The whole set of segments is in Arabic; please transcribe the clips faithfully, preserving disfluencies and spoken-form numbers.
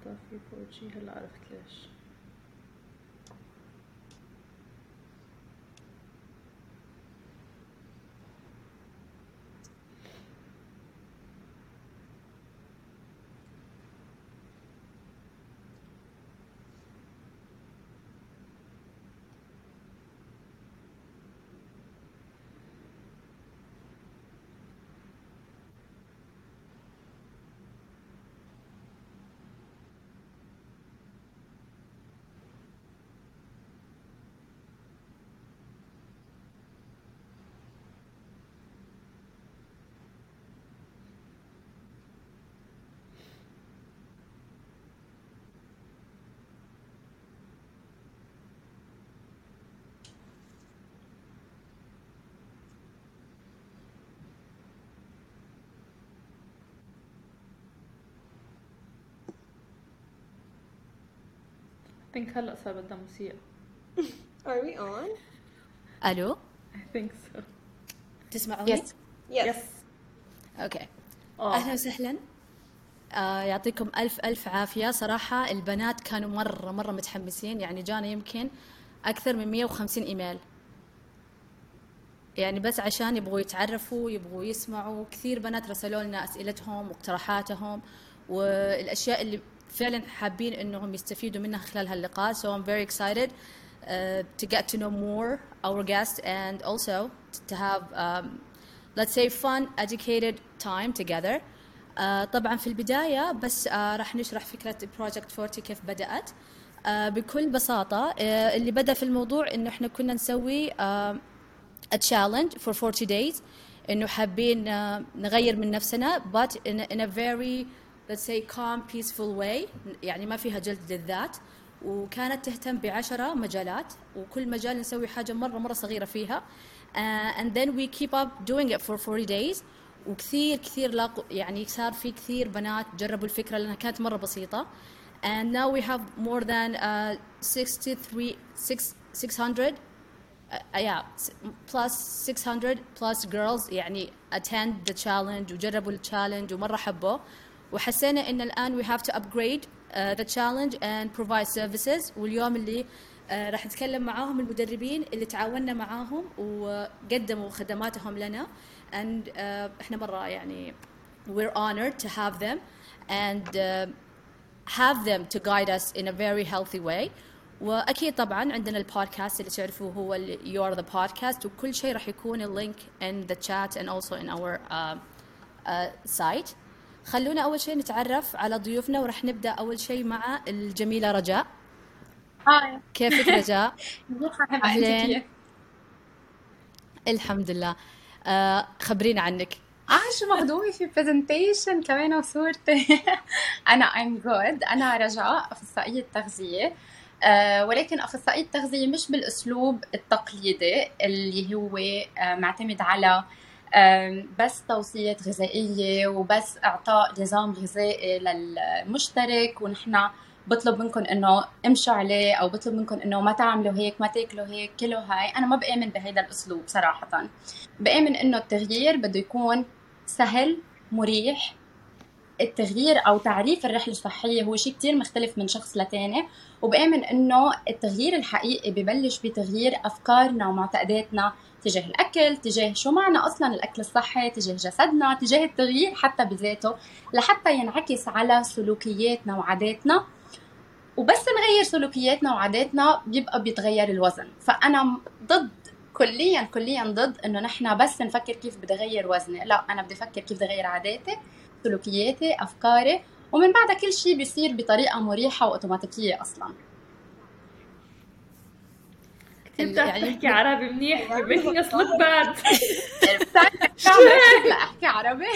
غلطة في فور جي. هلا عرفت ليش. think هلا صار بدها موسيقى. Are we on? الو I think so. تسمعوني؟ Yes. Yes. Yes. اوكي. آه. اهلا وسهلا. آه يعطيكم الف الف عافيه. صراحه البنات كانوا مره مره متحمسين، يعني جانا يمكن اكثر من مية وخمسين ايميل، يعني بس عشان يبغوا يتعرفوا يبغوا يسمعوا. كثير بنات رسلوا لنا اسئلتهم واقتراحاتهم والاشياء اللي فعلا حابين انهم يستفيدوا منها خلال هاللقاء. So I'm very excited uh, to get to know more our guests and also to have um, let's say fun educated time together. uh, طبعا في البداية بس uh, راح نشرح فكرة Project فورتي كيف بدأت. uh, بكل بساطة uh, اللي بدأ في الموضوع انه احنا كنا نسوي uh, a challenge for forty days، إنه حابين uh, نغير من نفسنا but in a, in a very let's say calm peaceful way، يعني ما فيها جلد للذات. وكانت تهتم بعشرة مجالات وكل مجال نسوي حاجة مرة مرة صغيرة فيها uh, and then we keep up doing it for forty days. وكثير كثير لاقوا، يعني صار في كثير بنات جربوا الفكرة لأنها كانت مرة بسيطة. and now we have more than uh, sixty-three six hundred Uh, yeah, plus six hundred plus girls يعني attend the challenge وجربوا ال challenge ومرة حبوا. وحسينا إن الآن we have to upgrade uh, the challenge and provide services. واليوم اللي uh, راح نتكلم معاهم المدربين اللي تعاوننا معاهم وقدموا خدماتهم لنا and uh, إحنا مرة يعني we're honored to have them and uh, have them to guide us in a very healthy way. وأكيد طبعاً عندنا البودكاست اللي تعرفوه هو ال You are the podcast، وكل شيء راح يكون اللينك in the chat and also in our uh, uh, site. خلونا أول شيء نتعرف على ضيوفنا وراح نبدأ أول شيء مع الجميلة رجاء. هاي كيفك رجاء؟ أهلين. الحمد لله. uh, خبرينا عنك. آه شو مخدومي في presentation كمان وصورتي. أنا I'm good. أنا رجاء أخصائية تغذية. أه ولكن أخصائية التغذية مش بالأسلوب التقليدي اللي هو أه معتمد على أه بس توصيات غذائية وبس إعطاء نظام غذائي للمشترك ونحن بطلب منكم إنه امشوا عليه أو بطلب منكم إنه ما تعملوا هيك ما تاكلوا هيك كله هاي. أنا ما بآمن بهذا الأسلوب صراحة. بآمن إنه التغيير بده يكون سهل مريح. التغيير أو تعريف الرحلة الصحية هو شيء كتير مختلف من شخص لتاني. وبآمن إنه التغيير الحقيقي ببلش بتغيير أفكارنا ومعتقداتنا تجاه الأكل، تجاه شو معنى أصلاً الأكل الصحي، تجاه جسدنا، تجاه التغيير حتى بذاته لحتى ينعكس على سلوكياتنا وعاداتنا. وبس نغير سلوكياتنا وعاداتنا بيبقى بيتغير الوزن. فأنا ضد كلياً كلياً ضد إنه نحن بس نفكر كيف بدي أغير وزني. لا، أنا بدي أفكر كيف بدي أغير عاداتي، سلوكياتي، أفكاري، ومن بعد كل شيء بيصير بطريقة مريحة وأوتوماتيكية أصلاً. كتير بتعرف تحكي عربي منيح. You're making us look bad. لا أحكي عربي.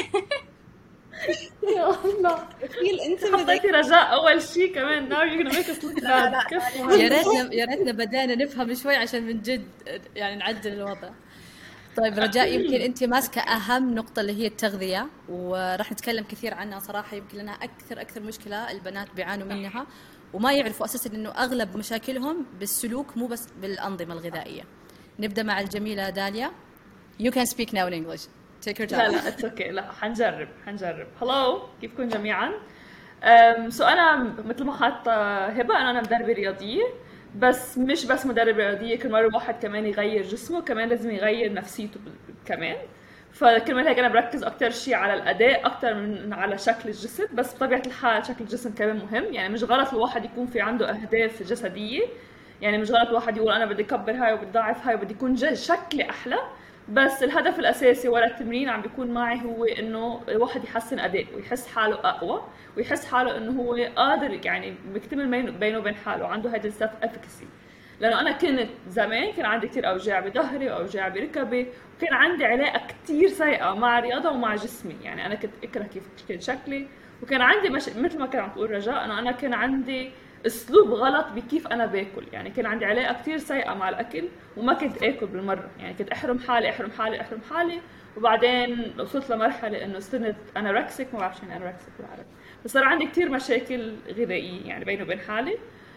يا الله. فيل أنت حطيتي رجاء أول شيء كمان. Now you're gonna make us look bad. يا ريتنا يا ريتنا بدأنا نفهم شوي عشان من جد يعني نعدل الوضع. طيب رجاء، يمكن أنت ماسكة أهم نقطة اللي هي التغذية وراح نتكلم كثير عنها صراحة. يمكن لنا أكثر أكثر مشكلة البنات بيعانوا منها وما يعرفوا أساساً إنه أغلب مشاكلهم بالسلوك مو بس بالأنظمة الغذائية. نبدأ مع الجميلة داليا. You can speak now in English. Take your time. لا لا it's okay. لا حنجرب حنجرب. Hello، كيفكم جميعاً؟ أم سو انا مثل ما حاطه هبه انا انا مدربه رياضيه، بس مش بس مدربه رياضيه، كل مره الواحد كمان يغير جسمه كمان لازم يغير نفسيته بال- كمان. فكرمال هيك انا بركز اكتر شيء على الاداء اكتر من على شكل الجسد، بس بطبيعه الحال شكل الجسم كمان مهم. يعني مش غلط الواحد يكون في عنده اهداف جسديه، يعني مش غلط الواحد يقول انا بدي اكبر هاي وبدي اضاعف هاي وبدي يكون ج- شكلي احلى، بس الهدف الاساسي ورا التمرين عم بيكون معي هو انه الواحد يحسن اداء ويحس حاله اقوى، ويحس حاله انه هو قادر يعني بيكتمل بين- بينه وبين حاله، عنده هيدا السيلف افيكسي. لانه انا كنت زمان كان عندي كتير اوجاع بظهري واوجاع بركبي، وكان عندي علاقه كتير سيئه مع الرياضه ومع جسمي. يعني انا كنت اكره كيف كان شكلي، وكان عندي مش... مثل ما كان عم تقول رجاء، انه انا كان عندي اسلوب غلط بكيف انا باكل. يعني كان عندي علاقه كتير سيئه مع الاكل، وما كنت اكل بالمره. يعني كنت احرم حالي احرم حالي احرم حالي، وبعدين وصلت لمرحله انه صرت انوركسيك، ما بعرف شو يعني انوركسيك بالعربي، بس صار عندي كتير مشاكل غذائيه يعني بيني وبين حالي.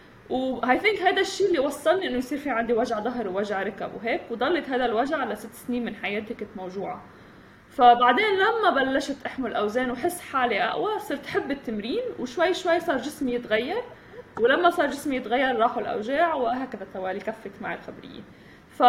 وهاي ثينك هذا الشيء اللي وصلني انه يصير في عندي وجع ظهر ووجع ركب وهيك، وضلت هذا الوجع لست سنين من حياتي كنت موجوعه. فبعدين لما بلشت احمل اوزان وحس حالي اقوى صرت احب التمرين، وشوي شوي صار جسمي يتغير، ولما صار جسمي يتغير راحوا الاوجاع، وهكذا توالي كفت معي الخبريه. ف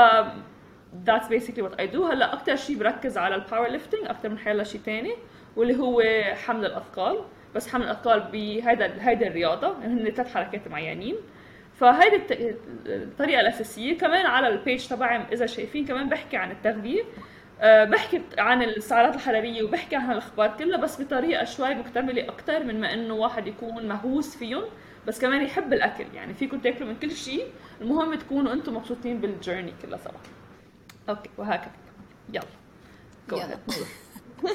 that's basically what I do. هلا اكثر شيء بركز على الباور ليفتنج اكثر من حيلا شيء ثاني، واللي هو حمل الاثقال. بس حمل الاثقال بهيدا هيدا الرياضه هن ثلاث حركات معينين. فهيدي الت- الطريقه الاساسيه. كمان على البيج تبعي اذا شايفين كمان بحكي عن التغذيه، أه بحكي عن السعرات الحراريه وبحكي عن الاخبار كلها، بس بطريقه شوي مكتمله اكثر من ما انه واحد يكون مهووس فيهم، بس كمان يحب الاكل. يعني فيكم تاكلوا من كل شيء، المهم تكونوا انتم مبسوطين بالجيرني كلها سوا. اوكي وهكذا. يلا go يلا. ahead.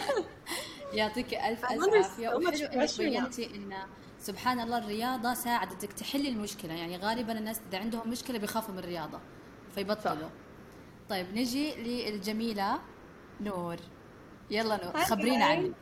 يعطيك الف I'm الف under عافيه. so much وحلو انك pressure now. بينتي ان سبحان الله الرياضه ساعدتك تحل المشكله. يعني غالبا الناس اذا عندهم مشكله بيخافوا من الرياضه فيبطلوا. طيب نجي للجميله نور. يلا نور Hi خبرينا guys. عنك.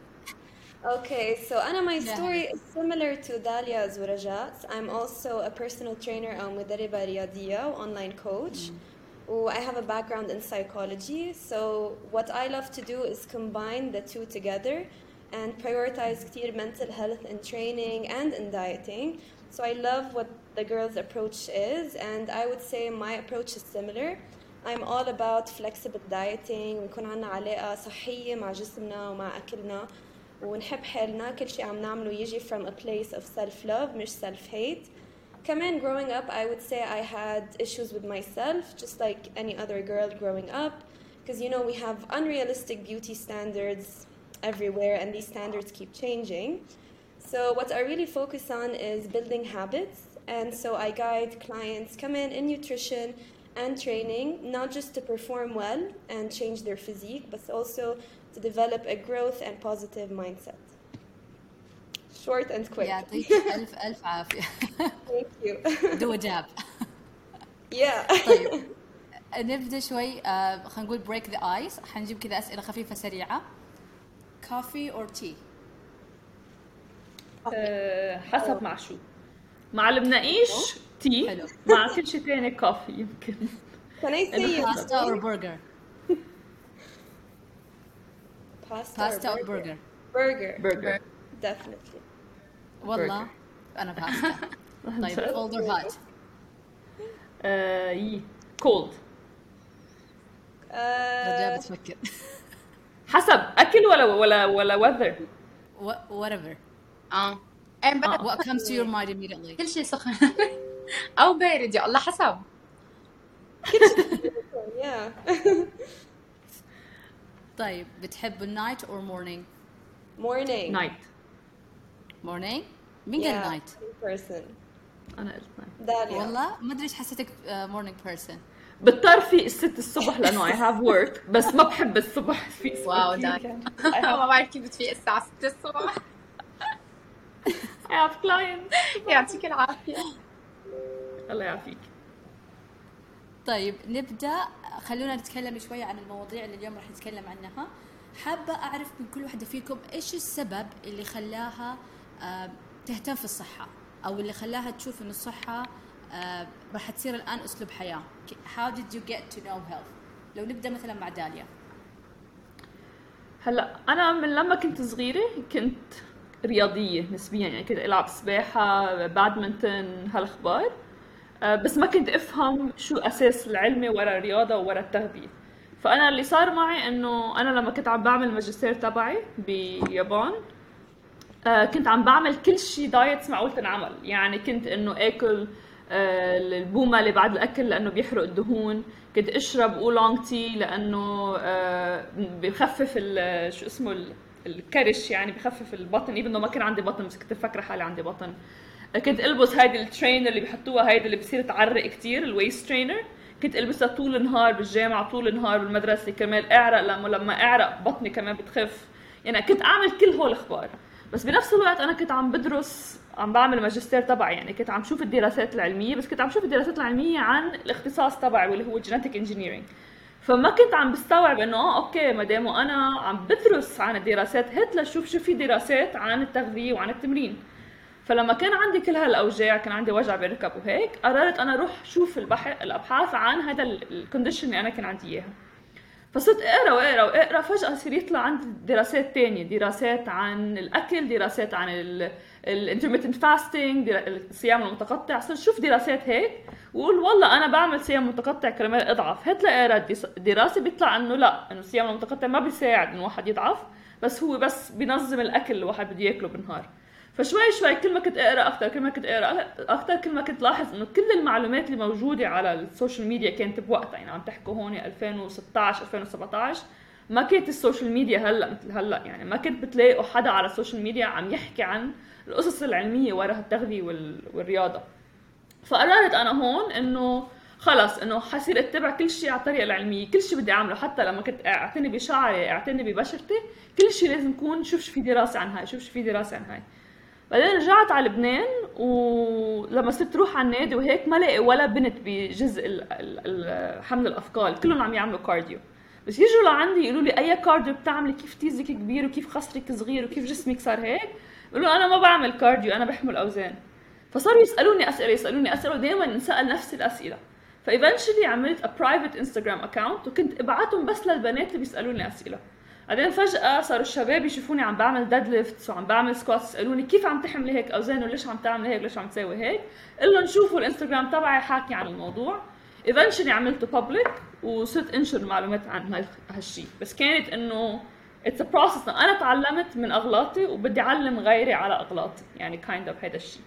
Okay, so Anna, my Yeah. story is similar to Dalia's ورجاء's. I'm also a personal trainer and مدربة رياضية online coach. Oh, I have a background in psychology, so what I love to do is combine the two together and prioritize كتير mental health in training and in dieting. So I love what the girls' approach is, and I would say my approach is similar. I'm all about flexible dieting ونكون عنا علاقة صحية مع جسمنا ومع أكلنا، ونحب حالنا. كل شيء عم نعمله يجي from a place of self-love مش self-hate. كمان growing up I would say I had issues with myself just like any other girl growing up, because you know we have unrealistic beauty standards everywhere and these standards keep changing. So what I really focus on is building habits, and so I guide clients come in in nutrition and training, not just to perform well and change their physique, but also to develop a growth and positive mindset. Short and quick. يعطيك الف الف عافيه. Thank you. دو جاب. Yeah. طيب نبدا شوي. آه خلينا نقول بريك ذا ايس. حنجيب كذا اسئله خفيفه سريعه. كوفي اور تي؟ أه حسب مع شو. مع المناقيش تي، حلو. مع كل شيء ثاني كافي يمكن. Can I say you? باستا اور برجر؟ Pasta, باستا or اور برجر؟ burger? برجر. Definitely. والله انا باستا. طيب كولد اور هات؟ أه يي كولد. رجاء Uh, بتفكر. حسب اكل ولا ولا ولا وذر. whatever اه ايه بقى what comes to your mind immediately. كل شيء سخن او بارد يا الله حسب. yeah. طيب بتحب النايت اور مورنينج؟ Morning. نايت. مورنينج؟ مين قال Yeah. نايت؟ Person. انا قلت نايت. Dalia. والله ما ادري ايش حسيتك مورنينج بيرسون. بضطر في الست الصبح لانه I have work، بس ما بحب الصبح في واو دايما ما بعرف كيف بتفيق الساعة ستة الصبح. I have clients. يعطيك العافية. الله يعافيك. طيب نبدا. خلونا نتكلم شويه عن المواضيع اللي اليوم راح نتكلم عنها. حابه اعرف من كل واحده فيكم ايش السبب اللي خلاها آه، تهتم في الصحه، او اللي خلاها تشوف ان الصحه آه، راح تصير الان اسلوب حياه. how did you get to know health؟ لو نبدا مثلا مع داليا. هلا انا من لما كنت صغيره كنت رياضيه نسبيا، يعني كنت العب سباحه، بادمنتون، هالاخبار. آه، بس ما كنت افهم شو اساس العلمي ورا الرياضه وورا التغذيه. فانا اللي صار معي انه انا لما كنت عم بعمل الماجستير تبعي بيابان، آه، كنت عم بعمل كل شيء دايتس معقول تنعمل. يعني كنت انه اكل آه، البومه اللي بعد الاكل لانه بيحرق الدهون، كنت اشرب اولونج تي لانه آه، بخفف ال- شو اسمه ال- الكرش، يعني بخفف البطن، ايفن ما كان عندي بطن بس كنت فاكره حالي عندي بطن. آه، كنت البس هيدي الترينر اللي بيحطوها، هيدي اللي بتصير تعرق كتير، الويست ترينر. كنت البسها طول النهار بالجامعه، طول النهار بالمدرسه، كرمال اعرق، لما لما اعرق بطني كمان بتخف. يعني كنت اعمل كل هول الاخبار. بس بنفس الوقت انا كنت عم بدرس، عم بعمل الماجستير تبعي، يعني كنت عم شوف الدراسات العلميه، بس كنت عم شوف الدراسات العلميه عن الاختصاص تبعي واللي هو جينيتك انجينيرينج. فما كنت عم بستوعب انه اه اوكي ما دام انا عم بدرس عن الدراسات، هات لشوف شو في دراسات عن التغذيه وعن التمرين. فلما كان عندي كل هالاوجاع، كان عندي وجع بالركب وهيك، قررت انا اروح شوف البحث الابحاث عن هذا الكونديشن اللي انا كان عندي اياها. فصرت اقرا واقرا واقرا، فجأة صار يطلع عندي دراسات تانية، دراسات عن الأكل، دراسات عن الانترميتنت فاستنج، الصيام المتقطع. صرت شوف دراسات هيك وقول والله أنا بعمل صيام متقطع كرمال أضعف. هات لأقرا دراسة بيطلع إنه لا، إنه الصيام المتقطع ما بيساعد إنه واحد يضعف، بس هو بس بينظم الأكل اللي الواحد بده ياكله بالنهار. فشوي شوي كل ما كنت اقرا اكثر، كل ما كنت اقرا اكثر، كل ما كنت لاحظ انه كل المعلومات اللي موجوده على السوشيال ميديا كانت بوقتها، يعني عم تحكوا هون ألفين وستطعش ألفين وسبعطعش، ما كانت السوشيال ميديا هلا مثل هلا. يعني ما كنت بتلاقوا حدا على السوشيال ميديا عم يحكي عن القصص العلميه ورا التغذيه والرياضه. فقررت انا هون انه خلص انه حصير اتبع كل شيء على الطريقه العلميه، كل شيء بدي اعمله، حتى لما كنت اعتني بشعري، اعتني ببشرتي، كل شيء لازم يكون شوف شو في دراسه عن هاي، شوف شو في دراسه عن هاي. بعدين رجعت على لبنان، ولما صرت روح على النادي وهيك ما لاقي ولا بنت بجزء ال- ال- ال- حمل الاثقال، كلهم عم يعملوا كارديو. بس يجوا لعندي يقولوا لي اي كارديو بتعملي، كيف تيزك كبير وكيف خصرك صغير وكيف جسمك صار هيك. بقولوا انا ما بعمل كارديو، انا بحمل اوزان. فصاروا يسالوني اسئله يسالوني اسئله ودائما نسال نفس الاسئله. فايفنشلي عملت ا برايفت انستغرام اكاونت، وكنت ابعتهم بس للبنات اللي بيسالوني اسئله. بعدين فجأة صاروا الشباب يشوفوني عم بعمل ديد ليفتس وعم بعمل سكواتس، يسألوني كيف عم تحملي هيك أوزان وليش عم تعملي هيك، ليش عم تسوي هيك. قل لهم شوفوا الانستغرام تبعي حاكي عن الموضوع. ايفنشلي عملته بابليك وصرت انشر معلومات عن هالشيء. بس كانت انه اتس ا بروسس، انا تعلمت من اغلاطي وبدي اعلم غيري على اغلاطي، يعني كايند اوف هذا الشيء.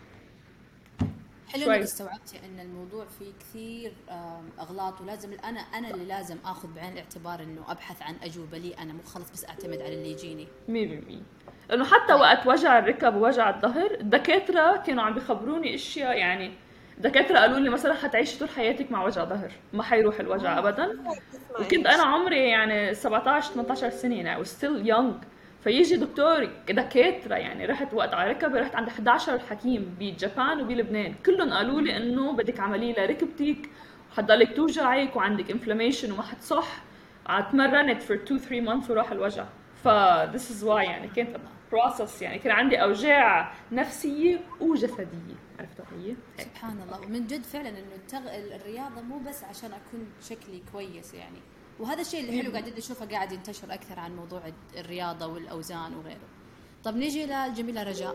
حلو شوي. انك استوعبتي ان الموضوع فيه كثير آم، اغلاط، ولازم انا انا اللي لازم اخذ بعين الاعتبار انه ابحث عن اجوبه لي انا، مو خلص بس اعتمد على اللي يجيني. مية بالمية. لانه حتى وقت وجع الركب ووجع الظهر، الدكاتره كانوا عم بيخبروني اشياء، يعني دكاتره قالوا لي مثلا حتعيشي طول حياتك مع وجع ظهر، ما حيروح الوجع ابدا. وكنت انا عمري يعني سبعطعش ثمنطعش سنه، يعني وستيل يونغ. فيجي دكتور دكاتره، يعني رحت وقت على ركبي رحت عند إحدى عشر حكيم بجابان وبلبنان، كلهم قالوا لي انه بدك عمليه لركبتك وحتضلك توجعك وعندك انفلاميشن وما حتصح. اتمرنت for two three months وراح الوجع. ف this is why يعني كانت process، يعني كان عندي اوجاع نفسيه وجسديه، عرفتوا هي هيك. سبحان الله. ومن جد فعلا انه التغ... الرياضه مو بس عشان اكون شكلي كويس يعني، وهذا الشيء اللي حلو قاعدين نشوفه قاعد ينتشر اكثر عن موضوع الرياضه والاوزان وغيره. طب نيجي للجميله رجاء،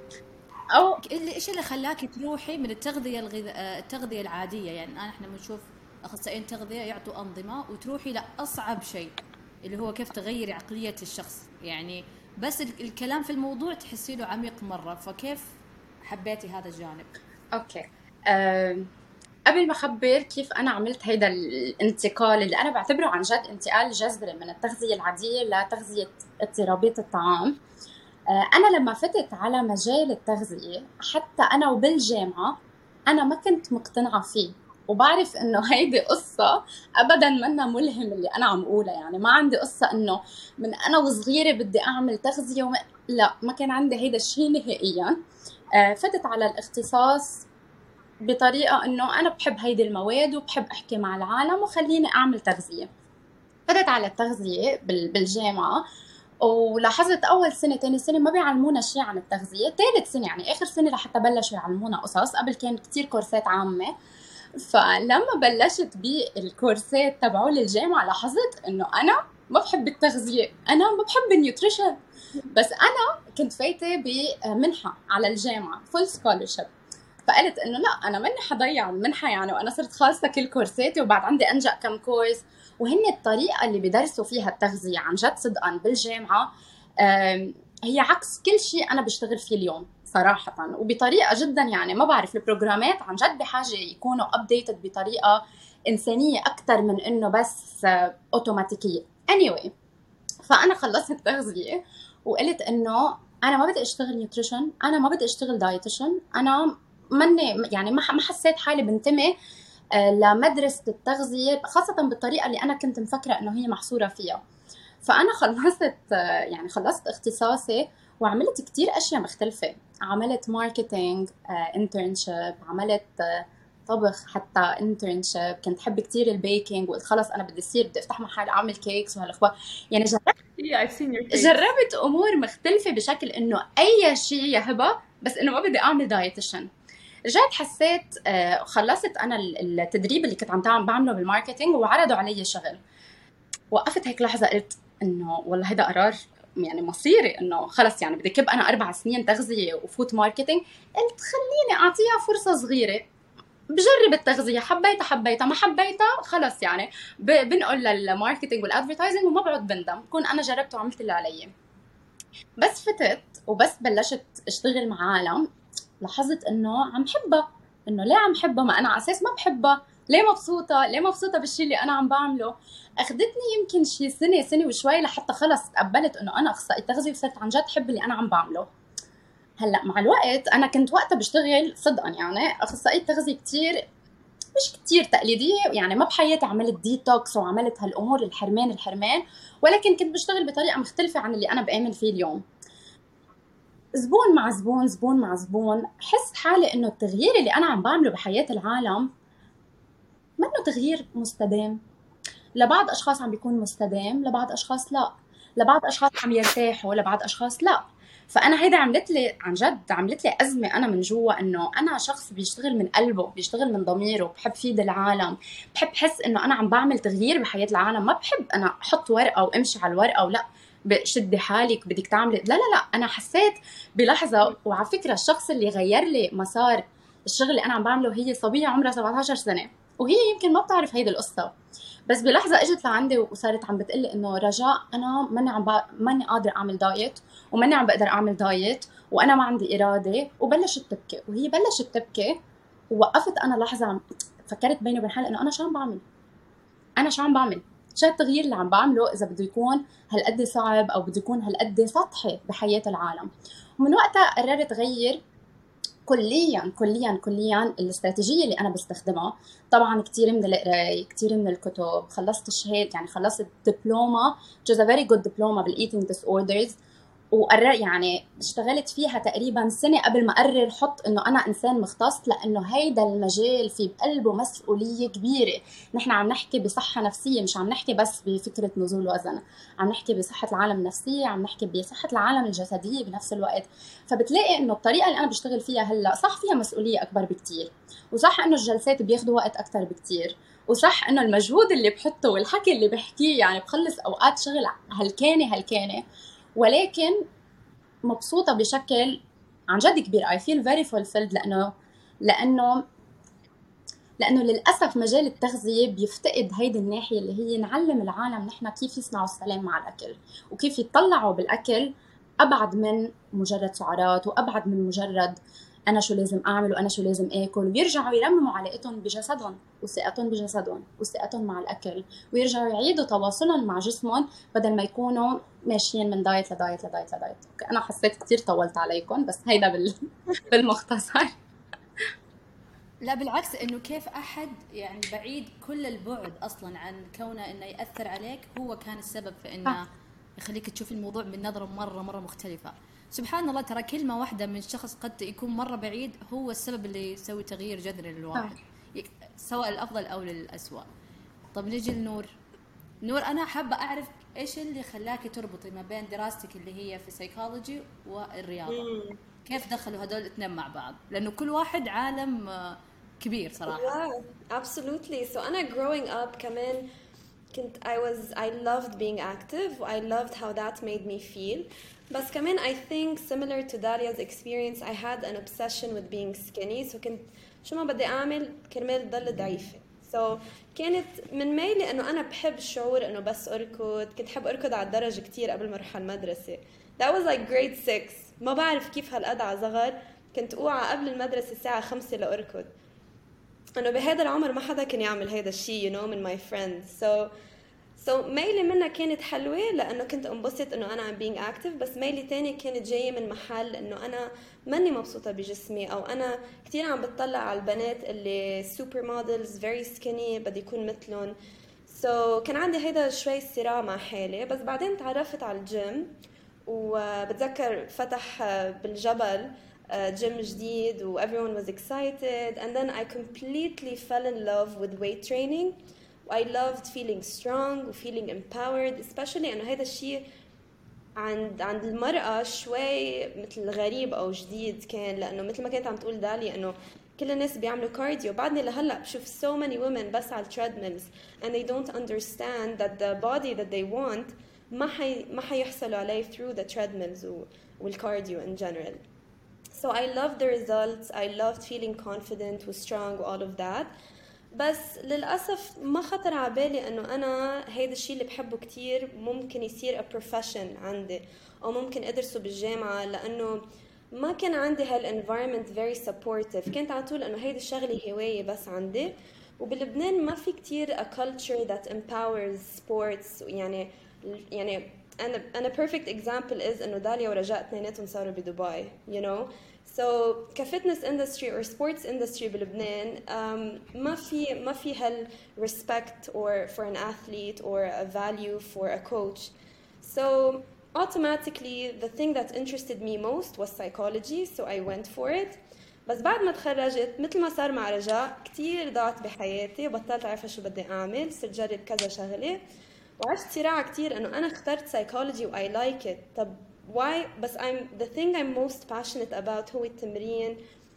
او اللي ايش اللي خلاكي تروحي من التغذيه الغذاء التغذيه العاديه؟ يعني الان احنا بنشوف اخصائيين تغذيه يعطوا انظمه، وتروحي لاصعب شيء اللي هو كيف تغيري عقليه الشخص. يعني بس ال- الكلام في الموضوع تحسي له عميق مره، فكيف حبيتي هذا الجانب؟ اوكي. أم، قبل ما اخبر كيف انا عملت هيدا الانتقال اللي انا بعتبره عن جد انتقال جذري من التغذيه العاديه لتغذيه اضطرابات الطعام، أه، انا لما فتت على مجال التغذيه حتى انا وبالجامعه انا ما كنت مقتنعه فيه، وبعرف انه هيدي قصه ابدا منا ملهم اللي انا عم اقولها. يعني ما عندي قصه انه من انا وصغيره بدي اعمل تغذيه وما... لا، ما كان عندي هيدا الشيء نهائيا. أه، فتت على الاختصاص بطريقة إنه أنا بحب هيدي المواد وبحب أحكي مع العالم وخليني أعمل تغذية. بدأت على التغذية بالجامعة، ولاحظت أول سنة تاني سنة ما بيعلمونا شيء عن التغذية. ثالث سنة يعني آخر سنة لحتى بلشوا يعلمونا قصص، قبل كان كتير كورسات عامة. فلما بلشت بالكورسات تبعوا للجامعة لاحظت إنه أنا ما بحب التغذية، أنا ما بحب النيوتريشن. بس أنا كنت فايتة بمنحة على الجامعة فول سكولرشيب، فقلت إنه لا أنا ماني حضيع المنحة يعني، وأنا صرت خالصة كل كورساتي وبعد عندي أنجأ كم كورس. وهن الطريقة اللي بدرسوا فيها التغذية عن جد صدقا بالجامعة هي عكس كل شيء أنا بشتغل فيه اليوم صراحة، وبطريقة جدا يعني ما بعرف البروجرامات عن جد بحاجة يكونوا updated بطريقة إنسانية أكتر من إنه بس أوتوماتيكية. anyway فأنا خلصت التغذية وقلت إنه أنا ما بدي أشتغل نيوتريشن، أنا ما بدي أشتغل دايتيشن، أنا مني يعني ما حسيت حالي بنتمي لمدرسة التغذية خاصة بالطريقة اللي أنا كنت مفكرة إنه هي محصورة فيها. فأنا خلصت يعني خلصت اختصاصي وعملت كتير أشياء مختلفة، عملت ماركتينج، انترنشيب، عملت طبخ حتى انترنشيب، كنت حب كتير البيكينج وقلت خلص أنا بدي أصير بدي أفتح محل أعمل كيكس وهالأخبار. يعني جربت yeah, I've seen your cakes. جربت أمور مختلفة بشكل إنه أي شيء يا هبة بس إنه ما بدي أعمل دايتيشن. رجعت حسيت خلصت أنا التدريب اللي كنت عم بعمله بالماركتينج وعرضوا علي شغل، وقفت هيك لحظة قلت إنه والله هذا قرار يعني مصيري، إنه خلص يعني بدي كب أنا أربع سنين تغذية وفوت ماركتينج. قلت خليني أعطيها فرصة صغيرة، بجرب التغذية، حبيتها حبيتها ما حبيتها خلص يعني بنقول للماركتينج والادفيرتايزنج وما بعد بندم، كون أنا جربت وعملت اللي علي. بس فتت وبس بلشت أشتغل مع عالم لاحظت إنه عم حبها، إنه ليه عم حبها ما أنا على أساس ما بحبها، ليه مبسوطة ليه مبسوطة بالشيء اللي أنا عم بعمله. أخذتني يمكن شي سنة سنة وشوي لحتى خلص تقبلت إنه أنا أخصائي تغذية وصرت عن جد حب اللي أنا عم بعمله. هلأ مع الوقت أنا كنت وقتها بشتغل صدقا يعني أخصائي تغذية كتير مش كتير تقليدية، يعني ما بحياتي عملت ديتوكس وعملت هالأمور الحرمان الحرمان، ولكن كنت بشتغل بطريقة مختلفة عن اللي أنا بآمن فيه اليوم. زبون مع زبون زبون مع زبون حس حالي إنه التغيير اللي أنا عم بعمله بحياة العالم منه تغيير مستدام. لبعض أشخاص عم بيكون مستدام، لبعض أشخاص لا، لبعض أشخاص عم يرتاحوا، لبعض أشخاص لا. فأنا هيدا عملت لي عن جد عملت لي أزمة أنا من جوا، إنه أنا شخص بيشتغل من قلبه بيشتغل من ضميره، بحب فيد العالم، بحب حس إنه أنا عم بعمل تغيير بحياة العالم، ما بحب أنا أحط ورقة وأمشي على الورقة ولا بشد حالك بدك تعملي لا لا لا. أنا حسيت بلحظة، وعلى فكرة الشخص اللي غير لي مسار الشغل اللي أنا عم بعمله هي صبية عمرها سبعة عشر سنة، وهي يمكن ما بتعرف هيدي القصة، بس بلحظة اجت لعندي وصارت عم بتقلي انه رجاء انا ماني عم ب... ماني قادرة اعمل دايت وماني عم بقدر اعمل دايت وانا ما عندي ارادة، وبلشت تبكي. وهي بلشت تبكي ووقفت انا لحظة فكرت بيني وبين حالي انه انا شو عم بعمل، انا شو عم بعمل شو التغيير اللي عم بعمله اذا بده يكون هالقد صعب او بده يكون هالقد سطحي بحياة العالم. ومن وقتها قررت غير كليا كليا كليا الاستراتيجيه اللي انا بستخدمها. طبعا كثير من القرايه، كثير من الكتب، خلصت الشهاده يعني خلصت دبلومه which is a very good diploma بالايتينج ديس اوردرز، وقرر يعني اشتغلت فيها تقريبا سنه قبل ما اقرر حط انه انا انسان مختص، لانه هيدا المجال في بقلبه مسؤوليه كبيره. نحن عم نحكي بصحه نفسيه، مش عم نحكي بس بفكره نزول وزن، عم نحكي بصحه العالم النفسيه، عم نحكي بصحه العالم الجسديه بنفس الوقت. فبتلاقي انه الطريقه اللي انا بشتغل فيها هلا صح فيها مسؤوليه اكبر بكتير، وصح انه الجلسات بياخذوا وقت اكثر بكتير، وصح انه المجهود اللي بحطه والحكي اللي بحكيه يعني بخلص اوقات شغل هلكانه هلكانه، ولكن مبسوطة بشكل عن جد كبير. I feel very fulfilled لأنه لأنه لأنه للأسف مجال التغذية بيفتقد هيدي الناحية اللي هي نعلم العالم نحن كيف يصنعوا السلام مع الأكل، وكيف يطلعوا بالأكل أبعد من مجرد سعرات، وأبعد من مجرد أنا شو لازم أعمل وأنا شو لازم آكل، ويرجعوا يرمموا علاقتهم بجسدهم وثقتهم بجسدهم وثقتهم مع الأكل، ويرجعوا يعيدوا تواصلهم مع جسمهم بدل ما يكونوا ماشيين من دايت لدايت لدايت لدايت. أنا حسيت كتير طولت عليكم، بس هيدا بال... بالمختصر. لا بالعكس، إنه كيف أحد يعني بعيد كل البعد أصلاً عن كونه إنه يأثر عليك هو كان السبب في إنه يخليك تشوف الموضوع من نظرة مرة مرة مختلفة. سبحان الله، ترى كلمة واحدة من شخص قد يكون مرة بعيد هو السبب اللي يسوي تغيير جذري للواحد، سواء الأفضل أو للأسوأ. طب نيجي لنور. نور، أنا حابة أعرف إيش اللي خلاكي تربطي ما بين دراستك اللي هي في سايكولوجي والرياضة؟ كيف دخلوا هدول الاثنين مع بعض؟ لأنه كل واحد عالم كبير صراحة. Yeah, absolutely. So أنا growing up كمان كنت I was I loved being active. I loved how that made me feel. بس كمان I think similar to Dalia's experience I had an obsession with being skinny. So كنت شو ما بدي أعمل كرمال ضل ضعيفة. So كانت من ميلي إنه أنا بحب شعور إنه بس أركض. كنت حب أركض على الدرج كتير قبل ما أروح على المدرسة. That was like grade six. ما بعرف كيف هالقد على صغر كنت أوعى قبل المدرسة الساعة خمسة لأركض. إنه بهذا العمر ما حدا كان يعمل هذا الشيء you know من my friends. So so ميلي منها كانت حلوة لأنه كنت انبسط إنه أنا عم being active. بس ميلي تاني كانت جاية من محل إنه أنا ماني مبسوطة بجسمي أو أنا كتير عم بتطلع على البنات اللي super models very skinny بدي يكون مثلهم. so كان عندي هيدا شوي صراع مع حالي. بس بعدين تعرفت على الجيم وبتذكر فتح بالجبل جيم جديد و everyone was excited and then I completely fell in love with weight training. I loved feeling strong و feeling empowered especially إنه هذا الشيء عند عند المرأة شوي مثل غريب أو جديد كان لأنه مثل ما كانت عم تقول داليا إنه كل الناس بيعملوا كارديو. بعدني لهلا بشوف so many women بس على treadmills and they don't understand that the body that they want ما حي ما حيحصلوا عليه through the treadmills والكارديو in general. So I loved the results. I loved feeling confident و strong و all of that. بس للأسف ما خطر على بالي إنه أنا هيدا الشيء اللي بحبه كتير ممكن يصير a profession عندي أو ممكن أدرسه بالجامعة لأنه ما كان عندي هالenvironment very supportive. كنت على طول إنه هيدا الشغلة هواية بس عندي. وبلبنان ما في كتير a culture that empowers sports. يعني يعني أنا أنا perfect example is إنه داليا ورجاء اثنيناتهم صاروا بدبي you know. So كfitness industry or sports industry بلبنان um, ما في ما في هال respect or for an athlete or a value for a coach. So automatically the thing that interested me most was psychology. So I went for it. بس بعد ما تخرجت مثل ما صار مع رجاء كتير ضاعت بحياتي وبطلت عارفة شو بدي أعمل. صرت جرب كذا شغلة وعشت صراع كتير إنه أنا اخترت psychology و I like it. طب why بس I'm the thing I'm most passionate about هو التمرين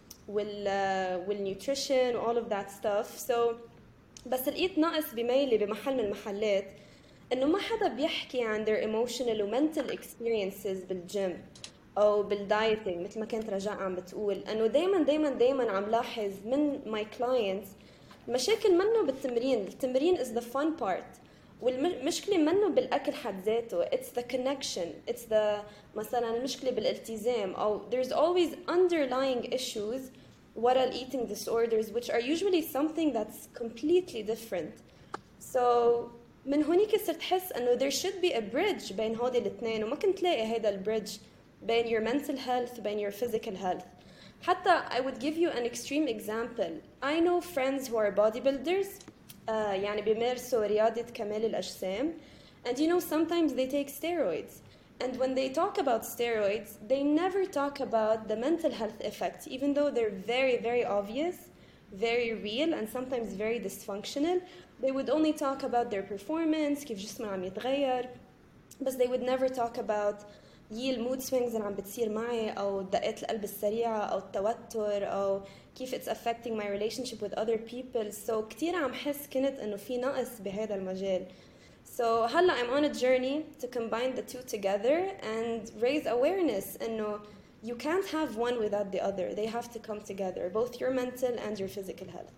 وال والnutrition و all of that stuff. So بس لقيت نقص بميلي بمحل من المحلات إنه ما حدا بيحكي عن their emotional و mental experiences بالجيم أو بالدايتنج مثل ما كانت رجاء عم بتقول. إنه دايما دايما دايما عم لاحظ من my clients مشاكل منه بالتمرين. التمرين is the fun part والمشكلة منه بالأكل حد ذاته. It's the connection. It's the مثلا المشكلة بالالتزام أو there's always underlying issues وراء eating disorders which are usually something that's completely different. So من هونيك صرت حس إنه there should be a bridge بين هودي الاثنين وما كنت لاقي هيدا البريدج بين your mental health وبين your physical health. حتى I would give you an extreme example. I know friends who are bodybuilders Uh, يعني بيمارسوا رياضة كمال الأجسام and you know sometimes they take steroids and when they talk about steroids they never talk about the mental health effects even though they're very very obvious very real and sometimes very dysfunctional. They would only talk about their performance كيف جسمهم عم يتغير بس they would never talk about يي المود سوينجز اللي عم بتصير معي أو دقات القلب السريعة أو التوتر أو كيف it's affecting my relationship with other people. So كتير عم حس كنت إنه في نقص بهذا المجال. So هلا I'm on a journey to combine the two together and raise awareness إنه you can't have one without the other. They have to come together, both your mental and your physical health.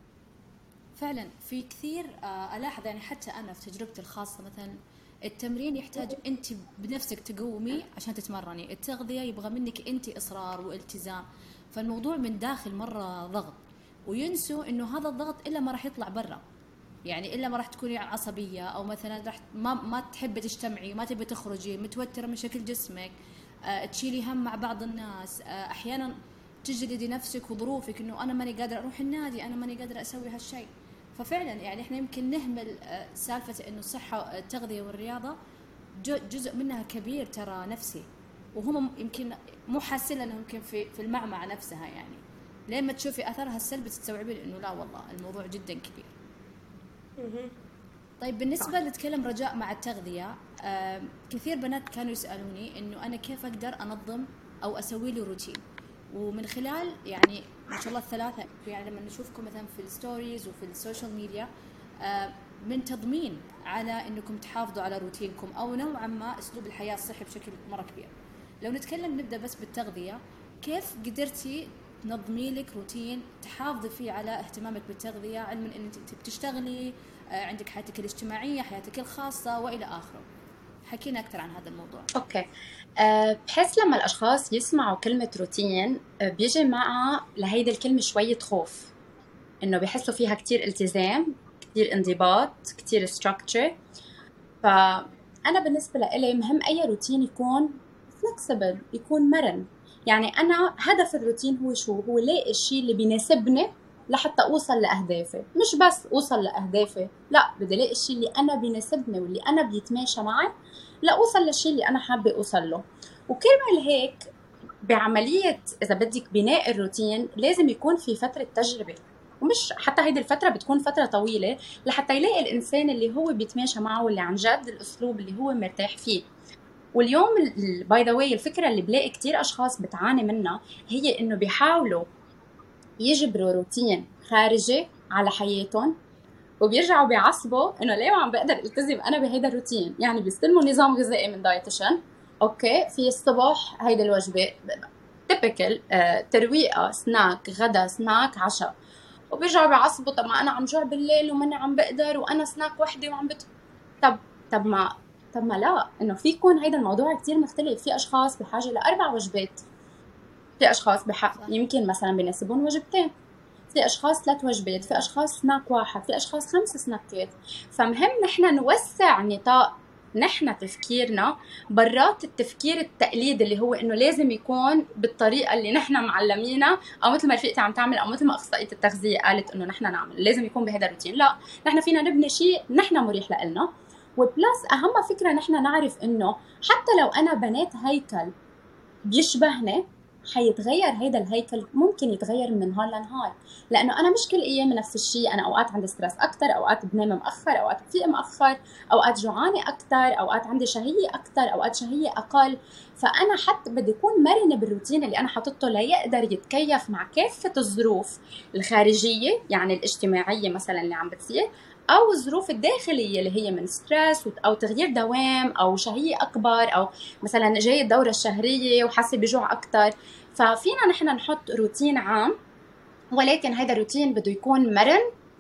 فعلا في كثير ألاحظ يعني حتى أنا في تجربتي الخاصة مثلا التمرين يحتاج أنت بنفسك تقومي عشان تتمرني. التغذية يبغى منك أنت إصرار والتزام. فالموضوع من داخل مرة ضغط وينسوا إنه هذا الضغط إلا ما راح يطلع برا. يعني إلا ما راح تكوني عصبية أو مثلا راح ما ما تحبي تجتمعي ما تبي تخرجي متوترة من شكل جسمك أه، تشيلي هم مع بعض الناس أه، أحيانا تجلدي نفسك وظروفك إنه أنا ماني قادرة أروح النادي أنا ماني قادرة أسوي هالشيء. ففعلا يعني إحنا يمكن نهمل أه، سالفة إنه الصحة التغذية والرياضة جزء منها كبير ترى نفسي وهم يمكن مو حاسين انه يمكن في في المعمعة نفسها يعني لين ما تشوفي اثرها السلبي تستوعبين انه لا والله الموضوع جدا كبير. طيب بالنسبه نتكلم رجاء مع التغذيه آه كثير بنات كانوا يسالوني انه انا كيف اقدر انظم او اسوي لي روتين ومن خلال يعني ما شاء الله الثلاثه يعني لما نشوفكم مثلا في الستوريز وفي السوشيال ميديا آه من تضمين على انكم تحافظوا على روتينكم او نوعا ما اسلوب الحياه الصحي بشكل مره كبير. لو نتكلم نبدا بس بالتغذيه، كيف قدرتي تنظمي لك روتين تحافظي فيه على اهتمامك بالتغذيه، علما ان انت بتشتغلي، عندك حياتك الاجتماعيه، حياتك الخاصه والى اخره؟ حكينا اكثر عن هذا الموضوع. اوكي. أه بحس لما الاشخاص يسمعوا كلمه روتين أه بيجي معها لهيدي الكلمه شويه خوف، انه بيحسوا فيها كتير التزام، كتير انضباط، كتير structure. فانا بالنسبه لي مهم اي روتين يكون flexible، يكون مرن. يعني انا هدف الروتين هو شو؟ هو لاقي الشيء اللي بيناسبني لحتى اوصل لاهدافي. مش بس اوصل لاهدافي، لا، بدي الاقي الشيء اللي انا بيناسبني واللي انا بيتماشى معي لاوصل للشيء اللي انا حابه اوصل له. وكرمال هيك بعمليه اذا بدك بناء الروتين لازم يكون في فتره تجربه، ومش حتى هيدي الفتره بتكون فتره طويله لحتى يلاقي الانسان اللي هو بيتماشى معه واللي عن جد الاسلوب اللي هو مرتاح فيه. واليوم باي ذا واي الفكره اللي بلاقي كتير اشخاص بتعاني منها هي انه بيحاولوا يجبروا روتين خارجي على حياتهم، وبيرجعوا بيعصبوا انه ليه ما عم بقدر التزم انا بهيدا الروتين. يعني بيستلموا نظام غذائي من دايتيشن، اوكي، في الصبح هيدا الوجبه تيبيكال، آه، ترويقه، سناك، غدا، سناك، عشاء، وبيرجعوا بيعصبوا طب ما انا عم جوع بالليل وماني عم بقدر وانا سناك وحده وعم بت... طب طب ما طب ما لا، انه في يكون هيدا الموضوع كتير مختلف. في اشخاص بحاجه لاربع وجبات، في اشخاص بحق يمكن مثلا بيناسبهم وجبتين، في اشخاص ثلاث وجبات، في اشخاص سناك واحد، في اشخاص خمس سناكات. فمهم نحن نوسع نطاق نحن تفكيرنا برات التفكير التقليدي اللي هو انه لازم يكون بالطريقه اللي نحن معلمينها، او مثل ما رفيقتي عم تعمل، او مثل ما اخصائيه التغذيه قالت انه نحن نعمل لازم يكون بهذا الروتين. لا، نحن فينا نبني شيء نحن مريح لنا. وبلس اهم فكره نحن نعرف انه حتى لو انا بنيت هيكل بيشبهني، حيتغير هيدا الهيكل، ممكن يتغير من نهار لنهار، لانه انا مش كل ايام نفس الشيء. انا اوقات عندي ستريس اكثر، اوقات بنام مؤخر، اوقات بفيق مؤخر، اوقات جوعانه اكثر، اوقات عندي شهيه اكثر، اوقات شهيه اقل. فانا حتى بدي اكون مرنه بالروتين اللي انا حاطته ليقدر يتكيف مع كافه الظروف الخارجيه، يعني الاجتماعيه مثلا اللي عم بتصير، او الظروف الداخليه اللي هي من ستريس او تغيير دوام او شهيه اكبر، او مثلا جاي الدوره الشهريه وحاسه بجوع اكثر. ففينا نحن نحط روتين عام، ولكن هذا الروتين بده يكون مرن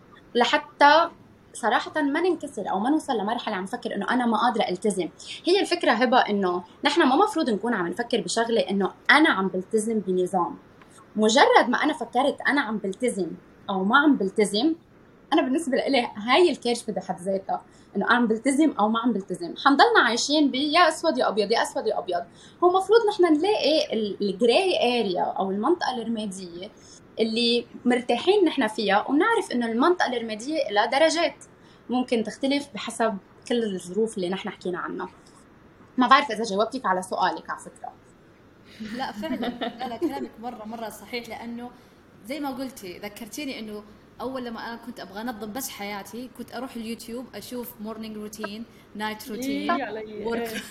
لحتى صراحه ما ننكسر او ما نوصل لمرحله عم نفكر انه انا ما قادره التزم. هي الفكره هبه انه نحن ما مفروض نكون عم نفكر بشغله انه انا عم بلتزم بنظام. مجرد ما انا فكرت انا عم بلتزم او ما عم بلتزم، انا بالنسبه لي هاي الكارثه بحد ذاتها، انه انا عم بلتزم او ما عم بلتزم. حنضلنا عايشين بيا اسود يا ابيض، يا اسود يا ابيض. هو مفروض نحن نلاقي الجراي اريا او المنطقه الرماديه اللي مرتاحين نحن فيها، ونعرف انه المنطقه الرماديه لها درجات ممكن تختلف بحسب كل الظروف اللي نحن حكينا عنها. ما بعرف اذا جاوبتك على سؤالك على فكره. لا فعلا، لا لا كلامك مره مره صحيح، لانه زي ما قلتي ذكرتيني انه اول لما انا كنت ابغى انظم بس حياتي كنت اروح اليوتيوب اشوف مورنينج روتين، نايت روتين، ورك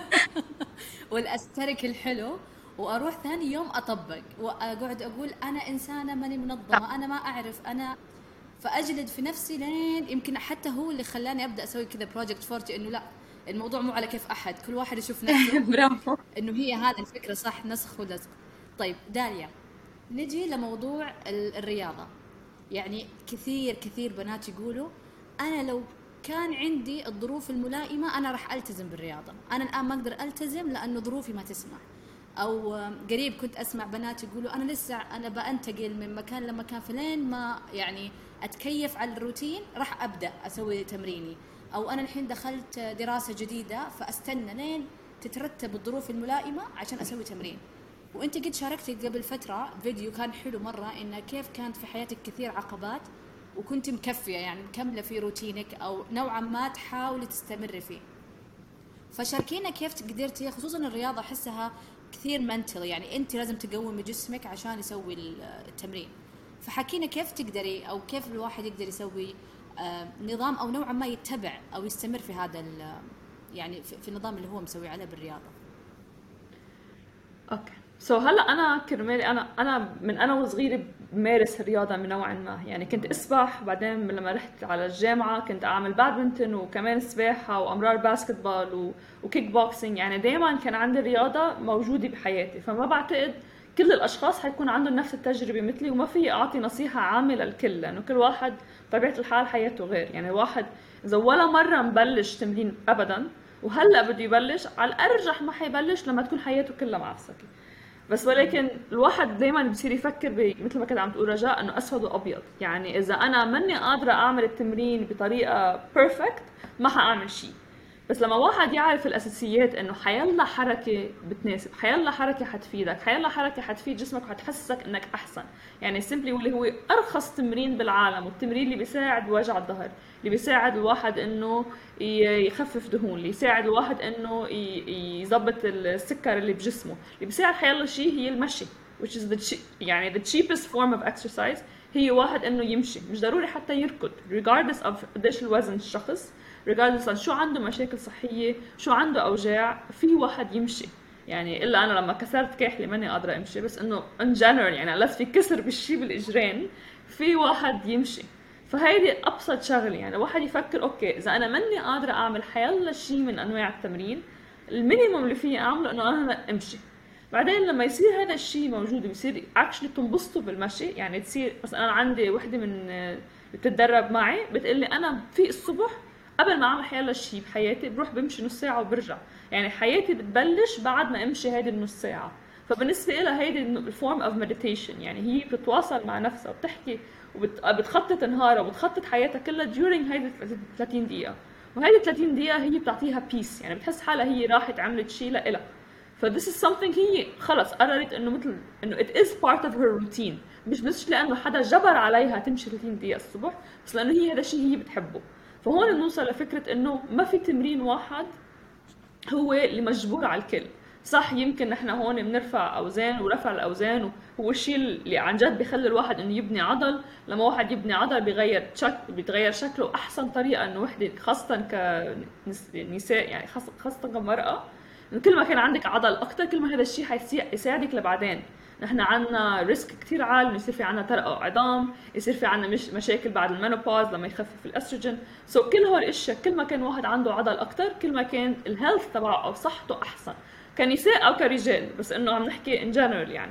والاسترك الحلو، واروح ثاني يوم اطبق واقعد اقول انا انسانه ماني منظمه، انا ما اعرف انا، فاجلد في نفسي لين يمكن حتى هو اللي خلاني ابدا اسوي كذا بروجكت فورتي، انه لا الموضوع مو على كيف احد، كل واحد يشوف نفسه. برافو. انه هي هذه الفكره صح، نسخ ولزق. طيب داليا، نجي لموضوع الرياضه. يعني كثير كثير بنات يقولوا انا لو كان عندي الظروف الملائمه انا راح التزم بالرياضه، انا الان ما اقدر التزم لانه ظروفي ما تسمح. او قريب كنت اسمع بنات يقولوا انا لسه انا بنتقل من مكان لمكان، فلين ما يعني اتكيف على الروتين راح ابدا اسوي تمريني، او انا الحين دخلت دراسه جديده فاستنى لين تترتب الظروف الملائمه عشان اسوي تمرين. وانت قد شاركتي قبل فتره فيديو كان حلو مره، انه كيف كانت في حياتك كثير عقبات وكنت مكفيه يعني مكمله في روتينك او نوعا ما تحاولي تستمري فيه. فشاركينا كيف قدرتي، خصوصا الرياضه احسها كثير منتل، يعني انت لازم تقومي جسمك عشان يسوي التمرين. فحكينا كيف تقدري او كيف الواحد يقدر يسوي نظام او نوعا ما يتبع او يستمر في هذا يعني في النظام اللي هو مسوي عليه بالرياضه. اوكي سو so هلا انا كرمالي انا انا من انا وصغيره بمارس الرياضه من نوع ما، يعني كنت اسبح، بعدين لما رحت على الجامعه كنت اعمل بادمنتون وكمان سباحه وامرار باسكتبول و... وكيك بوكسينج، يعني دائما كان عندي الرياضه موجوده بحياتي. فما بعتقد كل الاشخاص حيكون عندهم نفس التجربه مثلي، وما في اعطي نصيحه عامه للكل لانه كل واحد طبيعه الحال حياته غير. يعني الواحد اذا ولا مره مبلش تمرين ابدا وهلا بده يبلش، على الارجح ما حيبلش لما تكون حياته كلها معفسكه. بس ولكن الواحد دائما بصير يفكر مثل ما كنت عم تقول رجاء انه اسود وابيض، يعني اذا انا ماني قادره اعمل التمرين بطريقه بيرفكت ما حاعمل شيء. بس لما واحد يعرف الاساسيات انه حيلا حركه بتناسب، حيلا حركه حتفيدك، حيلا حركه حتفيد جسمك وحتحسسك انك احسن. يعني سيمبلي واللي هو ارخص تمرين بالعالم، والتمرين اللي بيساعد وجع الظهر، اللي بيساعد الواحد انه يخفف دهون، اللي يساعد الواحد انه يظبط السكر اللي بجسمه، اللي بيساعد حيلا شيء هي المشي which is the cheap يعني the cheapest form of exercise. هي واحد انه يمشي، مش ضروري حتى يركض regardless of قديش الوزن الشخص، regardless عن شو عنده مشاكل صحيه، شو عنده اوجاع، في واحد يمشي. يعني الا انا لما كسرت كاحلي ماني قادره امشي، بس انه in general يعني unless في كسر بالشي بالاجرين في واحد يمشي. فهيدي ابسط شغله، يعني واحد يفكر اوكي اذا انا ماني قادره اعمل حيلا شيء من انواع التمرين، المينيموم اللي فيي اعمله انه انا امشي. بعدين لما يصير هذا الشيء موجود ويصير اكشلي تنبسطوا بالمشي، يعني تصير مثلا انا عندي وحده من اللي بتتدرب معي بتقلي انا في الصبح قبل ما اعمل حيلا شيء بحياتي بروح بمشي نص ساعه وبرجع، يعني حياتي بتبلش بعد ما امشي هيدي النص ساعه. فبالنسبه لها هيدي الفورم اوف مديتيشن، يعني هي بتتواصل مع نفسها وبتحكي وبتخطط نهارها وبتخطط حياتها كلها during هيدي ثلاثين دقيقه. وهيدي ثلاثين دقيقه هي بتعطيها بيس، يعني بتحس حالها هي راحت عملت شيء لإلها. ف this is something هي خلص قررت انه مثل انه it is part of her routine، مش بس لانه حدا جبر عليها تمشي ثلاثين دقيقه الصبح، بس لانه هي هذا الشيء هي بتحبه. فهون بنوصل لفكره انه ما في تمرين واحد هو اللي مجبور على الكل. صح يمكن نحن هون بنرفع اوزان، ورفع الاوزان هو الشيء اللي عن جد بيخلي الواحد انه يبني عضل. لما واحد يبني عضل بيغير شكل، بيتغير شكله. احسن طريقه انه وحده خاصه كنساء يعني خاصه كمراه، إنه كل ما كان عندك عضل اكثر كل ما هذا الشيء حيساعدك لبعدين. نحن عندنا ريسك كثير عالي انه يصير في عندنا ترقع عظام، يصير في عندنا مش مشاكل بعد المينوباوز لما يخفف الاستروجين. سو so كل هول الاشياء كل ما كان واحد عنده عضل اكثر كل ما كان الهيلث تبعه او صحته احسن كنساء او كرجال، بس انه عم نحكي ان جنرال يعني.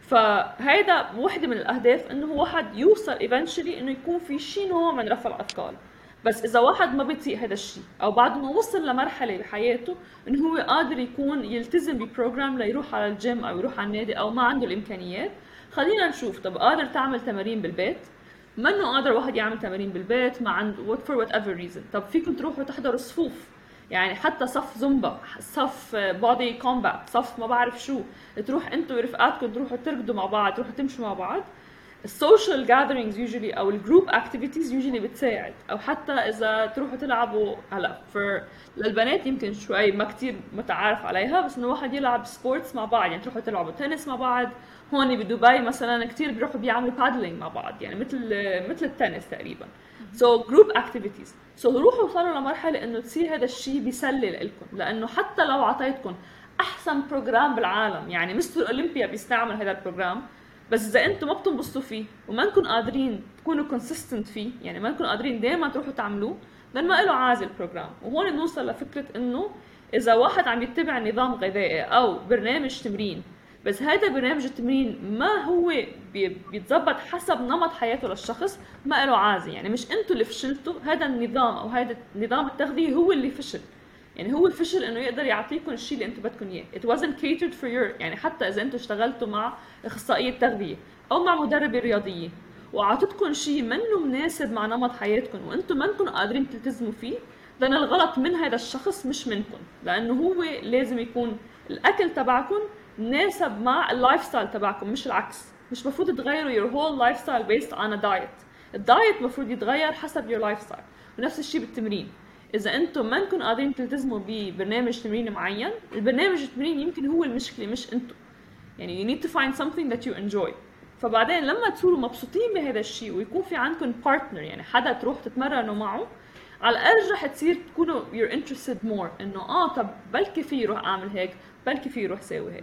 فهيدا وحده من الاهداف انه واحد يوصل ايفنشولي انه يكون في شيء نوع من رفع الاثقال. بس اذا واحد ما بيطيق هذا الشيء او بعد ما وصل لمرحله بحياته انه هو قادر يكون يلتزم ببروجرام ليروح على الجيم او يروح على النادي او ما عنده الامكانيات، خلينا نشوف. طب قادر تعمل تمارين بالبيت؟ منه قادر واحد يعمل تمارين بالبيت ما عنده what for whatever reason. طب فيكم تروحوا تحضروا صفوف، يعني حتى صف زومبا، صف بودي كومبات، صف ما بعرف شو، تروح انتوا ورفقاتكم تروحوا تركضوا مع بعض، تروحوا تمشوا مع بعض. السوشيال جاذرينجز يوجولي او الجروب اكتيفيتيز يوجولي بتساعد. او حتى اذا تروحوا تلعبوا هلا فور للبنات يمكن شوي ما كتير متعارف عليها، بس انه واحد يلعب سبورتس مع بعض، يعني تروحوا تلعبوا تنس مع بعض. هون بدبي مثلا كتير بيروحوا بيعملوا بادلينج مع بعض، يعني مثل مثل التنس تقريبا. سو جروب اكتيفيتيز. سو روحوا وصلوا لمرحله انه تصير هذا الشيء بيسلي لكم، لانه حتى لو اعطيتكم احسن بروجرام بالعالم، يعني مستر اولمبيا بيستعمل هذا البروجرام، بس اذا انتم ما بتنبسطوا فيه وما نكون قادرين تكونوا كونسيستنت فيه، يعني ما نكون قادرين دائما تروحوا تعملوه، لان ما له عازل البروجرام. وهون بنوصل لفكره انه اذا واحد عم يتبع نظام غذائي او برنامج تمرين، بس هذا برنامج التمرين ما هو بيتظبط حسب نمط حياته للشخص، ما له عازل. يعني مش انتم اللي فشلتوا، هذا النظام او هذا نظام التغذيه هو اللي فشل. يعني هو الفشل انه يقدر يعطيكم الشيء اللي انتم بدكم اياه. It wasn't catered for your، يعني حتى اذا انتم اشتغلتوا مع اخصائيه تغذيه او مع مدربه رياضيه واعطتكم شيء منه مناسب مع نمط حياتكم وانتم ما انكم قادرين تلتزموا فيه، لان الغلط من هذا الشخص مش منكم، لانه هو لازم يكون الاكل تبعكم مناسب مع اللايف ستايل تبعكم، مش العكس. مش مفروض تغيروا your whole lifestyle based on a diet. الدايت مفروض يتغير حسب your lifestyle. ونفس الشيء بالتمرين. اذا انتم ما انكم قادرين تلتزموا ببرنامج تمرين معين، البرنامج التمرين يمكن هو المشكله مش انتم. يعني you need to find something that you enjoy. فبعدين لما تصيروا مبسوطين بهذا الشيء ويكون في عندكم بارتنر، يعني حدا تروح تتمرنوا معه، على الارجح تصير تكونوا you're interested more انه اه طب بلكي في يروح اعمل هيك، بلكي في يروح ساوي هيك.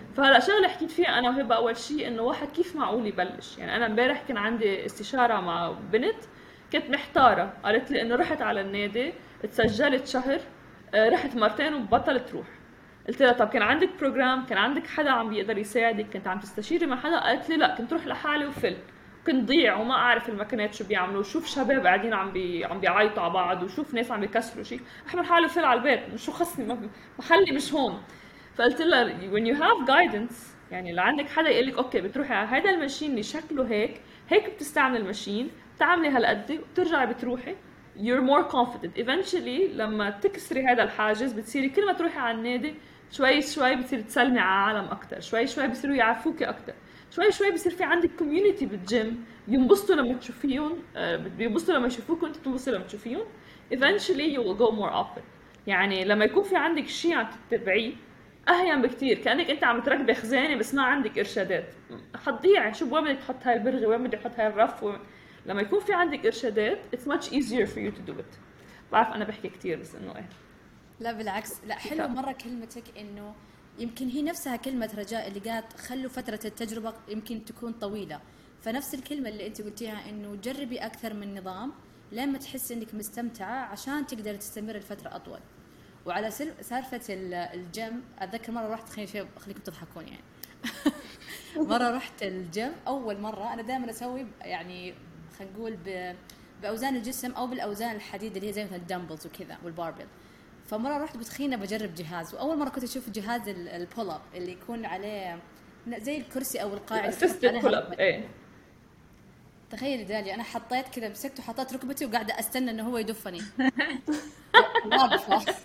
فهلا شغله حكيت فيها انا وهبه اول شيء، انه واحد كيف معقول يبلش. يعني انا امبارح كان عندي استشاره مع بنت كنت محتاره، قالت لي انه رحت على النادي تسجلت شهر، آه، رحت مرتين وبطلت تروح. قلت لها طب كان عندك بروجرام، كان عندك حدا عم بيقدر يساعدك، كنت عم تستشيري مع حدا؟ قالت لي لا، كنت روح لحالي وفل، كنت ضيع وما اعرف المكانات شو بيعملوا، شوف شباب قاعدين عم بي عم بيعيطوا على بعض، وشوف ناس عم بيكسروا شيء، احمل حالي وفل على البيت، شو خصني، ما- محلي مش هون. فقلت لها when you have guidance، يعني لو عندك حدا يقول لك اوكي بتروحي على هذا الماشين اللي شكله هيك هيك، بتستعمل الماشين، بتعملي هالقد وبترجعي بتروحي، you're more confident eventually. لما تكسري هذا الحاجز بتصيري كل ما تروحي على النادي شوي شوي بتصيري تسلمي على عالم اكثر، شوي شوي بصيروا يعرفوكي اكثر، شوي شوي بصير في عندك كوميونتي بالجيم بينبسطوا لما تشوفيهم، آه، بينبسطوا لما يشوفوك وانت بتنبسطي لما تشوفيهم. eventually you will go more often. يعني لما يكون في عندك شيء عم تتبعيه اهين بكتير، كانك انت عم تركبي خزانه بس ما عندك ارشادات، حتضيعي. شو وين بدك تحط هاي البرغي، وين بدك تحط هاي الرف، وين... لما يكون في عندك ارشادات it's much easier for you to do it. بعرف انا بحكي كتير بس انه ايه. لا بالعكس، لا حلو مرة كلمتك إنه يمكن هي نفسها كلمة رجاء اللي قالت خلوا فترة التجربة يمكن تكون طويلة، فنفس الكلمة اللي أنت قلتيها إنه جربي أكثر من نظام لما تحس إنك مستمتعة عشان تقدر تستمر لفترة أطول. وعلى سالفة الجيم، أتذكر مرة رحت، خليني شيء خليكم تضحكون يعني مرة رحت الجيم أول مرة، أنا دائما أسوي يعني خلينا نقول بأوزان الجسم أو بالأوزان الحديد اللي هي زي مثل الدمبلز وكذا والباربل. فمرة رحت قلت خلينا بجرب جهاز، وأول مرة كنت أشوف جهاز البول أب اللي يكون عليه زي الكرسي أو القاعدة البول أب. إيه تخيل داليا أنا حطيت كذا، مسكته وحطيت ركبتي وقاعدة أستنى إنه هو يدفني واقفة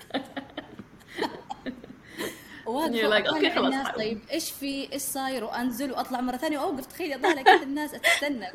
واقفة الناس طيب إيش في إيش صاير، وأنزل وأطلع مرة ثانية وأوقف. تخيل أطلع كده الناس أتستنى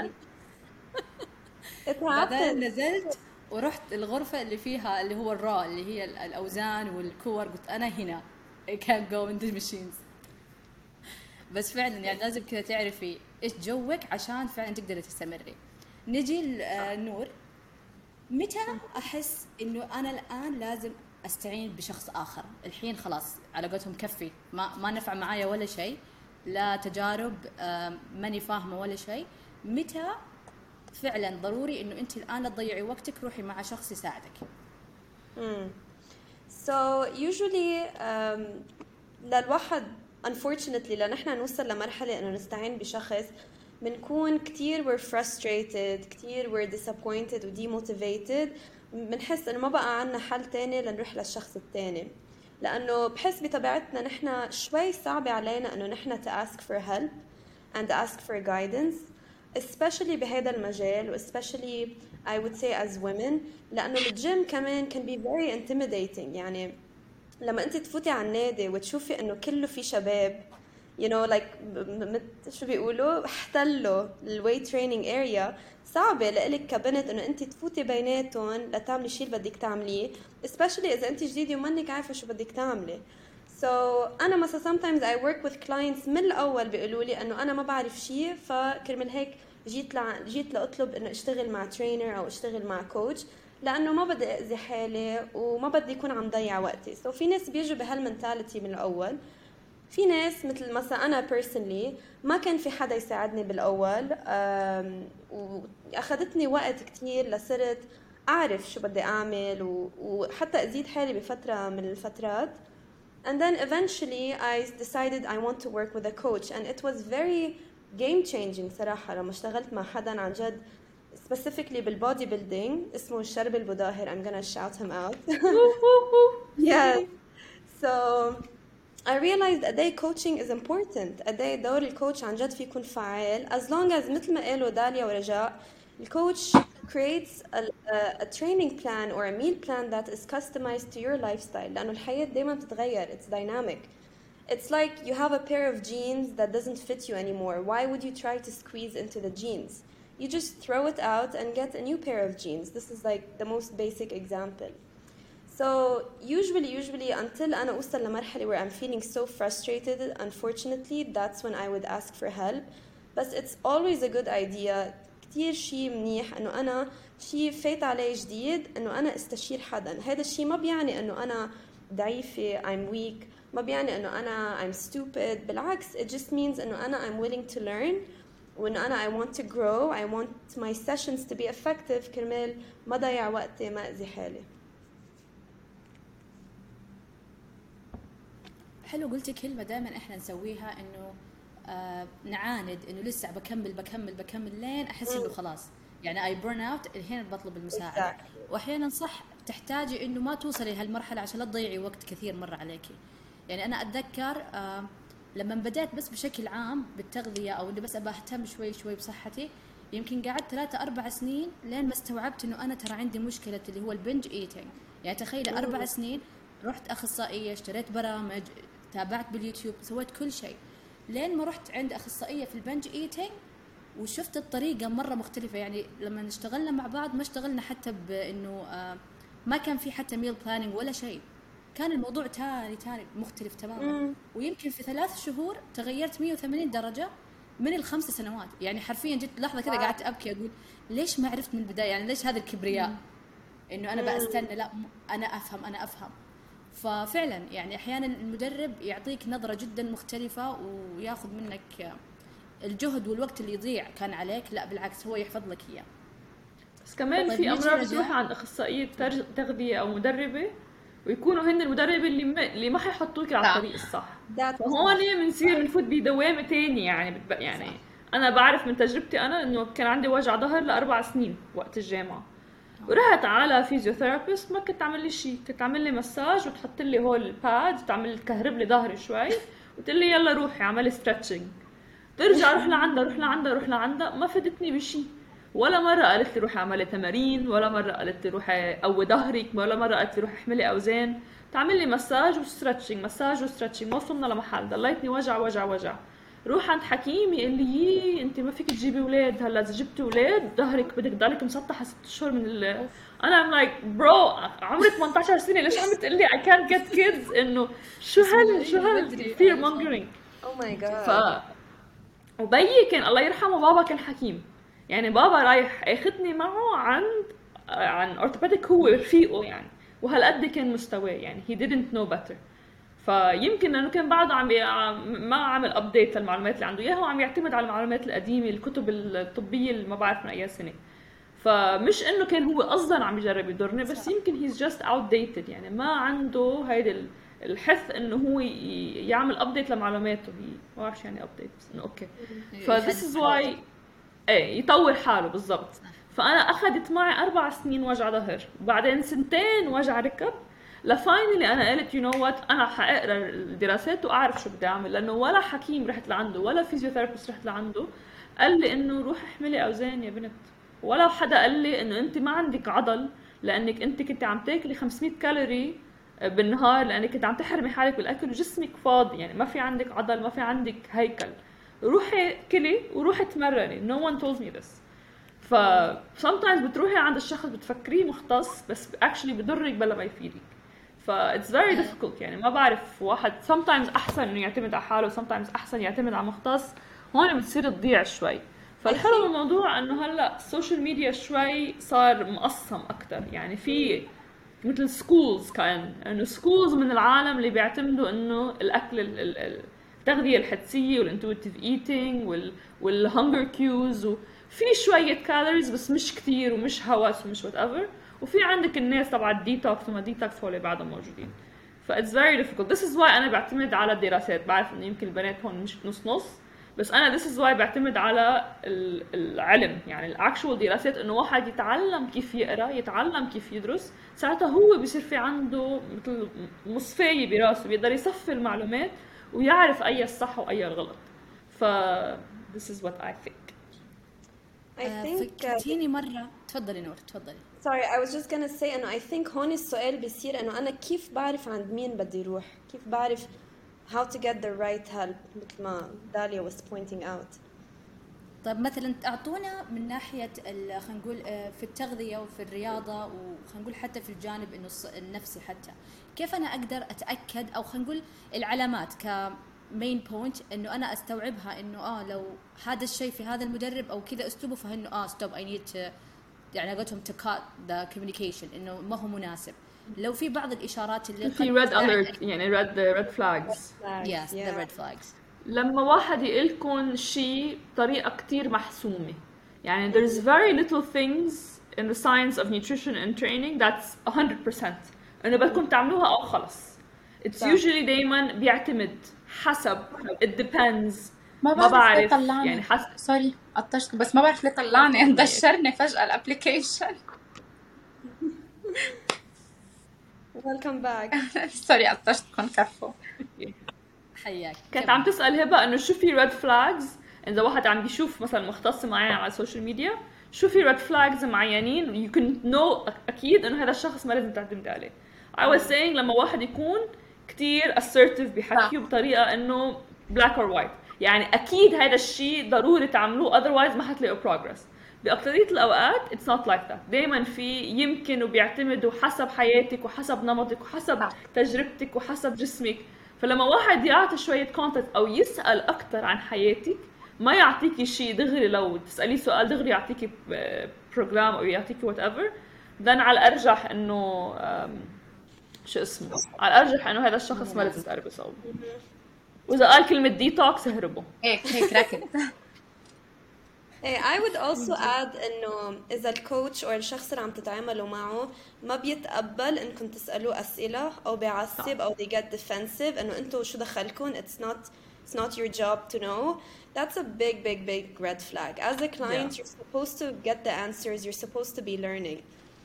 بعدين نزلت ورحت الغرفة اللي فيها اللي هو الرا اللي هي الأوزان والكور، قلت أنا هنا can't go in the machines. بس فعلا يعني لازم كذا تعرفي إيش جوك عشان فعلا تقدري تستمري. نجي النور، متى أحس إنه أنا الآن لازم أستعين بشخص آخر؟ الحين خلاص على قولتهم كفي، ما ما نفع معايا ولا شيء، لا تجارب، ماني فاهمة ولا شيء. متى فعلا ضروري انه انت الان لا تضيعي وقتك، روحي مع شخص يساعدك؟ امم so usually um, للواحد unfortunately لنحن نوصل لمرحله انه نستعين بشخص بنكون كتير we're frustrated، كتير we're disappointed و demotivated، بنحس انه ما بقى عنا حل تاني لنروح للشخص التاني، لانه بحس بطبيعتنا نحن شوي صعب علينا انه نحن to ask for help and ask for guidance especially بهذا المجال و especially I would say as women، لأنه الجيم كمان can be very intimidating. يعني لما أنت تفوتي على النادي وتشوفي إنه كله في شباب you know like شو بيقولوا احتلوا الweight training area، صعبة لإلك كبنت إنه أنت تفوتي بيناتهم لتعملي شيء اللي بدك تعمليه especially إذا أنت جديدة ومنك عارفة شو بدك تعملي. So أنا مثلا sometimes I work with clients من الأول بيقولوا لي إنه أنا ما بعرف شيء، فكرمال هيك جيت لع... جيت لأطلب إنه أشتغل مع trainer أو أشتغل مع coach، لأنه ما بدي أذي حالي وما بدي يكون عم ضيع وقتي. So في ناس بيجوا بهالمنتاليتي من الأول، في ناس مثل مثلا أنا personally ما كان في حدا يساعدني بالأول، وأخذتني وقت كتير لصرت أعرف شو بدي أعمل و... وحتى أزيد حالي بفترة من الفترات. And then eventually I decided I want to work with a coach, and it was very game changing صراحة لما اشتغلت مع حدا عن جد specifically بالبودي building اسمه الشرب البداهر. I'm gonna shout him out. Yeah. So I realized a day coaching is important. A day دور الكوتش عن جد فيه يكون فعال as long as مثل ما قالوا داليا ورجاء الكوتش creates a, a, a training plan or a meal plan that is customized to your lifestyle، لأنه الحياة دايما بتتغير. It's dynamic. It's like you have a pair of jeans that doesn't fit you anymore. Why would you try to squeeze into the jeans? You just throw it out and get a new pair of jeans. This is like the most basic example. So usually, usually until أنا أوصل لمرحلة where I'm feeling so frustrated, unfortunately, that's when I would ask for help. But it's always a good idea. كتير شيء منيح إنه أنا شيء فات علي جديد إنه أنا استشير حدا. هذا الشيء ما بيعني إنه أنا ضعيفة I'm weak ما بيعني إنه أنا I'm stupid بالعكس it just means إنه أنا I'm willing to learn وإنه أنا I want to grow I want my sessions to be effective كرمال ما ضيع وقتي ما أذي حالي. حلو قلتي كلمة دائما إحنا نسويها إنه آه نعاند إنه لسه بكمل بكمل بكمل لين أحس إنه خلاص يعني I burn out الحين بطلب المساعدة. وأحيانا صح تحتاجي إنه ما توصلي هالمرحلة عشان لا تضيعي وقت كثير مرة عليكي. يعني أنا أتذكر آه لما بدأت بس بشكل عام بالتغذية أو إني بس أبى أهتم شوي شوي بصحتي يمكن قعدت ثلاثة أربع سنين لين ما استوعبت إنه أنا ترى عندي مشكلة اللي هو البنج إيتينج. يعني تخيلي أربع سنين رحت أخصائية اشتريت برامج تابعت باليوتيوب سويت كل شيء لين ما رحت عند أخصائية في البنج إيتينج وشفت الطريقة مرة مختلفة. يعني لما اشتغلنا مع بعض ما اشتغلنا حتى بأنه آه ما كان في حتى ميل بلانينج ولا شيء كان الموضوع تاني تاني مختلف تماما. ويمكن في ثلاث شهور تغيرت مية وثمانين درجة من الخمس سنوات. يعني حرفيا جيت لحظة كذا قعدت أبكي أقول ليش ما عرفت من البداية يعني ليش هذا الكبرياء إنه أنا بأستنى لا أنا أفهم أنا أفهم. ففعلا يعني أحيانا المدرب يعطيك نظرة جدا مختلفة وياخذ منك الجهد والوقت اللي يضيع كان عليك لا بالعكس هو يحفظ لك إياه. بس كمان طيب في نيجي أمراض رجاء. بتروح عند أخصائية ترج- تغذية أو مدربة ويكونوا هن المدرب اللي ما, اللي ما حيحطوك على صح. الطريق الصح. That's فهون بنصير بنفوت بدوامة تاني يعني بتبقى يعني صح. أنا بعرف من تجربتي أنا إنه كان عندي وجع ظهر لأربع سنين وقت الجامعة ورحت على فيزيوثيرابيست ما كنت تعمل لي شيء كنت تعمل لي مساج وتحط لي هول الباد وتعمل تكهرب لي ظهري شوي وتقول لي يلا روحي اعملي ستريتشنج. ترجع اروح لعندها اروح لعندها اروح لعندها ما فادتني بشيء. ولا مره قالت لي روحي اعملي تمارين ولا مره قالت لي روحي قوي ظهرك ولا مره قالت لي روحي احملي اوزان. تعمل لي مساج وستريتشنج مساج وستريتشنج ما وصلنا لمحل ضليتني وجع وجع وجع. روح عند حكيم يقول لي يي انت ما فيك تجيبي اولاد هلا اذا جبتي اولاد ظهرك بدك تضلك مسطحه ست اشهر من ال... انا I'm like برو عمري ثمانية عشر سنه ليش عم تقول لي I can't get kids انه شو هال شو هال fear mongering. oh my god. ف وبيي كان الله يرحمه بابا كان حكيم يعني بابا رايح اخذني معه عند عن اورثوبيديك هو رفيقه يعني وهالقد كان مستواه يعني he didn't know better. فيمكن انه كان بعده عم بي... ما عمل ابديت للمعلومات اللي عنده اياها وعم يعتمد على المعلومات القديمه الكتب الطبيه اللي ما بعرف من اي سنه. فمش انه كان هو قصدا عم يجرب يضرني بس يمكن he's just outdated يعني ما عنده هيدا الحث انه هو ي- يعمل ابديت لمعلوماته. هي ما بعرف شو يعني ابديت بس انه اوكي ف this is why ايه يطور حاله بالضبط. فانا اخذت معي اربع سنين وجع ظهر وبعدين سنتين وجع ركب لفاينلي انا قلت يو نو وات انا حاقرا الدراسات واعرف شو بدي اعمل لانه ولا حكيم رحت لعنده ولا فيزيوثيرابيست رحت لعنده قال لي انه روحي احملي اوزان يا بنت ولا حدا قال لي انه انت ما عندك عضل لانك انت كنت عم تاكلي خمسمية كالوري بالنهار لانك كنت عم تحرمي حالك بالاكل وجسمك فاضي يعني ما في عندك عضل ما في عندك هيكل. روحي كلي وروحي تمرني. no one told me this. ف sometimes بتروحي عند الشخص بتفكريه مختص بس actually بضرك بلا ما يفيدك. ف it's very difficult يعني ما بعرف واحد sometimes احسن انه يعتمد على حاله sometimes احسن يعتمد على مختص. هون بتصير تضيع شوي. فالحلو بالموضوع انه هلا السوشيال ميديا شوي صار مقسم اكثر يعني في مثل سكولز كان انه سكولز من العالم اللي بيعتمدوا انه الاكل ال- ال- التغذيه الحدسيه والانتويتيف ايتينج وال والهنجر كيوز وفي شويه كالوريز بس مش كثير ومش هوس ومش وات ايفر. وفي عندك الناس تبع الديتوكس وما ديتوكس هول بعدهم موجودين. ف it's very difficult. This is why انا بعتمد على الدراسات. بعرف انه يمكن البنات هون مش نص نص بس انا this is why بعتمد على ال- العلم يعني الاكشوال دراسات انه واحد يتعلم كيف يقرا يتعلم كيف يدرس ساعتها هو بيصير في عنده مثل مصفاية براسه بيقدر يصفي المعلومات ويعرف اي الصح واي الغلط. ف this is what I think. I think uh, فكرتيني مرة تفضلي نور تفضلي. sorry I was just gonna say انه I think هون السؤال بيصير انه انا كيف بعرف عند مين بدي اروح كيف بعرف how to get the right help مثل ما داليا was pointing out. طيب مثلا اعطونا من ناحيه ال- خلينا نقول آه، في التغذيه وفي الرياضه وخلينا نقول حتى في الجانب انه الص- النفسي حتى كيف انا اقدر اتاكد او خلينا نقول العلامات كمين بوينت انه انا استوعبها انه اه لو هذا الشيء في هذا المدرب او كذا اسلوبه فانه اه ستوب اي نيد يعني قلتهم to cut the communication انه ما هو مناسب. لو في بعض الاشارات اللي في قد red تساعد- alert يعني red red flags. Flags, yes the yeah. red flags. لما واحد يقلكن شيء بطريقة كتير محسومة يعني there's very little things in the science of nutrition and training that's one hundred percent انه بدكم تعملوها او خلص. it's صح. usually دايما بيعتمد حسب it depends ما ما بعرف بعرف ليه طلعني يعني حسب سوري قطشت بس ما بعرف ليه طلعني دشرني فجأة الابليكيشن Welcome back. سوري قطشتكم كفو. حياك. كانت كمل. عم تسأل هبة انه شو في red flags اذا واحد عم بيشوف مثلا مختص معين على السوشيال ميديا شو في red flags معينين you can know اكيد انه هذا الشخص ما لازم تعتمد عليه. I was saying لما واحد يكون كتير assertive بحكيه بطريقة انه black or white يعني اكيد هذا الشيء ضروري تعملوه otherwise ما حتلاقوا progress. بأكترية الأوقات it's not like that. دايما في يمكن وبيعتمدوا حسب حياتك وحسب نمطك وحسب صح. تجربتك وحسب جسمك. فلما واحد يعطي شوية content أو يسأل أكتر عن حياتك ما يعطيكي شيء دغري لو تسأليه سؤال دغري يعطيكي بروجرام أو يعطيكي whatever then على الأرجح إنه أم، شو اسمه على الأرجح إنه هذا الشخص ما لازم تقربي صوب. وإذا قال كلمة ديتوكس اهربوا. هيك هيك ركض. Hey, I would also add إنه إذا الكوتش أو الشخص اللي عم تتعاملوا معه ما بيتقبل إنكم تسألوه أسئلة أو بيعصب أو they get defensive إنه أنتوا شو دخلكم it's not it's not your job to know. That's a big big big red flag. As a client, Yeah. you're supposed to get the answers. You're supposed to be learning.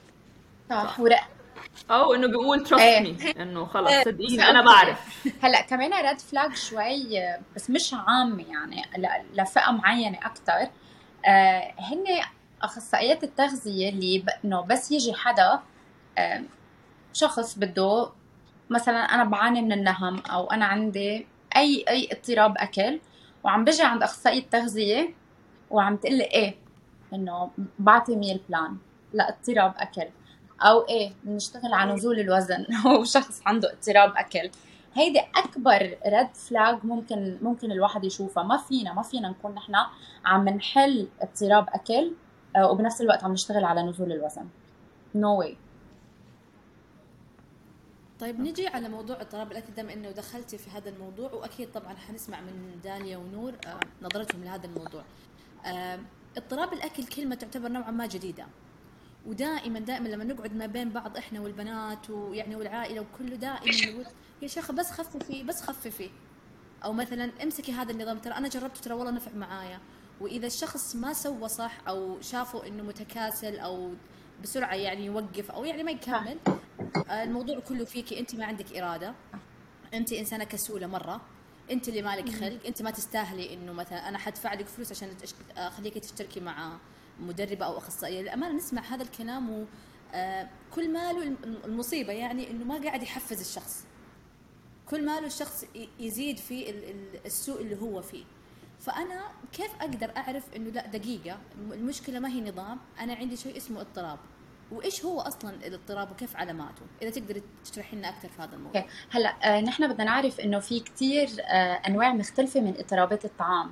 صح ورق. أو إنه بيقول trust إيه. me إنه خلاص صدقيني أنا بعرف. هلا كمان ريد فلاج شوي بس مش عام يعني ل- لفئة معينة أكتر. آه هن أخصائيات التغذية اللي ب... إنه بس يجي حدا آه شخص بده مثلا أنا بعاني من النهم أو أنا عندي أي أي اضطراب أكل وعم بجي عند أخصائية التغذية وعم تقلي إيه إنه بعطي ميل بلان لا اضطراب أكل أو إيه بنشتغل على نزول الوزن هو شخص عنده اضطراب أكل. هيدي أكبر ريد فلاج ممكن ممكن الواحد يشوفها. ما فينا ما فينا نكون نحن عم نحل اضطراب أكل آه، وبنفس الوقت عم نشتغل على نزول الوزن. no way. طيب نجي على موضوع اضطراب الاكل دام انه دخلتي في هذا الموضوع واكيد طبعا حنسمع من داليا ونور آه، نظرتهم لهذا الموضوع. آه، اضطراب الاكل كلمه تعتبر نوعا ما جديده ودائما دائما لما نقعد ما بين بعض احنا والبنات ويعني والعائله وكله دائما نقول يا شيخه بس خففي بس خففي او مثلا امسكي هذا النظام ترى انا جربته ترى والله نفع معايا. واذا الشخص ما سوى صح او شافوا انه متكاسل او بسرعه يعني يوقف او يعني ما يكمل آه، الموضوع كله فيكي انت ما عندك اراده انت انسانه كسوله مره انت اللي مالك خلق انت ما تستاهلي انه مثلا انا حدفع لك فلوس عشان أشت- اخليكي تشتركي مع مدربه او اخصائيه. للامانه نسمع هذا الكلام وكل ماله الم- المصيبه يعني انه ما قاعد يحفز الشخص كل ماله الشخص ي- يزيد في ال- ال- السوء اللي هو فيه. فانا كيف اقدر اعرف انه لا دقيقه الم- المشكله ما هي نظام انا عندي شيء اسمه اضطراب وايش هو اصلا الاضطراب وكيف علاماته اذا تقدري تشرحي لنا اكثر في هذا الموضوع. اوكي هلا آه، نحن بدنا نعرف انه في كتير آه، انواع مختلفه من اضطرابات الطعام.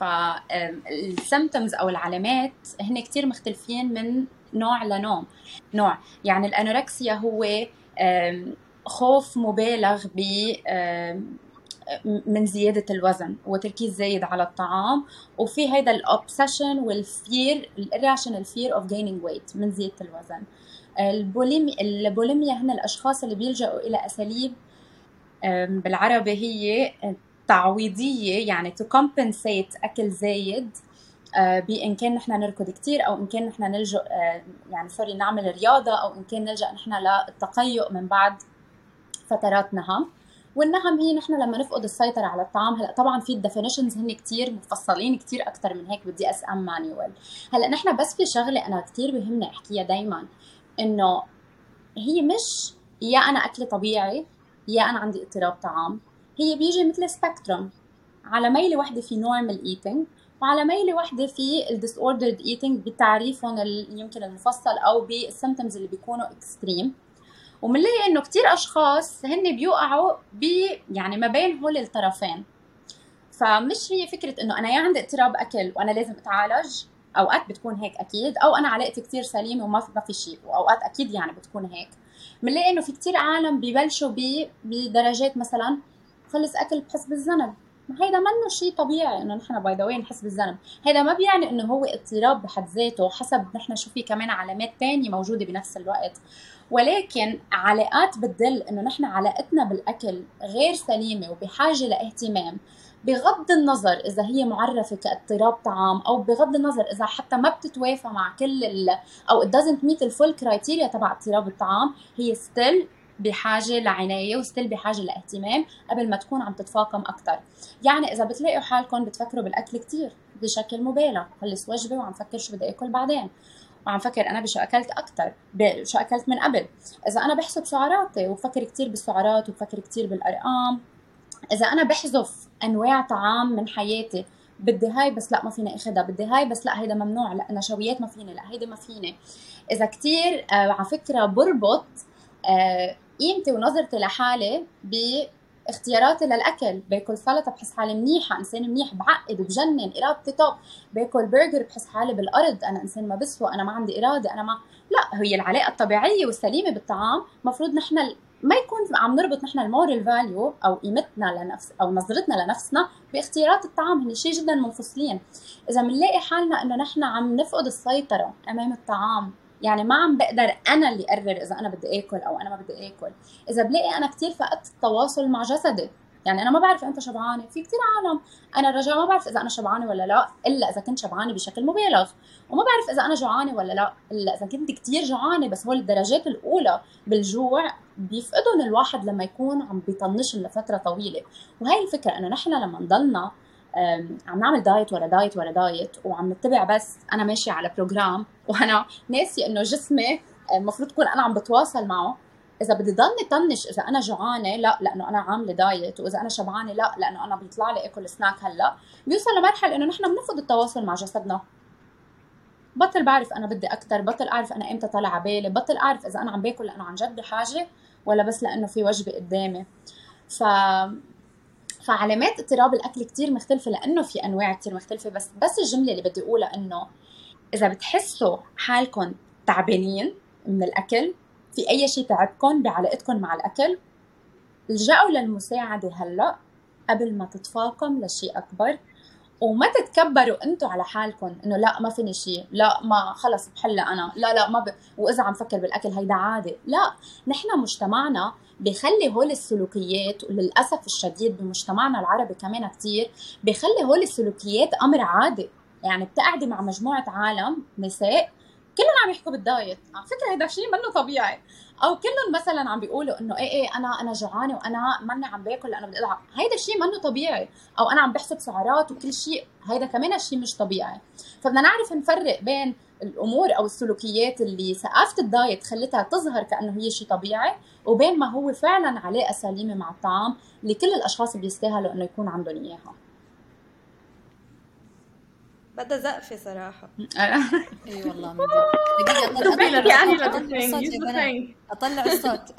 فالسيمبتومز او العلامات هن كتير مختلفين من نوع لنوع. نوع يعني الانوركسيا هو آم، خوف مبالغ ب آم، من زيادة الوزن وتركيز زايد على الطعام. وفي هيدا الأوبسيشن والفير الirrational fear of gaining weight من زيادة الوزن. البوليمي البوليميا هن الأشخاص اللي بيلجأوا إلى أساليب أم، بالعربي هي تعويضية يعني to compensate أكل زايد آه، بإن كان نحن نركض كتير أو إن كان نحن نلجأ آه، يعني سوري نعمل رياضة أو إن كان نلجأ نحن للتقيؤ من بعد فترات نهم. والنهم هي نحن لما نفقد السيطرة على الطعام. هلا طبعا في الديفينيشنز هن كتير مفصلين كتير أكتر من هيك بدي اس ام مانيوال. هلا نحن بس في شغلة أنا كتير بهمني أحكيها دايما إنه هي مش يا أنا أكلي طبيعي يا أنا عندي اضطراب طعام. هي بيجي مثل سبيكتروم على ميلة واحدة في normal eating وعلى ميلة واحدة في disordered eating بتعريفهم يمكن المفصل أو بالسيمبتومز اللي بيكونوا extreme. ومنلاقي إنه كتير أشخاص هن بيوقعوا ب يعني ما بين هول الطرفين. فمش هي فكرة إنه أنا يا عندي اضطراب أكل وأنا لازم أتعالج. أوقات بتكون هيك أكيد أو أنا علاقتي كتير سليمة وما في ما في شيء وأوقات أكيد يعني بتكون هيك. بنلاقي انه في كتير عالم ببلشوا ب- بدرجات مثلا خلص اكل بحس بالذنب. هيدا منه شيء طبيعي انه نحن باي ذا واي نحس بالذنب. هيدا ما بيعني انه هو اضطراب بحد ذاته، حسب نحن شو في كمان علامات تانية موجودة بنفس الوقت. ولكن علاقات بتدل انه نحن علاقتنا بالاكل غير سليمة وبحاجة لاهتمام، بغض النظر اذا هي معرفة كاضطراب طعام او بغض النظر اذا حتى ما بتتوافى مع كل ال او it doesn't meet الفول كرايتيريا تبع اضطراب الطعام، هي still بحاجة لعناية وستيل بحاجة لاهتمام قبل ما تكون عم تتفاقم أكتر. يعني إذا بتلاقوا حالكم بتفكروا بالأكل كتير بشكل مبالغ، خلص وجبة وعم فكر شو بدي أكل بعدين، وعم فكر أنا بشو أكلت أكتر، بشو أكلت من قبل. إذا أنا بحسب سعراتي وبفكر كتير بالسعرات وبفكر كتير بالأرقام، إذا أنا بحذف أنواع طعام من حياتي، بدي هاي بس لا ما فيني اخدها، بدي هاي بس لا هيدا ممنوع، لا نشويات ما فيني، لا هيدا ما فيني. اذا كتير آه على فكره بربط آه قيمتي ونظرتي لحالي باختياراتي للاكل، باكل سلطه بحس حالي منيحه، انسان منيح، بعقد وبجنن، ارادتي توب، باكل برجر بحس حالي بالارض، انا انسان ما بسوى، انا ما عندي اراده، انا ما لا. هي العلاقه الطبيعيه والسليمه بالطعام مفروض نحن ما يكون عم نربط نحن المورال فاليو او قيمتنا لنفس او نظرتنا لنفسنا باختيارات الطعام، هن شيء جدا منفصلين. اذا بنلاقي حالنا انه نحن عم نفقد السيطره امام الطعام، يعني ما عم بقدر انا اللي اقرر اذا انا بدي اكل او انا ما بدي اكل، اذا بلاقي انا كتير فقدت التواصل مع جسدي، يعني انا ما بعرف امتى شبعانه. في كتير عالم انا رجاء ما بعرف اذا انا شبعانه ولا لا الا اذا كنت شبعانه بشكل مبالغ، وما بعرف اذا انا جوعانه ولا لا الا اذا كنت كتير جوعانه. بس هول الدرجات الاولى بالجوع بيفقدهم الواحد لما يكون عم بيطنشهم لفتره طويله. وهي الفكره انه نحن لما نضلنا عم نعمل دايت ولا دايت ولا دايت وعم نتبع بس انا ماشيه على بروجرام وانا ناسي انه جسمي المفروض تكون انا عم بتواصل معه، اذا بدي ضلني طنش اذا انا جوعانه لا لانه انا عامله دايت، واذا انا شبعانه لا لانه انا بيطلع لي اكل سناك هلا، بيوصل لمرحله انه نحن بنفقد التواصل مع جسدنا. بطل بعرف انا بدي اكتر، بطل اعرف انا امتى طلع على بالي، بطل اعرف اذا انا عم باكل لانه عن جد بحاجه ولا بس لانه في وجبه قدامي. ف فعلامات اضطراب الاكل كتير مختلفه لانه في انواع كتير مختلفه. بس بس الجمله اللي بدي اقولها انه اذا بتحسوا حالكم تعبانين من الاكل، في اي شيء تعبكم بعلاقتكم مع الاكل، الجأوا للمساعده هلا قبل ما تتفاقم لشيء اكبر. وما تتكبروا انتوا على حالكم انه لا ما فيني شيء، لا ما خلص بحلها انا، لا لا ما ب... واذا عم فكر بالاكل هيدا عادي. لا، نحن مجتمعنا بيخلي هول السلوكيات، وللاسف الشديد بمجتمعنا العربي كمان كتير بيخلي هول السلوكيات امر عادي. يعني بتقعدي مع مجموعه عالم نساء كلهم عم يحكوا بالدايت، على فكره هذا شيء منه طبيعي، او كلهم مثلا عم بيقولوا انه ايه ايه انا انا جوعانه وانا ماني عم باكل لانه بدي اضعف، هيدا شيء منه طبيعي. او انا عم بحسب سعرات وكل شيء، هيدا كمان شيء مش طبيعي. فبدنا نعرف نفرق بين الامور او السلوكيات اللي ثقافه الدايت خلتها تظهر كانه هي شيء طبيعي، وبين ما هو فعلا علاقه سليمه مع الطعام لكل الاشخاص اللي يستاهلوا انه يكون عندهم اياها. بدها زقفة صراحة. اي والله من جد. دقيقة يعني اطلع الصوت يا بنات، اطلع الصوت.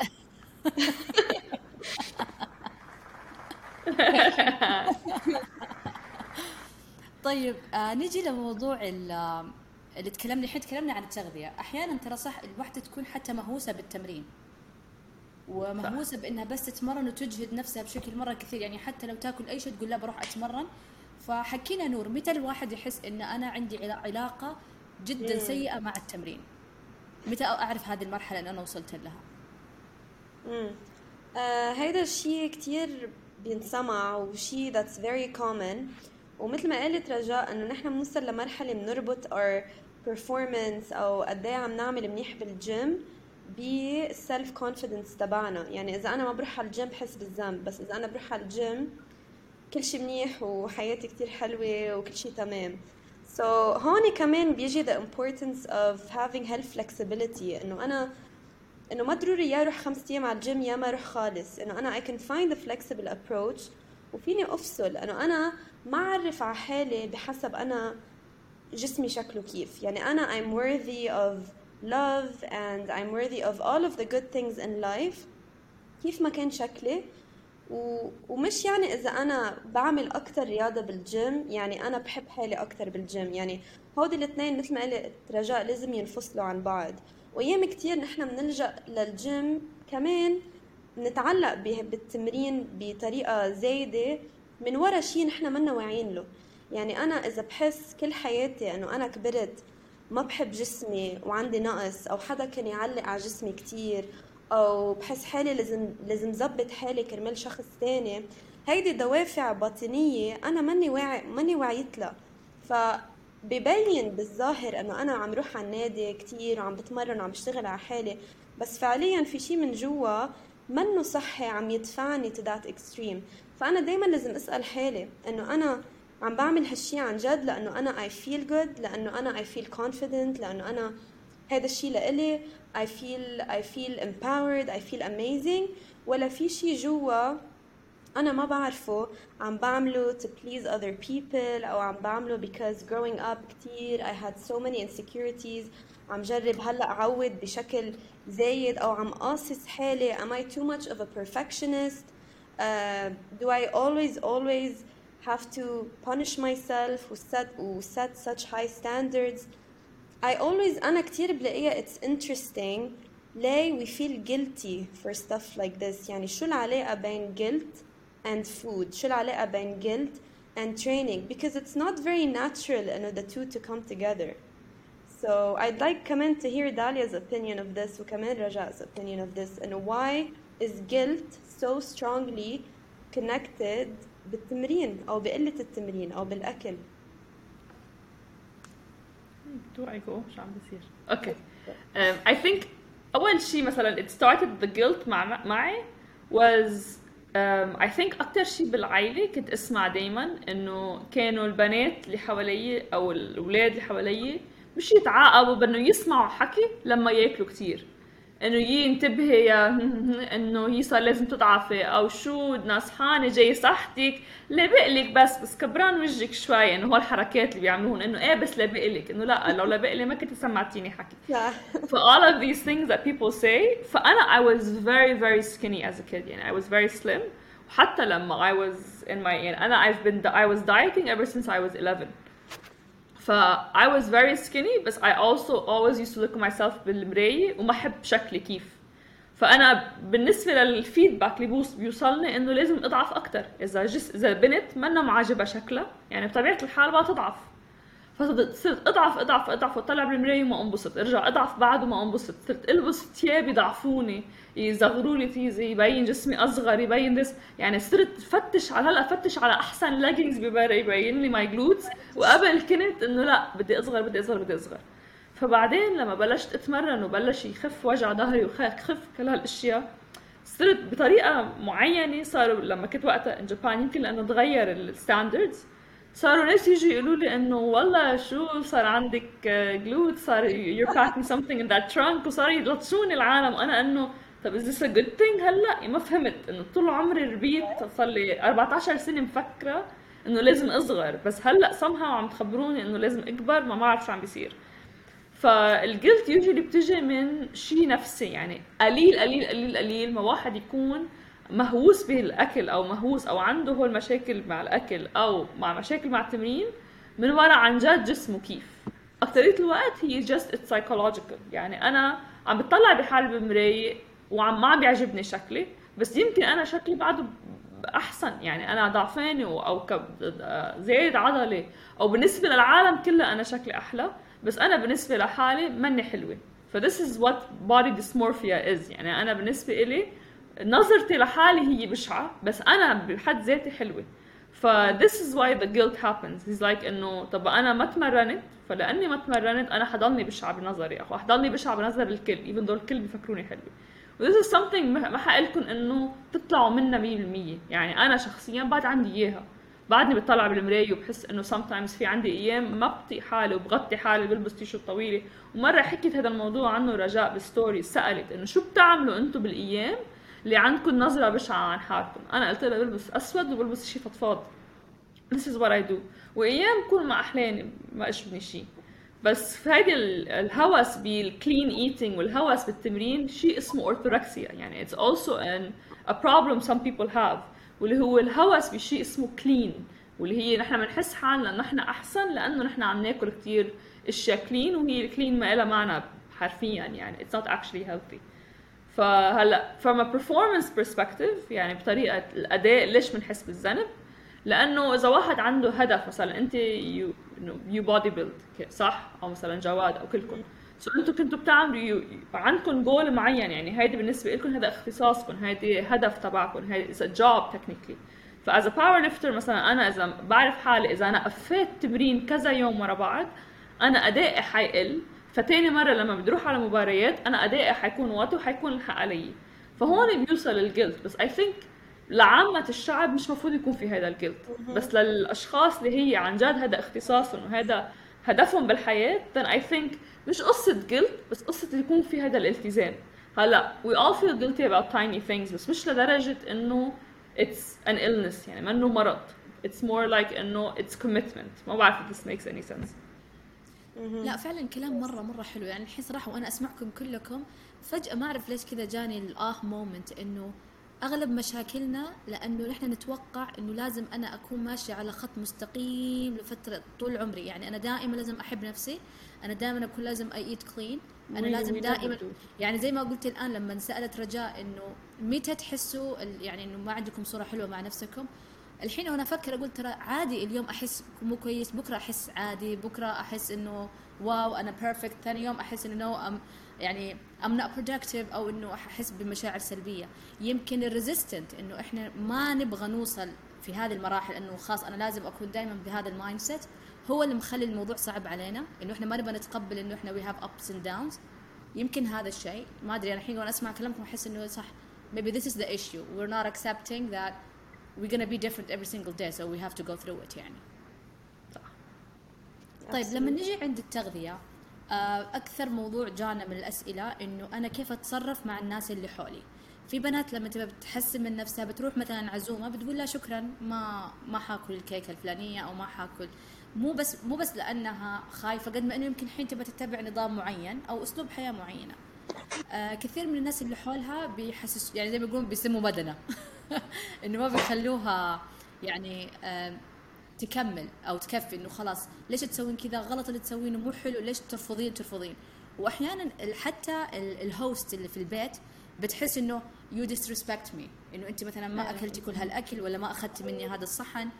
طيب آه نجي لموضوع اللي تكلمنا الحين، تكلمنا عن التغذية. احيانا ترى صح الوحدة تكون حتى مهووسة بالتمرين ومهووسة بانها بس تتمرن وتجهد نفسها بشكل مرة كثير، يعني حتى لو تاكل اي شيء تقول لا بروح اتمرن. فحكينا نور، متى الواحد يحس ان انا عندي علاقة جدا مم. سيئة مع التمرين؟ متى اعرف هذه المرحلة ان انا وصلت لها؟ امم آه هيدا الشيء كتير بينسمع وشيء that's very common. ومثل ما قالت رجاء انه نحن بنوصل لمرحلة بنربط our performance او قد ايه عم نعمل منيح بالجيم بالسلف كونفيدنس تبعنا. يعني اذا انا ما بروح على الجيم بحس بالذنب، بس اذا انا بروح على الجيم كل شيء منيح وحياتي كتير حلوة وكل شيء تمام. So هون كمان بيجي the importance of having health flexibility، انه انا انه ما ضروري يا اروح خمسة ايام على الجيم يا ما اروح خالص، انه انا I can find the flexible approach وفيني افصل، انه انا ما اعرف على حالي بحسب انا جسمي شكله كيف. يعني انا I'm worthy of love and I'm worthy of all of the good things in life كيف ما كان شكلي. و... ومش يعني إذا أنا بعمل أكتر رياضة بالجيم يعني أنا بحب حالي أكتر بالجيم. يعني هودي الاثنين مثل ما قلت رجاء لازم ينفصلوا عن بعض. وايام كتير نحن بنلجأ للجيم كمان نتعلق به- بالتمرين بطريقة زايدة من ورا شي نحن منا واعيين له. يعني انا اذا بحس كل حياتي انه انا كبرت ما بحب جسمي وعندي نقص، او حدا كان يعلق على جسمي كتير، او بحس حالي لازم لازم زبط حالي كرمال شخص تاني، هيدي دوافع باطنية انا ماني واعي ماني وعيت لها. فببين بالظاهر انه انا عم روح على النادي كتير وعم بتمرن وعم بشتغل على حالي، بس فعليا في شي من جوا منه صحي عم يدفعني to that extreme. فانا دايما لازم اسأل حالي انه انا عم بعمل هالشي عن جد لانه انا I feel good، لانه انا I feel confident، لانه انا هذا الشيء لإلي I feel I feel empowered I feel amazing، ولا في شيء جوا أنا ما بعرفه عم بعمله to please other people، أو عم بعمله because growing up كتير I had so many insecurities، عم جرب هلأ أعود بشكل زايد، أو عم قاصص حالي am I too much of a perfectionist، uh, do I always always have to punish myself و set, و set such high standards. I always أنا كتير بلاقيها it's interesting ليه we feel guilty for stuff like this. يعني شو العلاقة بين guilt and food؟ شو العلاقة بين guilt and training؟ because it's not very natural إنه the two to come together. So I'd like كمان to hear Dalia's opinion of this وكمان رجاء's opinion of this، إنه why is guilt so strongly connected بالتمرين أو بقلة التمرين أو بالأكل؟ do I go شو عم بيصير؟ okay um, I think أول شيء مثلا it started the guilt مع معي was um, I think أكتر شيء بالعائلة كنت أسمع دايما إنه كانوا البنات اللي حوالي أو الأولاد اللي حوالي مش يتعاقبوا بأنه يسمعوا حكي لما يأكلوا كتير، انه ينتبهي يا انه هي صار لازم تضعفي، او شو ناصحانه جاي صحتك لبقلك بس بس كبران وجهك شوي، انه هو الحركات اللي بيعملوهن انه ايه بس لبقلك، انه لا لو لبقلي ما كنت سمعتيني حكي. ف all of these things that people say. فانا I was very very skinny as a kid، يعني I was very slim، وحتى لما I was in my يعني انا I've been I was dieting ever since I was eleven. ف I was very skinny بس I also always used to look at myself بالمراية وما أحب شكلي كيف. فأنا بالنسبة للفيدباك اللي بيوصلني إنه لازم أضعف أكتر. إذا جس إذا بنت منا معجبة شكلها يعني بطبيعة الحال بقى تضعف، فصرت أضعف أضعف أضعف وطلع بالمراية وما أنبسط، أرجع أضعف بعد وما أنبسط، صرت ألبس ثياب يضعفوني يصغروني تيزي يبين جسمي أصغر يبين this، يعني صرت فتش على هلا فتش على أحسن leggings يبين لي my glutes، وقبل كنت إنه لا بدي أصغر بدي أصغر بدي أصغر. فبعدين لما بلشت أتمرن وبلش يخف وجع ظهري وخف كل هالأشياء صرت بطريقة معينة. صاروا لما كنت وقتها in Japan يمكن لأنه تغير الستاندردز صاروا ناس يجي يقولوا لي انه والله شو صار عندك جلوت، صار you're packing something in that trunk، وصار يلطشوني العالم. انا انه طب is this a good thing؟ هلا ما فهمت انه طول عمري ربيت صار لي أربعة عشر سنه مفكره انه لازم اصغر، بس هلا somehow عم تخبروني انه لازم اكبر، ما بعرف شو عم بيصير. فالجلت يوجولي بتجي من شيء نفسي، يعني قليل قليل قليل قليل ما واحد يكون مهووس بالاكل او مهووس او عنده هو المشاكل مع الاكل او مع مشاكل مع التمرين من وراء عن جد جسمه كيف. اكترية الوقت هي just it's psychological، يعني انا عم بتطلع بحالي بالمراية وعم ما عم بيعجبني شكلي، بس يمكن انا شكلي بعده احسن، يعني انا ضعفاني او زايد عضلي او بالنسبة للعالم كله انا شكلي احلى، بس انا بالنسبة لحالي مني حلوة. ف this is what body dysmorphia is، يعني انا بالنسبة إلي نظرتي لحالي هي بشعة بس أنا بحد ذاتي حلوة. ف this is why the guilt happens. he's like إنه طب أنا ما تمرنت، فلأني ما تمرنت أنا حضلني بشعة بنظري أو حضلني بشعة بنظر الكل even though الكل بيفكروني حلوة. و this is something ما حقلكن إنه تطلعوا منها مية بالمية. يعني أنا شخصيا بعد عندي إياها، بعدني بطلع بالمراية وبحس إنه sometimes في عندي أيام ما بطيق حالي وبغطي حالي بلبس تيشيرت طويلة. ومرة حكيت هذا الموضوع عنه رجاء بالستوري، سألت إنه شو بتعملوا أنتوا بالأيام اللي عندكم نظرة بشعة عن حالكم؟ أنا قلت لها بلبس أسود وبلبس شي فضفاض. This is what I do. وأيام بكون مع أحلامي ما أشبني شي. بس في هيدي الهوس بالclean eating والهوس بالتمرين شيء اسمه orthorexia، يعني it's also an, a problem some people have، واللي هو الهوس بشيء اسمه clean، واللي هي نحن بنحس حالنا نحن أحسن لأنه نحن عم ناكل كتير أشياء clean، وهي الclean ما إلها معنى حرفيا يعني it's not actually healthy. فهلا from a performance perspective يعني بطريقة الأداء ليش بنحس بالذنب؟ لأنه إذا واحد عنده هدف مثلا أنت you, you body build صح؟ أو مثلا جواد أو كلكم سو أنتوا كنتوا بتعملوا عندكم جول معين يعني هيدي بالنسبة لكم هذا اختصاصكم هيدي هدف تبعكم هيدي it's a job technically. فاز باور ليفتر مثلا انا اذا بعرف حالي اذا انا قفيت تمرين كذا يوم ورا بعض انا ادائي حيقل فتاني مره لما بدي اروح على مباريات انا ادائي حيكون واطي وحيكون الحق علي. فهون بيوصل الجلد بس اي ثينك لعامة الشعب مش مفروض يكون في هذا الجلد بس للاشخاص اللي هي عن جد هذا اختصاصهم وهذا هدفهم بالحياه then I think مش قصه جلد بس قصه يكون في هذا الالتزام. هلا we all feel guilty about tiny things بس مش لدرجه انه it's an illness يعني ما انه مرض it's more like انه it's commitment. ما بعرف if this makes any sense. لا فعلا كلام مرة مرة حلو يعني الحين صراحة وأنا أسمعكم كلكم فجأة ما أعرف ليش كذا جاني الآه مومنت إنه أغلب مشاكلنا لأنه نحن نتوقع إنه لازم أنا أكون ماشي على خط مستقيم لفترة طول عمري يعني أنا دائما لازم أحب نفسي أنا دائما أكون لازم أيت كلين أنا لازم دائما يعني زي ما قلت الآن لما سألت رجاء إنه متى تحسوا يعني إنه ما عندكم صورة حلوة مع نفسكم الحين وانا افكر اقول ترى عادي اليوم احس مو كويس بكره احس عادي بكره احس انه واو انا بيرفكت ثاني يوم احس انه نو ام يعني ام نوت برودكتيف او انه احس بمشاعر سلبيه. يمكن الريزيستنت انه احنا ما نبغى نوصل في هذه المراحل انه خاص انا لازم اكون دائما بهذا المايند سيت هو اللي مخلي الموضوع صعب علينا انه احنا ما نبغى نتقبل انه احنا وي هاف ابس اند داونز. يمكن هذا الشيء ما ادري انا الحين وانا اسمع كلامكم احس انه صح maybe this is the issue we're not accepting that we're gonna be different every single day so we have to go through it يعني. صح. طيب لما نجي عند التغذية أكثر موضوع جانا من الأسئلة إنه أنا كيف أتصرف مع الناس اللي حولي. في بنات لما تبى بتحسن من نفسها بتروح مثلا عزومة بتقول لا شكرا ما ما حاكل الكيكة الفلانية أو ما حاكل مو بس مو بس لأنها خايفة قد ما إنه يمكن الحين تبى تتبع نظام معين أو أسلوب حياة معينة. آه كثير من الناس اللي حولها بيحسس يعني زي ما يقولون بيسموا بدنة إنه ما بيخلوها يعني آه تكمل أو تكفي إنه خلاص ليش تسوين كذا غلط اللي تسوينه مو حلو ليش ترفضين ترفضين. وأحيانا حتى الهوست اللي في البيت بتحس إنه you disrespect me إنه أنت مثلا ما أكلتي كل هالأكل ولا ما أخذتي مني هذا الصحن.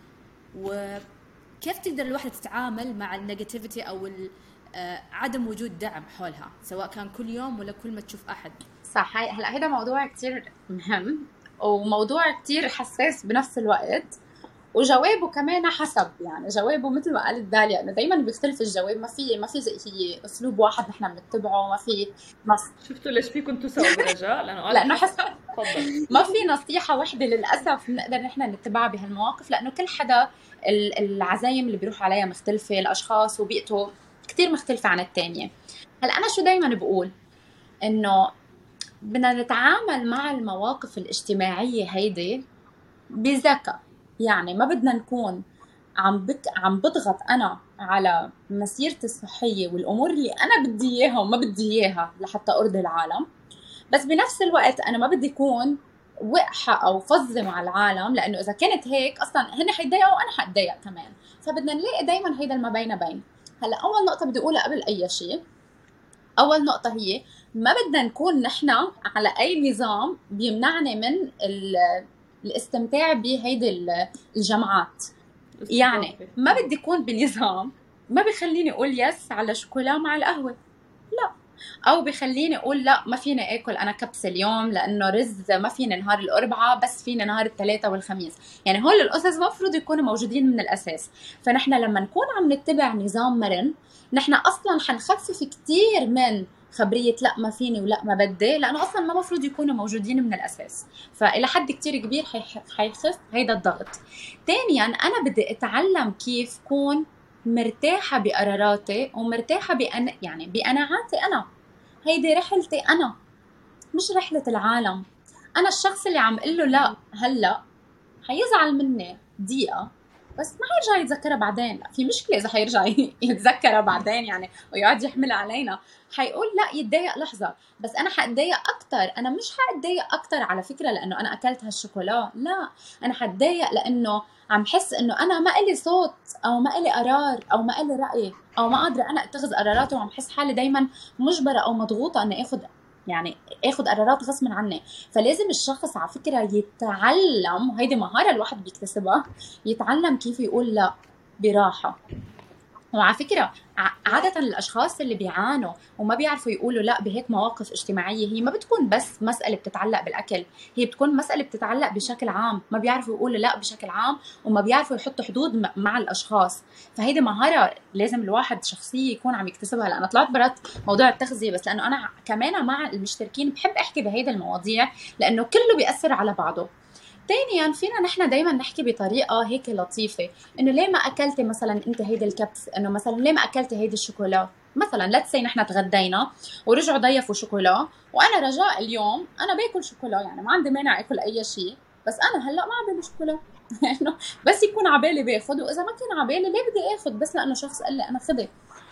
وكيف تقدر الواحدة تتعامل مع النيجاتيفيتي أو آه عدم وجود دعم حولها سواء كان كل يوم ولا كل ما تشوف أحد. صح. هلا هذا موضوع كتير مهم وموضوع كتير حساس بنفس الوقت وجوابه كمان حسب يعني جوابه مثل ما قالت داليا انه دايما بيختلف الجواب ما في ما في زي هي اسلوب واحد نحن بنتبعه ما في نص. شفتوا ليش فيكم تسووا برجاء لانه لانه حس ما في نصيحه واحده للاسف بنقدر نحن نتبعها بهالمواقف لانه كل حدا العزايم اللي بيروح عليها مختلفه الاشخاص وبيئته كتير مختلفه عن الثانيه. هلا انا شو دايما بقول انه بدنا نتعامل مع المواقف الاجتماعيه هيدي بذكاء يعني ما بدنا نكون عم بك عم بضغط انا على مسيرتي الصحيه والامور اللي انا بدي اياها وما بدي اياها لحتى ارضي العالم بس بنفس الوقت انا ما بدي اكون وقحه او فظه مع العالم لانه اذا كانت هيك اصلا هن حيتضايقوا وانا حاتضايق كمان. فبدنا نلاقي دائما هيدا ما بين بين. هلا اول نقطه بدي اقولها قبل اي شيء اول نقطه هي ما بدنا نكون نحن على اي نظام بيمنعنا من الاستمتاع بهيدي الجمعات. يعني ما بدي اكون بنظام ما بيخليني اقول يس على شوكولا مع القهوه لا او بيخليني اقول لا ما فيني اكل انا كبسه اليوم لانه رز ما فيني نهار الاربعاء بس فيني نهار الثلاثاء والخميس. يعني هول القصص مفروض يكونوا موجودين من الاساس. فنحن لما نكون عم نتبع نظام مرن نحن اصلا حنخفف كتير من خبريه لا ما فيني ولا ما بدي لانه اصلا ما مفروض يكونوا موجودين من الاساس. فالى حد كتير كبير حيخف هيدا الضغط. ثانيا انا بدي اتعلم كيف كون مرتاحه بقراراتي ومرتاحه بأن يعني بقناعاتي انا. هيدي رحلتي انا مش رحله العالم. انا الشخص اللي عم اقول له لا هلا حيزعل مني دقيقه بس ما حيرجع يتذكرها بعدين. لا في مشكلة إذا حيرجع يتذكرها بعدين يعني ويقعد يحمل علينا، حيقول لا يتضايق لحظة. بس أنا حتضايق أكتر، أنا مش حتضايق أكتر على فكرة لأنه أنا أكلت هالشوكولا، لا أنا حتضايق لأنه عم حس إنه أنا ما إلي صوت أو ما إلي قرار أو ما إلي رأي أو ما قادرة أنا أتخذ قرارات، وعم حس حالي دايما مجبرة أو مضغوطة أن أخذ يعني اخد قرارات غصب عني. فلازم الشخص على فكرة يتعلم، هيدي مهارة الواحد بيكتسبها، يتعلم كيف يقول لا براحة. وعلى فكرة عادة الأشخاص اللي بيعانوا وما بيعرفوا يقولوا لا بهيك مواقف اجتماعية، هي ما بتكون بس مسألة بتتعلق بالأكل، هي بتكون مسألة بتتعلق بشكل عام، ما بيعرفوا يقولوا لا بشكل عام وما بيعرفوا يحطوا حدود مع الأشخاص. فهيدي مهارة لازم الواحد شخصية يكون عم يكتسبها. لأنا طلعت برات موضوع التغذية بس لأنه أنا كمان مع المشتركين بحب أحكي بهيدا المواضيع لأنه كله بيأثر على بعضه. ثانيا فينا نحن دايما نحكي بطريقه هيك لطيفه، انه ليه ما اكلتي مثلا انت هيدا الكبس، انه مثلا ليه ما اكلتي هيدي الشوكولا. مثلا لا تسي نحن تغدينا ورجعوا ضيفوا شوكولا وانا رجاء اليوم انا باكل شوكولا، يعني ما عندي مانع اكل اي شيء، بس انا هلا ما عم باكل شوكولا انه بس يكون عبالي باخذ، واذا ما كان عبالي ليه بدي اخذ بس لانه شخص قال لي انا خذي.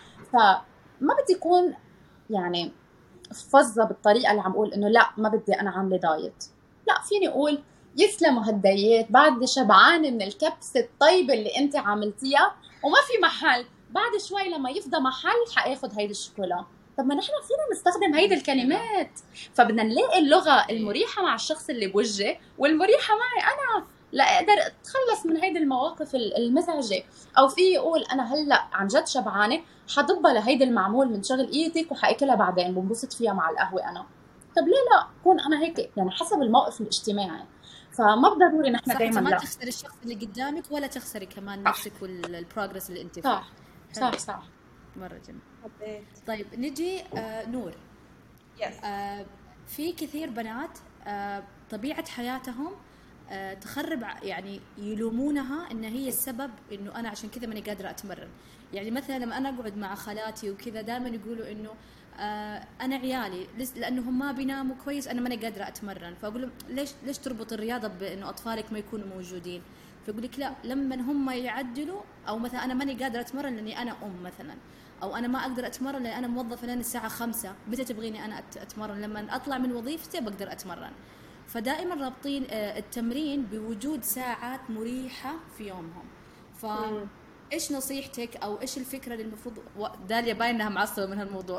فما بدي يكون يعني فظه بالطريقه اللي عم اقول انه لا ما بدي انا عامله دايت. لا فيني اقول يسلموا هالدايات، بعد شبعانه من الكبسه الطيبه اللي انت عملتيها وما في محل، بعد شوي لما يفضى محل حاخذ هيدي الشوكولا. طب ما نحن فينا نستخدم هيدي الكلمات، فبدنا نلاقي اللغه المريحه مع الشخص اللي بوجهي والمريحه معي انا لا اقدر اتخلص من هيدي المواقف المزعجه. او في يقول انا هلا عن جد شبعانه حضبها لهيدي المعمول من شغل ايدك وحاكلها بعدين بنبسط فيها مع القهوه انا. طب ليه لا كون انا هيك يعني حسب الموقف الاجتماعي. فما بضروري نحن دائما ما لا تخسري الشخص اللي قدامك ولا تخسري كمان نفسك والبروجرس اللي انت فيه. صح صح صح مره جميل. طيب نجي آه نور. yes. آه في كثير بنات آه طبيعه حياتهم آه تخرب، يعني يلومونها ان هي السبب انه انا عشان كذا ماني قادره اتمرن. يعني مثلا لما انا اقعد مع خالاتي وكذا دائما يقولوا انه آه انا عيالي لانهم ما بيناموا كويس انا ماني قادره اتمرن، فاقول لهم ليش ليش تربط الرياضه بانه اطفالك ما يكونوا موجودين؟ فيقول لك لا لما هم يعدلوا، او مثلا انا ماني قادره اتمرن لاني انا ام مثلا، او انا ما اقدر اتمرن لان انا موظفه لين الساعه خمسة، متى تبغيني انا اتمرن؟ لما اطلع من وظيفتي بقدر اتمرن. فدائما رابطين التمرين بوجود ساعات مريحه في يومهم. ف ايش نصيحتك او ايش الفكره اللي المفروض و... داليا باين انها معصبه من هالموضوع.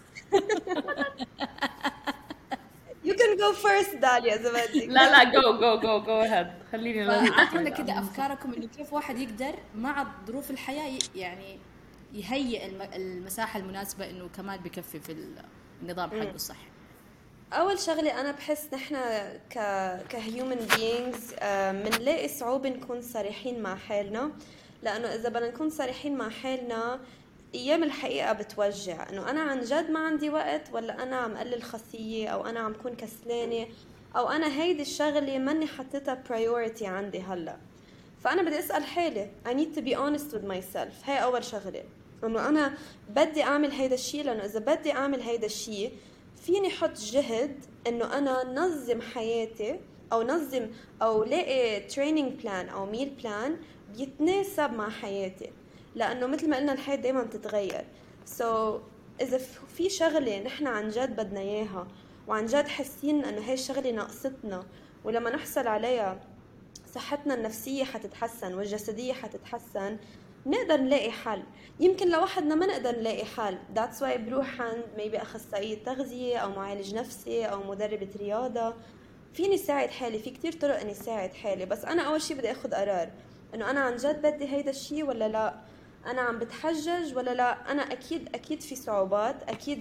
You can go first داليا إذا بدك. لا لا go go go go ahead. خليني اعطونا كده افكاركم انه كيف واحد يقدر مع ظروف الحياه يعني يهيئ المساحه المناسبه انه كمان بكفي في النظام حقه الصحي. اول شغله انا بحس نحن ك كهيومن بينجز بنلاقي صعوبه نكون صريحين مع حالنا، لانه اذا بدنا نكون صريحين مع حالنا ايام الحقيقه بتوجع، انه انا عن جد ما عندي وقت، ولا انا عم قلل خصيه، او انا عم كون كسلانه، او انا هيدي الشغله ماني حطيتها priority عندي هلا. فانا بدي اسال حالي I need to be honest with myself. هاي اول شغله، انه انا بدي اعمل هيدا الشيء، لانه اذا بدي اعمل هيدا الشيء فيني حط جهد انه انا نظم حياتي، او نظم او لاقي تريننج بلان او ميل بلان بيتناسب مع حياتي، لانه مثل ما قلنا الحياه دائما بتتغير. سو so, اذا في شغله نحن عن جد بدنا اياها وعن جد حاسين انه هاي الشغله ناقصتنا، ولما نحصل عليها صحتنا النفسيه حتتحسن والجسديه حتتحسن، نقدر نلاقي حل. يمكن لوحدنا ما نقدر نلاقي حل، that's why بروح عند maybe أخصائية تغذية أو معالج نفسي أو مدربة رياضة. فيني ساعد حالي، في كتير طرق إني ساعد حالي، بس أنا أول شيء بدي أخذ قرار إنه أنا عن جد بدي هيدا الشيء ولا لا، أنا عم بتحجج ولا لا. أنا أكيد أكيد في صعوبات، أكيد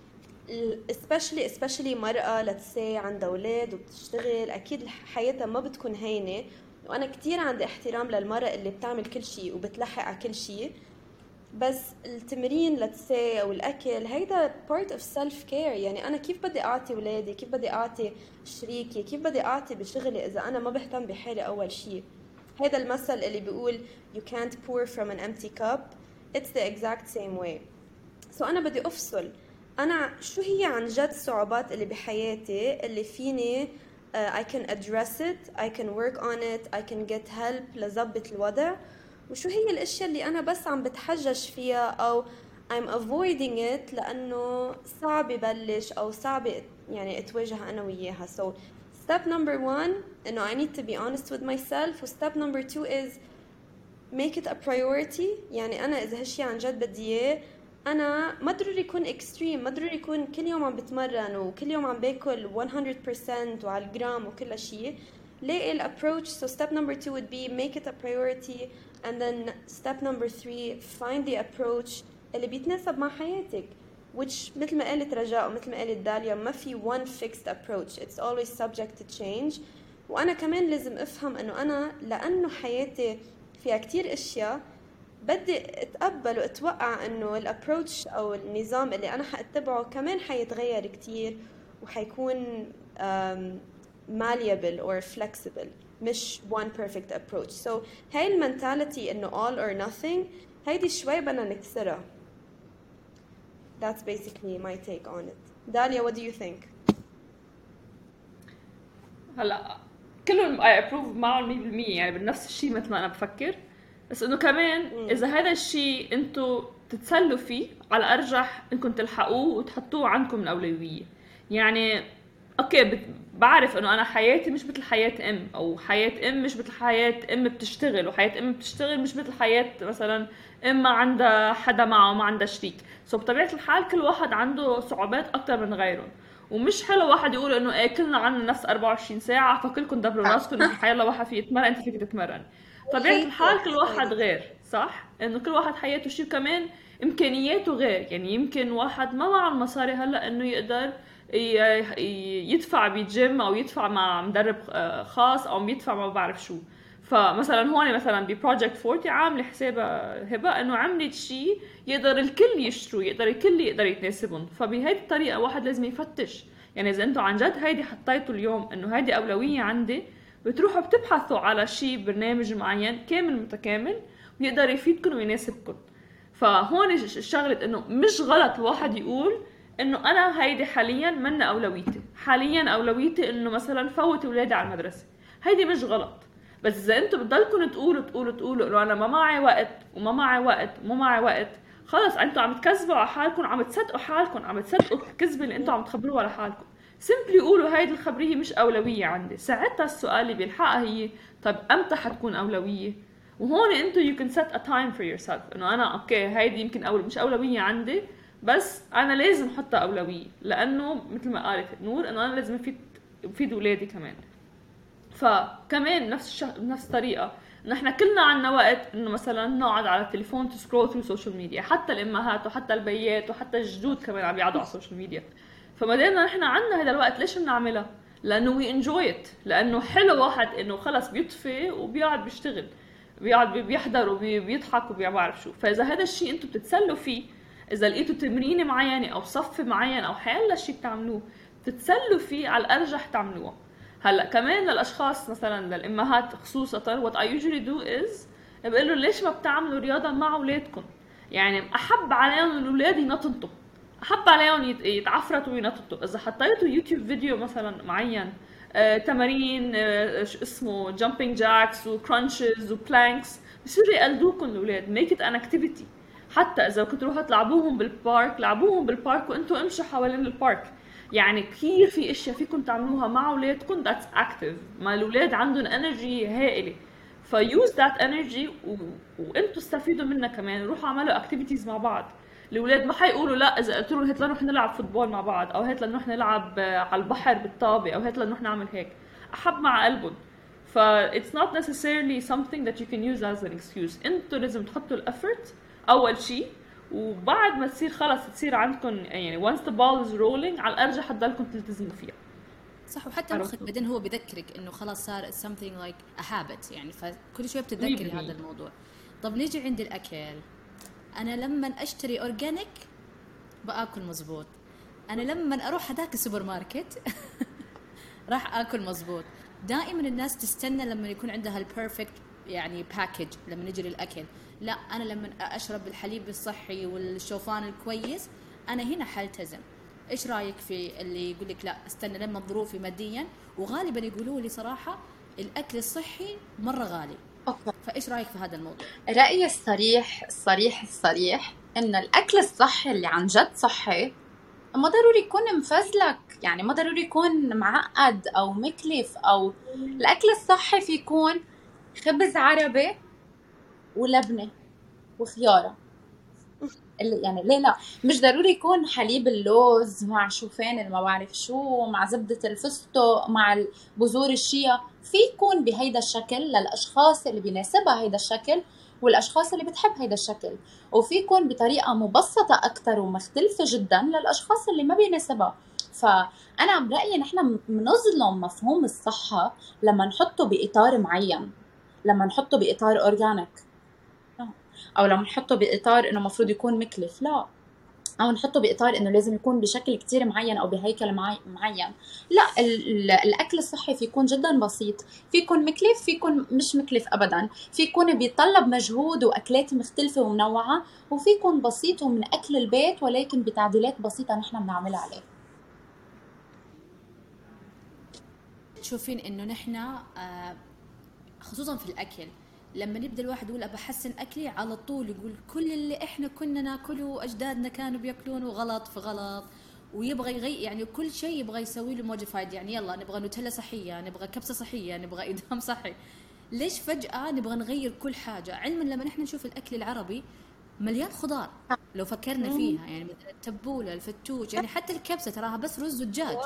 especially especially مرأة لتسي عندها أولاد وبتشتغل، أكيد حياتها ما بتكون هينة. وأنا كتير عندي احترام للمرأة اللي بتعمل كل شيء وبتلحق على كل شيء، بس التمرين لتسي أو الأكل هيدا part of self care. يعني أنا كيف بدي أعطي أولادي، كيف بدي أعطي شريكي، كيف بدي أعطي بشغلي إذا أنا ما بهتم بحالي أول شيء؟ هيدا المثل اللي بيقول you can't pour from an empty cup, it's the exact same way. so أنا بدي أفصل أنا شو هي عن جد الصعوبات اللي بحياتي اللي فيني uh, I can address it, I can work on it, I can get help لزبط الوضع، وشو هي الاشياء اللي انا بس عم بتحجج فيها او I'm avoiding it لانه صعب يبلش او صعب يعني اتواجه انا وياها. So step number one انه I need to be honest with myself, و step number two is make it a priority. يعني انا اذا هالشي عن جد بدي اياه، انا ما ضروري يكون اكستريم، ما ضروري يكون كل يوم عم بتمرن وكل يوم عم باكل one hundred percent وعلى الجرام وكل شيء. لاقي الابروach. So step number two would be make it a priority, and then step number three find the approach اللي بيتناسب مع حياتك. which مثل ما قالت رجاء ومثل ما قالت داليا ما في one fixed approach, it's always subject to change. وانا كمان لازم افهم انه انا لانه حياتي فيها كتير اشياء بدي اتقبل واتوقع انه الابروتش او النظام اللي انا حاتبعه كمان حيتغير كتير وحيكون um, malleable or flexible، مش one perfect approach. so هاي المنتاليتي انه all or nothing هيدي شوي بدنا نكسرها. that's basically my take on it. Dalia, what do you think؟ هلا كلهم I approve معهم مية بالمية، يعني بنفس الشيء مثل ما انا بفكر، بس انه كمان اذا هذا الشيء انتم تتسلوا فيه على ارجح انكم تلحقوه وتحطوه عندكم الاولويه. يعني اوكي بت... بعرف انه انا حياتي مش مثل حياه ام، او حياه ام مش مثل حياه ام بتشتغل، وحياه ام بتشتغل مش مثل حياه مثلا ام ما عندها حدا معه وما عندها شريك. سو بطبيعه الحال كل واحد عنده صعوبات اكثر من غيرهم، ومش حلو واحد يقول انه ايه كلنا عنا نفس أربعة وعشرين ساعه فكلكم دبروا راسكم انه حيالله واحد في يتمرن انت فيك تتمرن. طبيعه الحال كل واحد غير، صح؟ انه كل واحد حياته شيء، كمان امكانياته غير. يعني يمكن واحد ما معه المصاري هلا انه يقدر يدفع بجيم او يدفع مع مدرب خاص او يدفع ما بعرف شو. فمثلا هون مثلا ببروجكت أربعين عامله حسابها هبه انه عملت شيء يقدر الكل يشتروا، يقدر الكل يقدر يتناسبهم. فبهيدي الطريقه واحد لازم يفتش. يعني اذا انتم عن جد هيدي حطيتوا اليوم انه هيدي اولويه عندي، بتروحوا بتبحثوا على شيء برنامج معين كامل متكامل ويقدر يفيدكم ويناسبكم. فهون الشغله انه مش غلط الواحد يقول انه انا هيدي حاليا منا اولويتي، حاليا اولويتي انه مثلا فوت اولادي على المدرسه. هيدي مش غلط، بس اذا انتم بتضلكم تقولوا تقولوا تقولوا انه انا ما معي وقت وما معي وقت وما معي وقت، خلص انتم عم تكذبوا على حالكم، عم تصدقوا حالكم، عم تصدقوا الكذبه اللي انتم عم تخبروها على حالكم. سيمبلي قولوا هيدي الخبريه مش اولويه عندي. ساعتها السؤال اللي بيلحقها هي طب امتى حتكون اولويه؟ وهون انتم you can set a time for yourself انه انا اوكي هيدي يمكن اول مش اولويه عندي، بس انا لازم احطها اولويه، لانه مثل ما قالت نور انه انا لازم افيد افيد اولادي كمان. فكمان نفس الش... نفس الطريقه انه احنا كلنا عنا وقت انه مثلا نقعد على التليفون تسكرول ثرو سوشيال ميديا، حتى الامهات وحتى البيات وحتى الجدود كمان عم يقعدوا على السوشيال ميديا. فما دامنا نحن عنا هذا الوقت ليش بنعملها؟ لانه وي انجوي ات، لانه حلو واحد انه خلص بيطفي وبيقعد بيشتغل، بيقعد بيحضر وبيضحك وبيعرف شو. فاذا هذا الشيء انتم بتتسلوا فيه، اذا لقيتوا تمرين معين او صف معين او حيلا شيء بتعملوه تتسلوا فيه، على الارجح تعملوه. هلا كمان للاشخاص مثلا للامهات خصوصا what I usually do is بقول له ليش ما بتعملوا رياضه مع اولادكم؟ يعني احب عليهم الاولاد ينططوا، احب عليهم يتعفرتوا وينططوا. اذا حطيتوا يوتيوب فيديو مثلا معين آه، تمارين آه، شو اسمه جامبينج جاكس وكرانشز وبلانكس، بصيروا يقلدوكم الاولاد. ميك ات ان اكتيفيتي. حتى اذا كنتوا تروحوا تلعبوهم بالبارك، لعبوهم بالبارك وانتم امشوا حوالين البارك. يعني كثير في اشياء فيكم تعملوها مع اولادكم ذاتس اكتيف، ما الاولاد عندهم انرجي هائله، فيوز ذات انرجي وانتم استفيدوا منها كمان. روحوا اعملوا اكتيفيتيز مع بعض. الاولاد ما حيقولوا لا اذا قلت لهم هات لنروح نلعب فوتبول مع بعض، او هات لنروح نلعب على البحر بالطابه، او هات لنروح نعمل هيك. احب مع قلبهم. ف it's not necessarily something that you can use as an excuse. انتوا لازم تحطوا الافورت اول شيء، وبعد ما تصير خلص تصير عندكم يعني once the ball is rolling على الارجح تضلكم تلتزموا فيها. صح. وحتى مخك بعدين هو بذكرك انه خلاص صار something like a habit، يعني فكل شوي بتتذكري هذا الموضوع. طب نيجي عند الاكل. انا لما اشتري اورجانيك باكل مزبوط، انا لما اروح هداك السوبر ماركت راح اكل مزبوط. دائما الناس تستنى لما يكون عندها البيرفكت يعني باكج لما نجي للاكل. لا، انا لما اشرب الحليب الصحي والشوفان الكويس انا هنا حلتزم. ايش رايك في اللي يقول لك لا استنى لما ظروفي ماديا؟ وغالبا يقولوا لي صراحه الاكل الصحي مره غالي. اوكي، فايش رايك في هذا الموضوع؟ رأيي الصريح الصريح الصريح إن الأكل الصحي اللي عن جد صحي ما ضروري يكون مفزلك، يعني ما ضروري يكون معقد أو مكلف. أو الأكل الصحي في يكون خبز عربي ولبنة وخيارة، اللي يعني ليه لا، مش ضروري يكون حليب اللوز مع شوفان اللي ما بعرف شو مع زبدة الفستق مع بذور الشيا. في يكون بهيدا الشكل للأشخاص اللي بيناسبها هيدا الشكل والأشخاص اللي بتحب هيدا الشكل، وفي يكون بطريقة مبسطة أكتر ومختلفة جدا للأشخاص اللي ما بيناسبها. فأنا برأيي نحن بنظلم مفهوم الصحة لما نحطه بإطار معين، لما نحطه بإطار أورجانيك، او لما نحطه باطار انه مفروض يكون مكلف، لا، او نحطه باطار انه لازم يكون بشكل كتير معين او بهيكل معين. لا، الاكل الصحي في يكون جدا بسيط، في يكون مكلف، في يكون مش مكلف ابدا، في يكون بيتطلب مجهود واكلات مختلفه ومنوعه، وفي يكون بسيط ومن اكل البيت ولكن بتعديلات بسيطه نحن بنعملها عليه. تشوفين انه نحن خصوصا في الاكل لما نبدا الواحد يقول ابى احسن اكلي على طول يقول كل اللي احنا كنا ناكله اجدادنا كانوا بياكلونه غلط في غلط، ويبغى يغير يعني كل شيء يبغى يسوي له موديفايد، يعني يلا نبغى نوتيلا صحيه، نبغى كبسه صحيه، نبغى ادام صحي. ليش فجاه نبغى نغير كل حاجه؟ علما لما نحن نشوف الاكل العربي مليان خضار لو فكرنا فيها، يعني مثلا التبوله، الفتوش، يعني حتى الكبسه تراها بس رز ودجاج.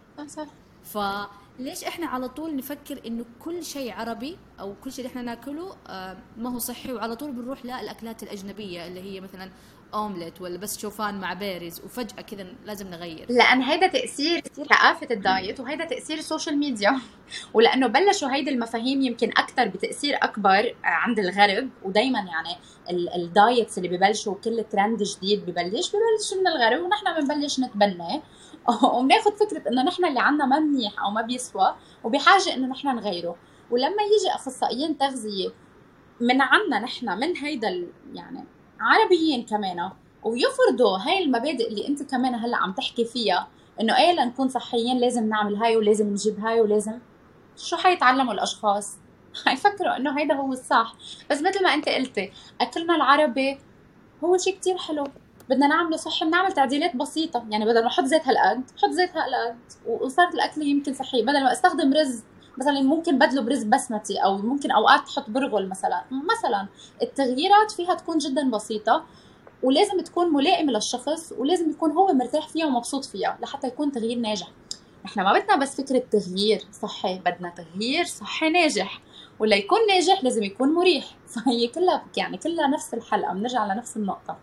فليش احنا على طول نفكر انه كل شيء عربي او كل شيء احنا ناكله آه ما هو صحي، وعلى طول بنروح للاكلات الاجنبيه اللي هي مثلا اومليت ولا بس شوفان مع بيريز، وفجاه كذا لازم نغير. لان هيدا تاثير ثقافه الدايت، وهيدا تاثير السوشيال ميديا، ولانه بلشوا هيدي المفاهيم يمكن اكثر بتاثير اكبر عند الغرب. ودائما يعني الدايتس اللي ببلشوا كل ترند جديد ببلش ببلش من الغرب، ونحن بنبلش نتبناه وبناخذ فكره انه نحن اللي عنا ما منيح او ما بيسوى وبحاجه انه نحن نغيره. ولما يجي اخصائيين تغذيه من عنا نحن من هيدا يعني عربيين كمان ويفرضوا هاي المبادئ اللي انت كمان هلا عم تحكي فيها، انه ايه لنكون صحيين لازم نعمل هاي ولازم نجيب هاي ولازم، شو حيتعلموا الاشخاص؟ حيفكروا انه هيدا هو الصح. بس مثل ما انت قلتي اكلنا العربي هو شيء كتير حلو، بدنا نعمله صحي بنعمل تعديلات بسيطه، يعني بدل ما احط زيت هالقد حط زيت هالقد وصارت الاكله يمكن صحيه. بدل ما استخدم رز مثلا ممكن بدله برز بسمتي، او ممكن اوقات تحط برغل مثلا. مثلا التغييرات فيها تكون جدا بسيطه، ولازم تكون ملائمه للشخص، ولازم يكون هو مرتاح فيها ومبسوط فيها لحتى يكون تغيير ناجح. احنا ما بدنا بس فكره تغيير صحي، بدنا تغيير صحي ناجح، ولا يكون ناجح لازم يكون مريح. فهي كلها يعني كلها نفس الحلقه، بنرجع لنفس النقطه.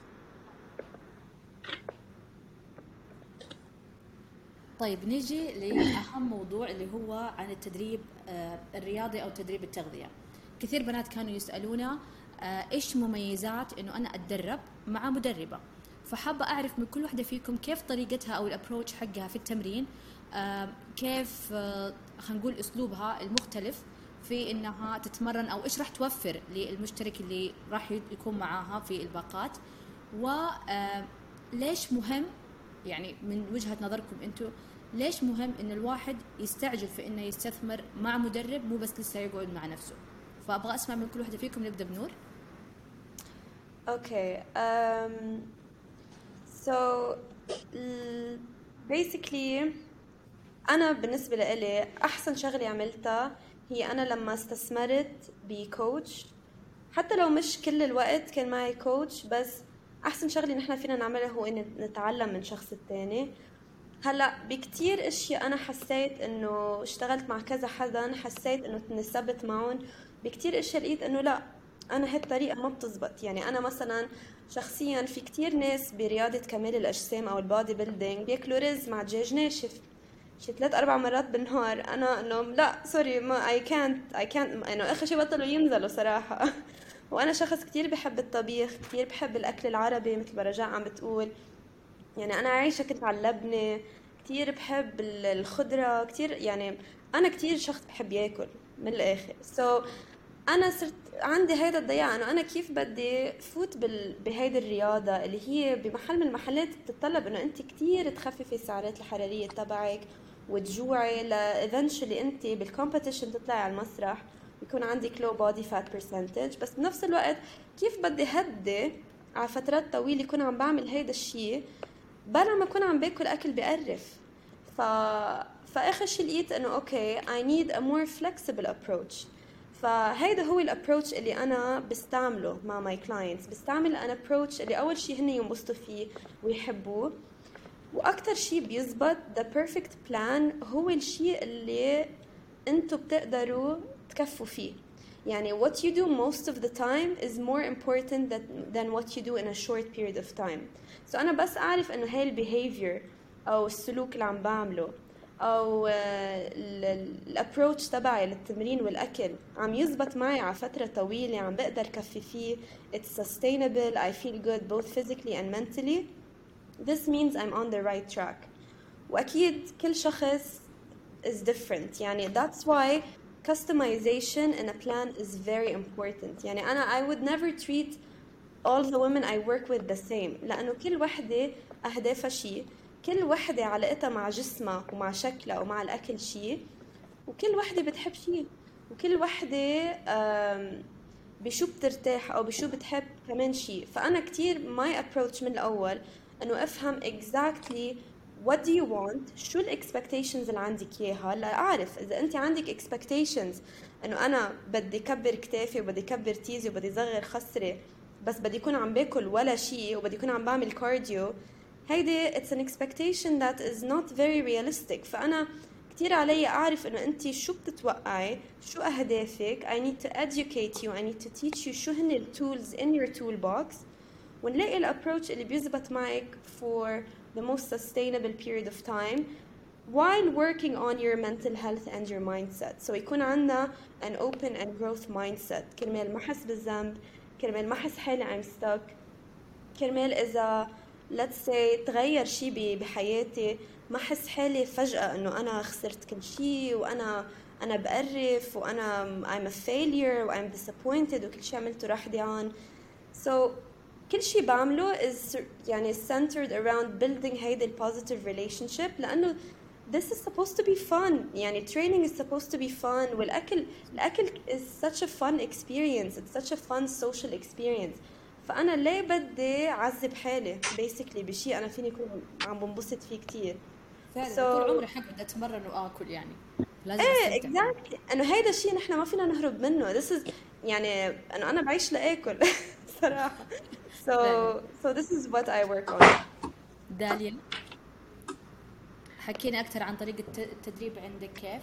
طيب نيجي لأهم موضوع اللي هو عن التدريب الرياضي أو تدريب التغذية. كثير بنات كانوا يسألونا إيش مميزات إنه أنا أتدرب مع مدربة، فحابة أعرف من كل واحدة فيكم كيف طريقتها أو الأبروتش حقها في التمرين، كيف خلينا نقول أسلوبها المختلف في إنها تتمرن، أو إيش راح توفر للمشترك اللي راح يكون معاها في الباقات، وليش مهم يعني من وجهة نظركم أنتوا ليش مهم إن الواحد يستعجل في إنه يستثمر مع مدرب مو بس لسه يقعد مع نفسه. فأبغى أسمع من كل واحدة فيكم. نبدأ بنور. Okay. Um, so basically أنا بالنسبة لإلي أحسن شغلة عملتها هي أنا لما استثمرت بكوتش، حتى لو مش كل الوقت كان معي كوتش، بس أحسن شغلة نحن فينا نعملها هو إن نتعلم من شخص التاني. هلأ بكتير اشياء أنا حسيت إنه اشتغلت مع كذا حدا، حسيت إنه تنسبت معهم بكتير اشياء، لقيت إنه لا أنا هاي الطريقة ما بتزبط. يعني أنا مثلا شخصيا في كتير ناس برياضة كمال الأجسام أو البادي بيلدينج بياكلوا رز مع دجاج ناشف شي ثلاث أربع مرات بالنهار. أنا إنه لا سوري ما I can't I can't إنه آخر شي بطلوا ينزلوا صراحة. وأنا شخص كتير بحب الطبيخ، كتير بحب الأكل العربي مثل ما رجاء عم بتقول. يعني أنا عايشة كنت على اللبنة، كتير بحب الخضرة كتير، يعني أنا كتير شخص بحب ياكل من الآخر. so أنا صرت عندي هيدا الضياع إنه أنا كيف بدي فوت بال... بهيدا الرياضة اللي هي بمحل من المحلات بتتطلب إنه أنت كتير تخففي السعرات الحرارية تبعك وتجوعي ل eventually أنت بالcompetition تطلعي على المسرح يكون عندك low body fat percentage، بس بنفس الوقت كيف بدي هدي على فترات طويلة يكون عم بعمل هيدا الشيء بلا ما أكون عم باكل أكل بقرف. ف... فآخر شيء لقيت إنه أوكي I need a more flexible approach. فهيدا هو الابروتش اللي أنا بستعمله مع my clients. بستعمل أنا approach اللي أول شيء هن ينبسطوا فيه ويحبوه، وأكتر شيء بيزبط the perfect plan هو الشيء اللي أنتوا بتقدروا تكفوا فيه. يعني what you do most of the time is more important than, than what you do in a short period of time. So أنا بس أعرف إنه هاي ال behavior أو السلوك اللي عم بعمله أو ال approach تبعي للتمرين والأكل عم يزبط معي على فترة طويلة، عم بقدر كفي فيه، it's sustainable, I feel good both physically and mentally. This means I'm on the right track. وأكيد كل شخص is different. يعني that's why customization in a plan is very important. يعني أنا I would never treat all the women I work with the same، لأنه كل وحدة أهدافها شيء، كل وحدة علاقتها مع جسمها ومع شكلها ومع الأكل شيء، وكل وحدة بتحب شيء، وكل وحدة بشو بترتاح أو بشو بتحب كمان شيء. فأنا كتير my approach من الأول أنه أفهم exactly what do you want، شو ال expectations اللي عندك إياها، لا أعرف إذا أنت عندك expectations أنه أنا بدي كبر كتافي وبدي كبر تيزي وبدي صغر خصري بس بدي يكون عم باكل ولا شيء وبدي يكون عم بعمل كارديو، هيدي it's an expectation that is not very realistic. فأنا كتير علي أعرف إنه أنتي شو بتتوقعي، شو أهدافك. I need to educate you, I need to teach you شو هن ال tools in your toolbox، ونلاقي ال approach اللي بيزبط معك for the most sustainable period of time while working on your mental health and your mindset. So يكون عنا an open and growth mindset. كرمال ما حس بالذنب، كرمال ما حس حالي I'm stuck، كرمال إذا let's say تغير شي بحياتي ما حس حالي فجأة إنه أنا خسرت كل شي وأنا أنا بقرف وأنا I'm a failure و I'm disappointed وكل شي عملته راح ضيعان. So كل شي بعمله is يعني centered around building هيدا positive relationship، لأنه this is supposed to be fun. يعني training is supposed to be fun، والأكل الأكل is such a fun experience, it's such a fun social experience. فأنا ليه بدي أعذب حالي basically بشيء أنا فيني أكون عم بنبسط فيه كتير. فعلا so, طول عمري حق بدي أتمرن وآكل يعني لازم إيه exactly إنه هيدا الشيء نحن ما فينا نهرب منه. this is يعني إنه أنا بعيش لآكل صراحة. so so this is what I work on. داليا حكينا أكثر عن طريقة التدريب عندك كيف؟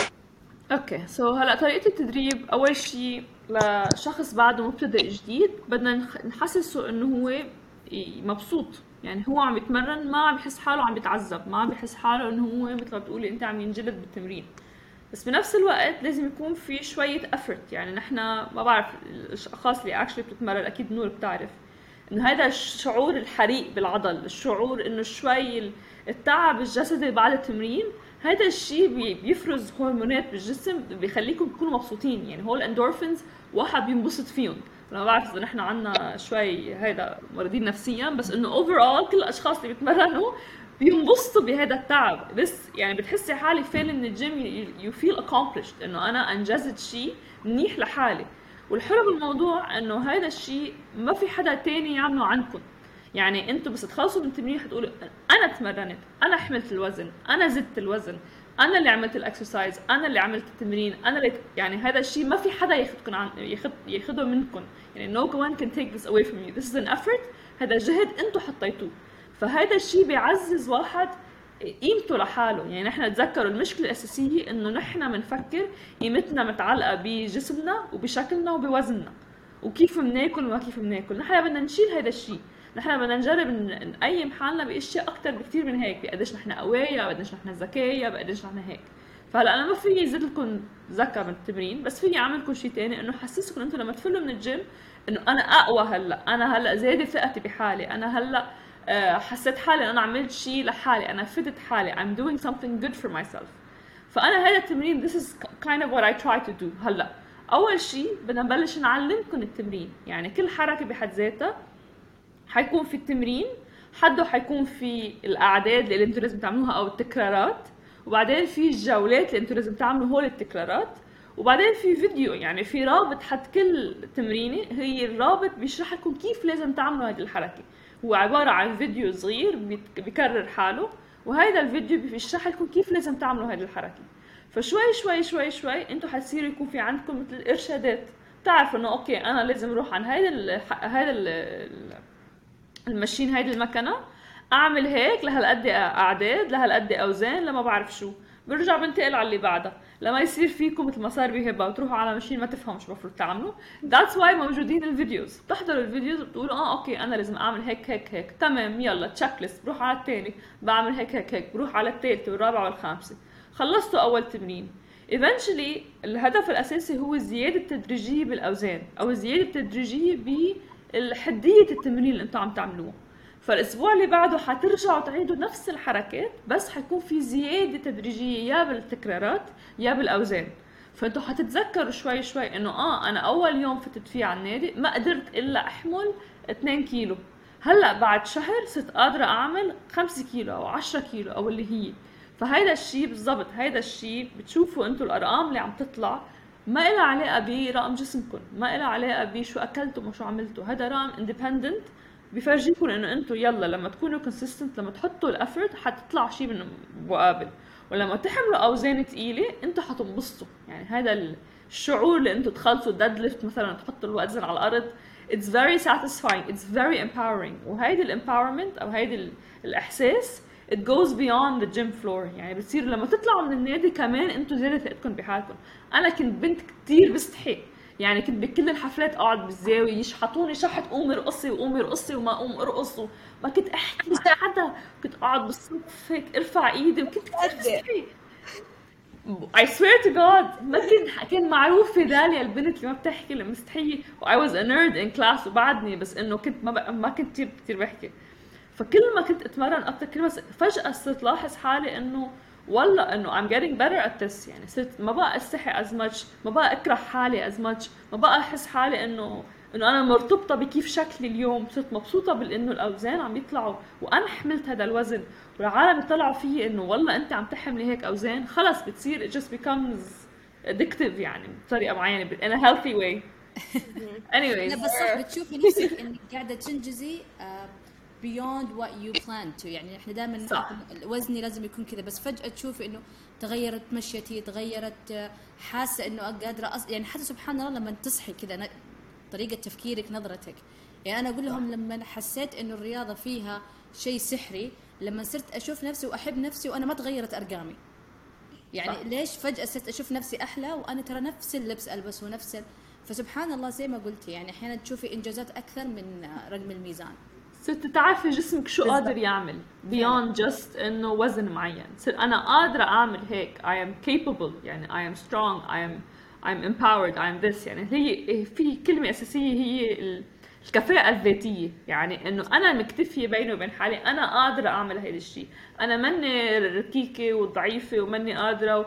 اوكي سو هلا طريقه التدريب اول شيء لشخص بعده مبتدئ جديد بدنا نحسسه انه هو مبسوط، يعني هو عم يتمرن ما عم يحس حاله عم يتعذب، ما عم يحس حاله انه هو مثل ما بتقولي انت عم ينجلد بالتمرين. بس بنفس الوقت لازم يكون في شويه effort. يعني نحن ما بعرف الاشخاص اللي اكشلي بتتمرن اكيد نور بتعرف انه هذا الشعور الحريق بالعضل، الشعور انه شوي التعب الجسدي بعد التمرين، هذا الشيء بيفرز هرمونات بالجسم بيخليكم تكونوا مبسوطين. يعني هو الاندورفينز واحد بينبسط فيهم. انا ما بعرف اذا نحن عنا شوي هذا مريضين نفسيا، بس انه اوفرول كل الاشخاص اللي بيتمرنوا بينبسطوا بهذا التعب. بس يعني بتحسي حالي فين ان الجيم يو فيل accomplished، انه انا انجزت شيء منيح لحالي. والحلو بالموضوع انه هذا الشيء ما في حدا تاني يعمله عنكم. يعني انتوا بس تخلصوا من التمرين حتقولوا انا تمرنت، انا حملت الوزن، انا زدت الوزن، انا اللي عملت الاكسرسايز، انا اللي عملت التمرين، انا اللي يعني هذا الشيء ما في حدا ياخذكم عن ياخذ ياخذه منكم. يعني no one can take this away from you. This is an effort. هذا جهد انتوا حطيتوه. فهذا الشيء بيعزز واحد قيمته لحاله. يعني نحن تذكروا المشكله الاساسيه انه نحن بنفكر قيمتنا متعلقه بجسمنا وبشكلنا وبوزننا وكيف بناكل وما كيف بناكل. نحن بدنا نشيل هذا الشيء. نحن بدنا نجرب نقيم حالنا باشياء اكثر بكثير من هيك، بقديش نحن قويه، بقديش نحن ذكيه، بقديش نحن هيك. فهلا انا ما فيني ازيد لكم ذكاء من التمرين، بس فيني اعمل لكم شيء ثاني انه حسسكم انتم لما تفلوا من الجيم انه انا اقوى هلا، انا هلا زادت ثقتي بحالي، انا هلا حسيت حالي انا عملت شيء لحالي، انا فدت حالي، I'm doing something good for myself. فانا هذا التمرين this is kind of what I try to do. هلا اول شيء بدنا نبلش نعلمكم التمرين. يعني كل حركه بحد ذاتها حيكون في التمرين، حده حيكون في الاعداد اللي انتوا لازم تعملوها او التكرارات، وبعدين في الجولات اللي انتوا لازم تعملوا هول التكرارات، وبعدين في فيديو، يعني في رابط حد كل تمرينه، هي الرابط بيشرح لكم كيف لازم تعملوا هذه الحركه. هو عباره عن فيديو صغير بيت- بيكرر حاله، وهذا الفيديو بيشرح لكم كيف لازم تعملوا هذه الحركه. فشوي شوي شوي شوي انتم حتصيروا يكون في عندكم مثل ارشادات، تعرفوا انه اوكي انا لازم اروح عن هذا ال هذا ال- المشين، هيدي المكنه، اعمل هيك لهالقد اعداد لهالقد اوزان لما بعرف شو، برجع بنتقل على اللي بعدها، لما يصير فيكم مثل ما صار بهبه وتروحوا على مشين ما تفهموا شو المفروض تعملوا. ذاتس واي موجودين الفيديوز، بتحضروا الفيديوز بتقولوا اه اوكي انا لازم اعمل هيك هيك هيك، تمام يلا تشيك ليست، بروح على الثاني بعمل هيك هيك هيك، بروح على الثالثه والرابعه والخامسه، خلصتوا اول تمرين. eventually الهدف الاساسي هو الزياده التدريجيه بالاوزان، او الزياده التدريجيه بالحديه التمرين اللي انتم عم تعملوه. فالاسبوع اللي بعده حترجعوا تعيدوا نفس الحركات، بس حيكون في زياده تدريجيه يا بالتكرارات يا بالاوزان. فانتوا حتتذكروا شوي شوي انه اه انا اول يوم فتت فيه على النادي ما قدرت الا احمل اثنين كيلو، هلا بعد شهر صرت قادره اعمل خمسة كيلو او عشرة كيلو او اللي هي. فهيدا الشيء بالضبط، هيدا الشيء بتشوفوا انتوا الارقام اللي عم تطلع ما إلها علاقة برقم جسمكم، ما إلها علاقة بشو أكلتم وشو عملتوا، هذا رقم اندبندنت بيفرجيكم إنه أنتوا يلا لما تكونوا كونسيستنت، لما تحطوا الأفرت حتطلع شيء من مقابل، ولما تحملوا أوزان تقيلة أنتوا حتنبسطوا. يعني هذا الشعور اللي أنتوا تخلصوا ديد ليفت مثلا تحطوا الوزن على الأرض، it's very satisfying, it's very empowering. وهيدي الامباورمنت أو هيدي الإحساس it goes beyond the gym floor. يعني بتصير لما تطلعوا من النادي كمان انتوا زيادة ثقتكم بحالكم. انا كنت بنت كتير بستحي، يعني كنت بكل الحفلات اقعد بالزاويه يشحطوني شحط قومي ارقصي وقومي ارقصي وما اقوم ارقص، وما كنت احكي مع حدا، كنت اقعد بالصف هيك ارفع ايدي وكنت كتير بستحي. I swear to God ما كنت كان معروف في داليا البنت اللي ما بتحكي اللي مستحيه، و I was a nerd in class وبعدني، بس انه كنت ما ب... ما كنت كتير كتير بحكي. فكل ما كنت اتمرن اكثر كل ما فجاه صرت لاحظ حالي انه والله انه I'm getting better at this. يعني صرت ما بقى استحي as much، ما بقى اكره حالي as much، ما بقى احس حالي انه انه انا مرتبطه بكيف شكلي اليوم. صرت مبسوطه بانه الاوزان عم يطلعوا وانا حملت هذا الوزن، والعالم يطلعوا فيه انه والله انت عم تحملي هيك اوزان، خلص بتصير it just becomes addictive يعني بطريقه معينه in a healthy way. anyways لا بس صح بتشوفي نفسك انك قاعده تنجزي آه beyond what you plan to. يعني احنا دائما وزني لازم يكون كذا، بس فجأة تشوفي انه تغيرت مشيتي، تغيرت حاسة انه قادرة أص... يعني حتى سبحان الله لما تصحي كذا ن... طريقة تفكيرك، نظرتك. يعني انا اقول لهم لما حسيت انه الرياضة فيها شيء سحري، لما صرت اشوف نفسي واحب نفسي وانا ما تغيرت ارقامي. يعني صح. ليش فجأة صرت اشوف نفسي احلى وانا ترى نفس اللبس البسه ونفس ال... فسبحان الله زي ما قلتي، يعني احيانا تشوفي انجازات اكثر من رقم الميزان. صرت تعرفي جسمك شو قادر يعمل beyond just انه وزن معين. صرت انا قادره اعمل هيك، I am capable، يعني I am strong، I am I'm empowered، I am this. يعني هي في كلمه اساسيه هي الكفاءه الذاتيه، يعني انه انا مكتفيه بيني وبين حالي، انا قادره اعمل هذا الشيء، انا ماني ركيكه وضعيفه وماني قادره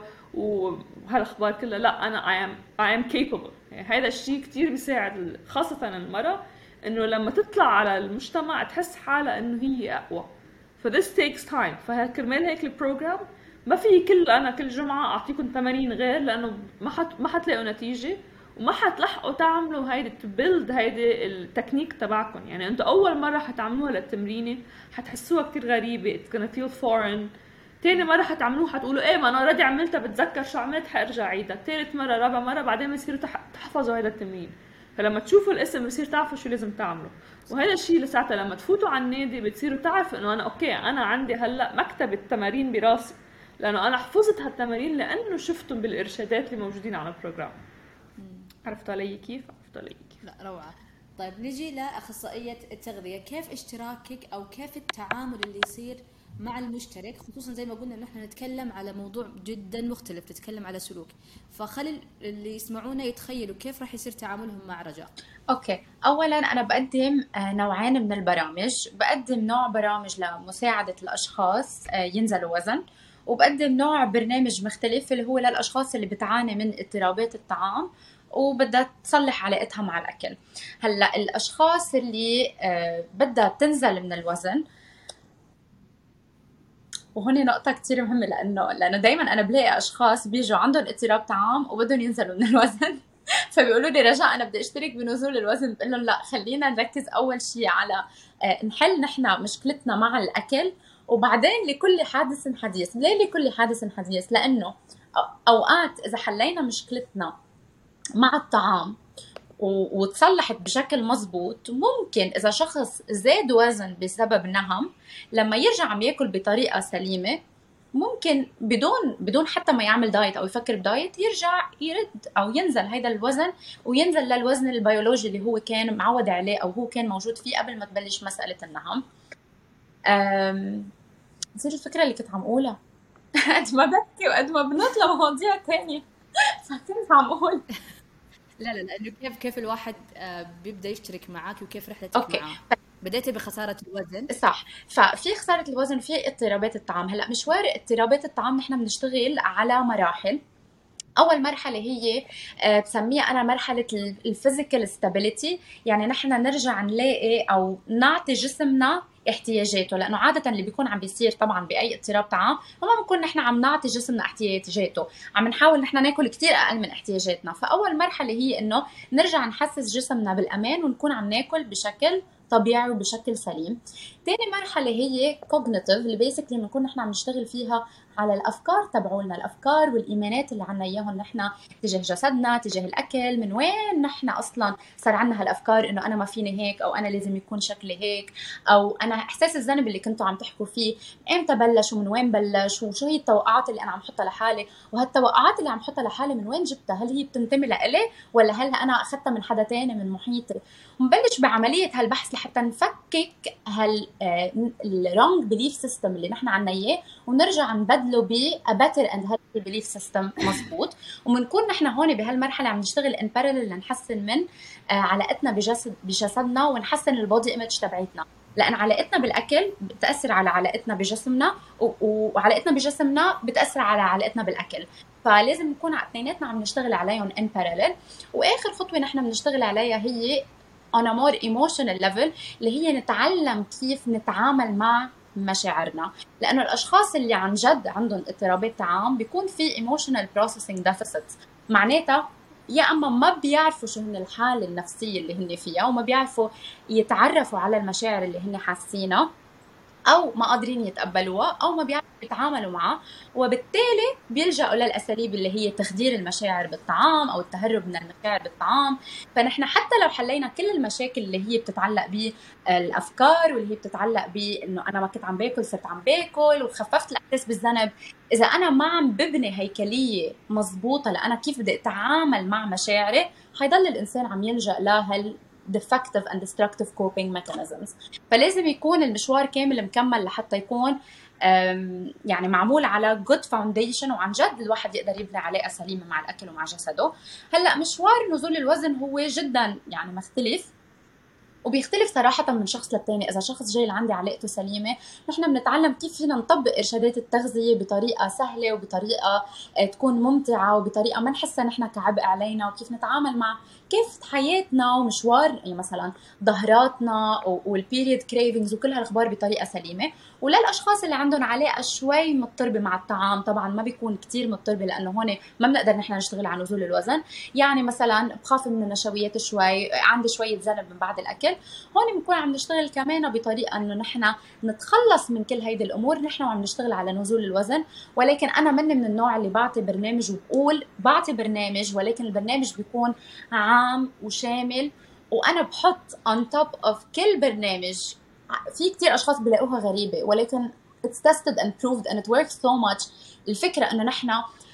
وهالاخبار كلها، لا انا I am I am capable. يعني هذا الشيء كثير بيساعد خاصه المراه انه لما تطلع على المجتمع تحس حالها انه هي اقوى. ف this takes time. فكرمال هيك البروجرام ما في كل انا كل جمعه اعطيكم تمارين غير، لانه ما حت ما حتلاقوا نتيجه وما حتلحقوا تعملوا هيدي تبيلد هيدي التكنيك تبعكم. يعني انتوا اول مره حتعملوها للتمرينه حتحسوها كتير غريبه، it's gonna feel foreign. تاني مرة حتعملوها حتقولوا ايه ما انا اوريدي عملتها، بتذكر شو عملت حارجع عيدها. تالت مرة رابع مرة بعدين بصيروا تحفظوا هذا التمرين، فلما تشوفوا الاسم بصير تعرفوا شو لازم تعملوا. وهذا الشيء لساعتها لما تفوتوا على النادي بتصيروا تعرفوا انه انا اوكي انا عندي هلا مكتبة تمارين براسي، لانه انا حفظت هالتمارين لانه شفتهم بالارشادات اللي موجودين على البروجرام. عرفتوا علي كيف؟ عرفتوا علي كيف؟ لا روعة. طيب نجي لأخصائية التغذية، كيف اشتراكك أو كيف التعامل اللي يصير مع المشترك، خصوصا زي ما قلنا إن إحنا نتكلم على موضوع جدا مختلف، نتكلم على سلوك، فخلي اللي يسمعونا يتخيلوا كيف راح يصير تعاملهم مع رجاء. اوكي، اولا انا بقدم نوعين من البرامج، بقدم نوع برامج لمساعدة الاشخاص ينزلوا وزن، وبقدم نوع برنامج مختلف اللي هو للاشخاص اللي بتعاني من اضطرابات الطعام وبدها تصلح علاقتها مع الاكل. هلا الاشخاص اللي بدها تنزل من الوزن وهون نقطة كتير مهمة، لأنه لأنه دايما أنا بلاقي أشخاص بيجوا عندهم اضطراب طعام وبدهم ينزلوا من الوزن فبيقولوا لي رجاء أنا بدي أشترك بنزول الوزن. بقول لهم لا، خلينا نركز أول شيء على آه، نحل نحن مشكلتنا مع الأكل، وبعدين لكل حادث حديث. ليه لكل حادث حديث؟ لأنه أوقات إذا حلينا مشكلتنا مع الطعام وتصلحت بشكل مزبوط، ممكن إذا شخص زاد وزن بسبب نهم لما يرجع عم يأكل بطريقة سليمة، ممكن بدون بدون حتى ما يعمل دايت أو يفكر بدايت يرجع يرد أو ينزل هيدا الوزن، وينزل للوزن البيولوجي اللي هو كان معود عليه أو هو كان موجود فيه قبل ما تبلش مسألة النهم. نسيت الفكرة اللي كنت عم أقولها. قد ما بحكي وقد ما بنط لمواضيع تانية فكنت عم أقول لا لا لأنه كيف كيف الواحد بيبدأ يشترك معك وكيف رحلتك أوكي. معاه. بديتي بخسارة الوزن، صح. ففي خسارة الوزن في اضطرابات الطعام. هلا مشوار اضطرابات الطعام نحن بنشتغل على مراحل. اول مرحله هي بسميها انا مرحله الفيزيكال ستابيليتي، يعني نحن نرجع نلاقي او نعطي جسمنا احتياجاته، لانه عاده اللي بيكون عم بيصير طبعا باي اضطراب طعام وما بنكون نحن عم نعطي جسمنا احتياجاته، عم نحاول نحن ناكل كتير اقل من احتياجاتنا. فاول مرحله هي انه نرجع نحسس جسمنا بالامان ونكون عم ناكل بشكل طبيعي وبشكل سليم. تاني مرحله هي كوجنيتيف، اللي بيسكلي بنكون نحن عم نشتغل فيها على الافكار تبعولنا، الافكار والايمانات اللي عنا اياهم نحن تجاه جسدنا، تجاه الاكل. من وين نحن اصلا صار عنا هالافكار انه انا ما فيني هيك، او انا لازم يكون شكلي هيك، او انا احساس الذنب اللي كنتوا عم تحكوا فيه امتى بلش ومن وين بلش، وشو هي التوقعات اللي انا عم حطها لحالي، وهالتوقعات اللي عم حطها لحالي من وين جبتها؟ هل هي بتنتمي لإلي ولا هل انا اخذتها من حدا تاني من محيطي؟ ونبلش بعمليه هالبحث لحتى نفكك هال الرونج بليف سيستم اللي نحن عنا اياه، ونرجع نبدله ب a better and healthy belief system مزبوط. وبنكون نحن هون بهالمرحله عم نشتغل ان بارلل لنحسن من علاقتنا بجسد بجسدنا ونحسن البودي ايمج تبعتنا، لان علاقتنا بالاكل بتاثر على علاقتنا بجسمنا، وعلاقتنا بجسمنا بتاثر على علاقتنا بالاكل. فلازم نكون اثنيناتنا عم نشتغل عليهم ان بارلل. واخر خطوه نحن بنشتغل عليها هي on a more emotional level، اللي هي نتعلم كيف نتعامل مع مشاعرنا، لانه الاشخاص اللي عن جد عندهم اضطرابات طعام بيكون في emotional processing deficits، معناتها يا اما ما بيعرفوا شو هن الحاله النفسيه اللي هن فيها وما بيعرفوا يتعرفوا على المشاعر اللي هن حاسينها، او ما قادرين يتقبلوها، او ما بيعرفوا يتعاملوا معها، وبالتالي بيلجأوا للاساليب اللي هي تخدير المشاعر بالطعام او التهرب من المشاعر بالطعام. فنحن حتى لو حلينا كل المشاكل اللي هي بتتعلق بالافكار واللي هي بتتعلق بانه انا ما كنت عم باكل صرت عم باكل وخففت الاحساس بالذنب، اذا انا ما عم ببني هيكليه مزبوطه لانا كيف بدي اتعامل مع مشاعري، حيضل الانسان عم يلجأ لهال defective and destructive coping mechanisms. فلازم يكون المشوار كامل مكمل لحتى يكون يعني معمول على good foundation، وعن جد الواحد يقدر يبني علاقة سليمة مع الأكل ومع جسده. هلأ مشوار نزول الوزن هو جدا يعني مختلف، وبيختلف صراحة من شخص للتاني. إذا شخص جاي لعندي علاقته سليمة، نحن بنتعلم كيف فينا نطبق إرشادات التغذية بطريقة سهلة وبطريقة تكون ممتعة وبطريقة ما نحسها نحن كعبء علينا، وكيف نتعامل مع كيف حياتنا ومشوار يعني مثلا ظهراتنا والبيريد كريفينجز وكل هالأخبار بطريقة سليمة. وللأشخاص اللي عندهم علاقة شوي مضطربة مع الطعام، طبعا ما بيكون كتير مضطربة لأنه هون ما بنقدر نحن نشتغل على نزول الوزن، يعني مثلا بخاف من النشويات شوي، عندي شوية ذنب من بعد الأكل، هون بنكون عم نشتغل كمان بطريقة انه نحن نتخلص من كل هيدي الامور نحن وعم نشتغل على نزول الوزن. ولكن انا مني من النوع اللي بعطي برنامج وبقول بعطي برنامج، ولكن البرنامج بيكون عام وشامل، وانا بحط on top of كل برنامج. في كتير اشخاص بلاقوها غريبة، ولكن it's tested and proved and it works so much. الفكرة انه نحن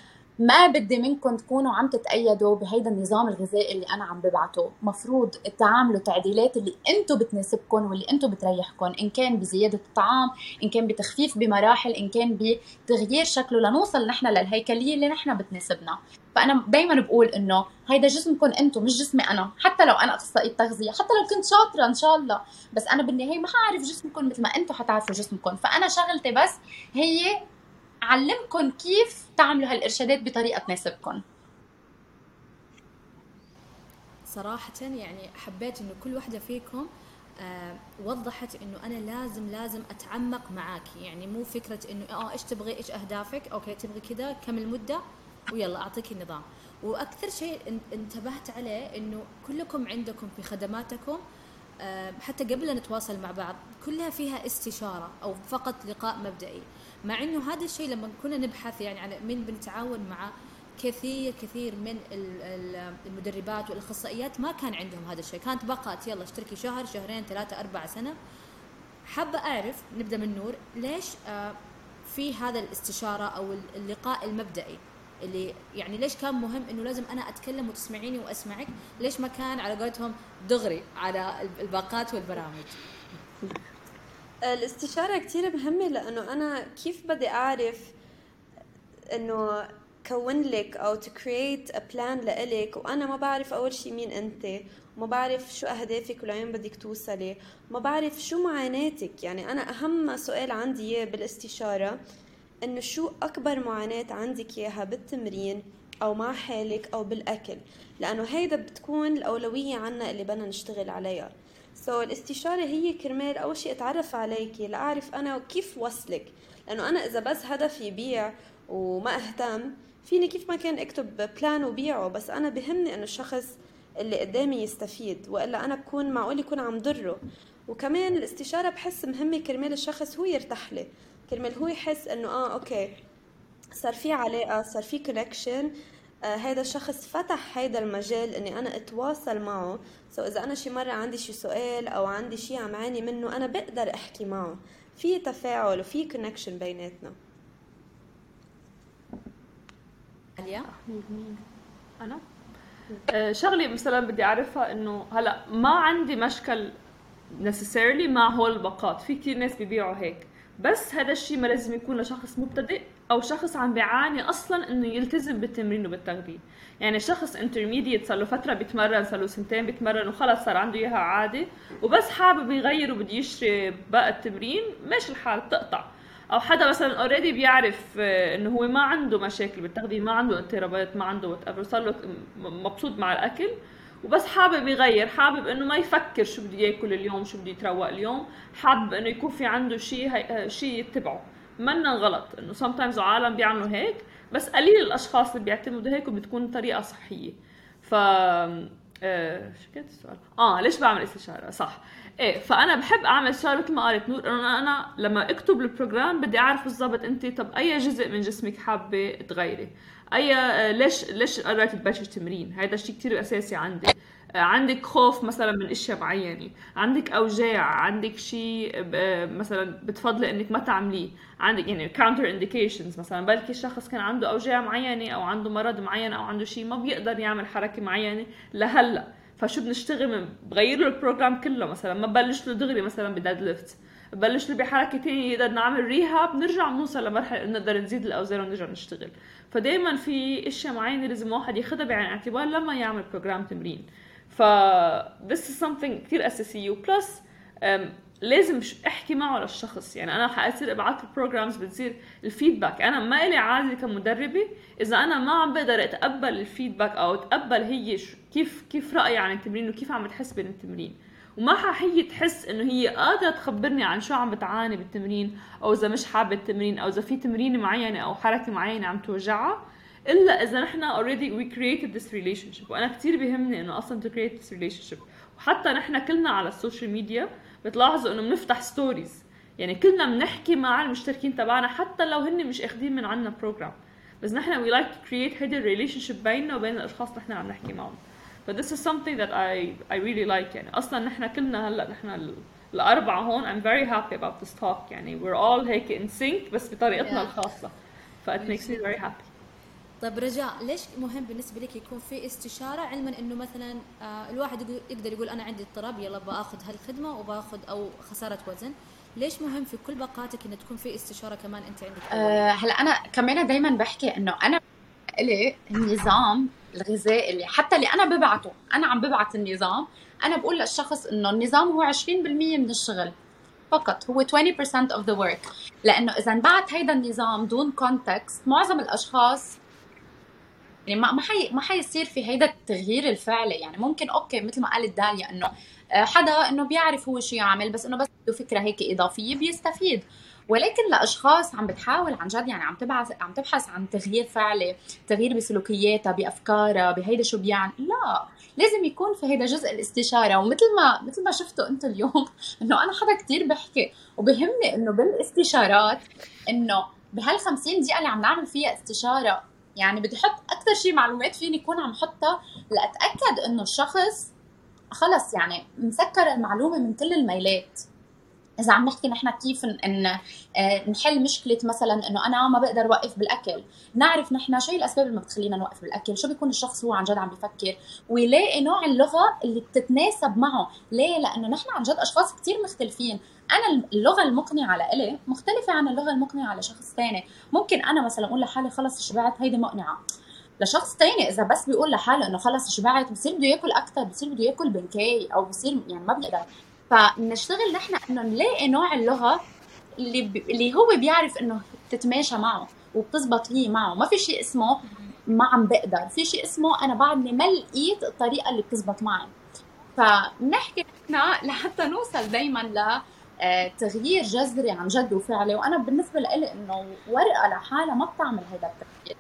ما بدي منكم تكونوا عم تتأيدوا بهيدا النظام الغذائي اللي أنا عم ببعته. مفروض تعملوا تعديلات اللي أنتوا بتناسبكم واللي أنتوا بتريحكم، إن كان بزيادة الطعام، إن كان بتخفيف بمراحل، إن كان بتغيير شكله، لنوصل نحن للهيكلية اللي نحن بتناسبنا. فأنا دايما بقول إنه هيدا جسمكم أنتوا مش جسمي أنا، حتى لو أنا أخصائية تغذية، حتى لو كنت شاطرة إن شاء الله، بس أنا بالنهاية ما هعرف جسمكم مثل ما أنتوا حتعرفوا جسمكم. فأنا شغلتي بس هي علمكم كيف تعملوا هالإرشادات بطريقة تناسبكم. صراحة يعني حبيت إنه كل واحدة فيكم آه وضحت انه انا لازم لازم اتعمق معاكي، يعني مو فكره انه اه ايش تبغي، ايش اهدافك، اوكي تبغي كذا كم المده ويلا اعطيك النظام. واكثر شيء انتبهت عليه انه كلكم عندكم في خدماتكم آه حتى قبل لا نتواصل مع بعض كلها فيها استشاره او فقط لقاء مبدئي، مع انه هذا الشيء لما كنا نبحث يعني عن من بنتعاون مع كثير كثير من المدربات والاخصائيات ما كان عندهم هذا الشيء، كانت بقت يلا اشتركي شهر شهرين ثلاثة أربعة سنة. حابة أعرف نبدأ من نور ليش آه في هذا الاستشارة أو اللقاء المبدئي اللي يعني ليش كان مهم إنه لازم أنا أتكلم وتسمعيني وأسمعك، ليش ما كان على قولتهم دغري على الباقات والبرامج؟ الاستشارة كتير مهمة، لأنه أنا كيف بدي أعرف إنه كون لك أو to create a plan لإلك وأنا ما بعرف أول شي مين أنت، وما بعرف شو أهدافك ولوين بدك توصلي، ما بعرف شو معاناتك. يعني أنا أهم سؤال عندي إياه بالاستشارة إنه شو أكبر معاناة عندك إياها بالتمرين أو مع حالك أو بالأكل، لأنه هيدا بتكون الأولوية عنا اللي بدنا نشتغل عليها. so الاستشارة هي كرمال أول شيء أتعرف عليكي لأعرف أنا كيف وصلك، لأنه أنا إذا بس هدفي بيع وما أهتم فيني كيف ما كان أكتب بلان وبيعه، بس أنا بهمني أنه الشخص اللي قدامي يستفيد، وإلا أنا بكون معقول يكون عم ضره. وكمان الاستشارة بحس مهمة كرمال الشخص هو يرتاح لي، كرمال هو يحس أنه آه أوكي صار في علاقة، صار في كونكشن، آه هيدا الشخص فتح هيدا المجال اني انا اتواصل معه. سو اذا انا شي مرة عندي شي سؤال او عندي شي عم عاني منه انا بقدر احكي معه، في تفاعل وفي كونكشن بيناتنا. عليا انا آه شغلي مثلا بدي اعرفها انه هلا ما عندي مشكل necessarily مع هول الباقات، في كتير ناس بيبيعوا هيك، بس هذا الشيء ما لازم يكون لشخص مبتدئ او شخص عم بيعاني اصلا انه يلتزم بالتمرين وبالتغذيه. يعني شخص intermediate صار له فتره بيتمرن، صار له سنتين بيتمرن وخلص صار عنده اياها عاده وبس حابب يغير وبده يشتري بقى التمرين، ماشي الحال بتقطع. او حدا مثلا اوريدي بيعرف انه هو ما عنده مشاكل بالتغذيه، ما عنده اضطرابات، ما عنده وات ايفر، صار له مبسوط مع الاكل وبس حابب يغير، حابب انه ما يفكر شو بده ياكل اليوم، شو بده يتروق اليوم، حابب انه يكون في عنده شيء شيء يتبعه. منا غلط انه sometimes عالم بيعملوا هيك، بس قليل الاشخاص اللي بيعتمدوا هيك وبتكون طريقه صحيه. ف آه... شو كانت السؤال؟ اه ليش بعمل استشاره؟ صح ايه، فانا بحب اعمل استشاره مثل ما قالت نور، انه انا لما اكتب البروجرام بدي اعرف بالضبط انت طب اي جزء من جسمك حابه تغيري، اي ليش ليش قررت تبلش تمرين. هذا الشيء كتير اساسي عندي. عندك خوف مثلا من اشياء معينه، عندك اوجاع، عندك شيء مثلا بتفضلي انك ما تعمليه، عندك يعني كاونتر انديكيشنز، مثلا بلكي الشخص كان عنده اوجاع معينه او عنده مرض معين او عنده شيء ما بيقدر يعمل حركه معينه لهلا، فشو بنشتغل من بغير له البروجرام كله. مثلا ما ببلش له دغري مثلا بديد ليفت، ببلش له بحركه ثانيه يقدر نعمل ريهاب، نرجع نوصل لمرحله انه نقدر نزيد الاوزان ونرجع نشتغل. فدائما في اشياء معينه لازم واحد ياخذها بعين الاعتبار لما يعمل بروجرام تمرين. ف this is something كتير اساسي. وبلس لازم احكي معه للشخص، يعني انا حاصير ابعث له بروجرامز بتصير الفيدباك، انا ما لي عادي كمدربه اذا انا ما عم بقدر اتقبل الفيدباك او اتقبل هي كيف كيف رايي عن التمرين وكيف عم تحس بالتمرين، وما هي تحس انه هي قادره تخبرني عن شو عم بتعاني بالتمرين، او اذا مش حابه التمرين، او اذا في تمرين معينه او حركه معينه عم توجعها، الا اذا نحن already we created this relationship. وانا كتير بيهمني انه اصلا to create this relationship. وحتى نحن كلنا على السوشيال ميديا بتلاحظوا انه بنفتح ستوريز، يعني كلنا بنحكي مع المشتركين تبعنا حتى لو هن مش اخذين من عنا بروجرام، بس نحن we like to create هيدا relationship بيننا وبين الاشخاص اللي نحن عم نحكي معهم. ف this is something that I I really like. يعني اصلا نحن كلنا هلا نحن الاربعه هون I'm very happy about this talk، يعني we're all هيك in sync بس بطريقتنا yeah. الخاصه. ف it makes me very happy. طيب رجاء، ليش مهم بالنسبه لك يكون في استشاره، علما انه مثلا آه الواحد يقدر يقول انا عندي اضطراب يلا باخذ هالخدمه وباخذ او خساره وزن، ليش مهم في كل باقاتك انه تكون في استشاره كمان انت عندك؟ أه هلا انا كمان دائما بحكي انه انا لي النظام الغذائي اللي حتى اللي انا ببعته، انا عم ببعت النظام، انا بقول للشخص انه النظام هو عشرين بالمية من الشغل فقط، هو عشرين بالمية of the work. لانه اذا انبعت هيدا النظام دون كونتكست معظم الاشخاص يعني ما ما حي ما حيصير في هيدا التغيير الفعلي. يعني ممكن اوكي مثل ما قالت داليا انه آه، حدا انه بيعرف هو شو يعمل، بس انه بس بده فكره هيك اضافيه بيستفيد. ولكن لاشخاص عم بتحاول عن جد، يعني عم تبحث عم تبحث عن تغيير فعلي، تغيير بسلوكياتها بافكارها بهيدا شو بيعني، لا لازم يكون في هيدا جزء الاستشاره. ومثل ما مثل ما شفتوا انتم اليوم انه انا حدا كتير بحكي، وبهمني انه بالاستشارات انه بهال خمسين دقيقه اللي عم نعمل فيها استشاره، يعني بدي احط اكثر شيء معلومات فيني اكون عم حطها لاتاكد انه الشخص خلص يعني مسكر المعلومه من كل الميلات. اذا عم نحكي نحن كيف ان آه، نحل مشكله مثلا انه انا ما بقدر اوقف بالاكل، نعرف نحن شو الاسباب اللي ما بتخلينا نوقف بالاكل، شو بيكون الشخص هو عن جد عم بيفكر، ويلاقي نوع اللغه اللي بتتناسب معه. ليه؟ لانه نحن عن جد اشخاص كتير مختلفين. انا اللغه المقنعه لإلي مختلفه عن اللغه المقنعه لشخص ثاني. ممكن انا مثلا اقول لحالي خلص شبعت، هيدي مقنعه، لشخص تاني اذا بس بيقول لحاله انه خلص شبعت بصير بده ياكل اكثر، بصير بده ياكل بنكاي، او بصير يعني ما بيقدر. فنشتغل نحن انه نلاقي نوع اللغه اللي ب... اللي هو بيعرف انه تتماشى معه وبتزبط هي معه. ما في شيء اسمه ما عم بقدر، في شيء اسمه انا بعدني ما لقيت الطريقه اللي بتزبط معي. فبنحكي نحن لحتى نوصل دائما ل آه، تغيير جذري عن جد وفعلي. وانا بالنسبه لي انه ورقه لحالها ما بتعمل هذا التغيير.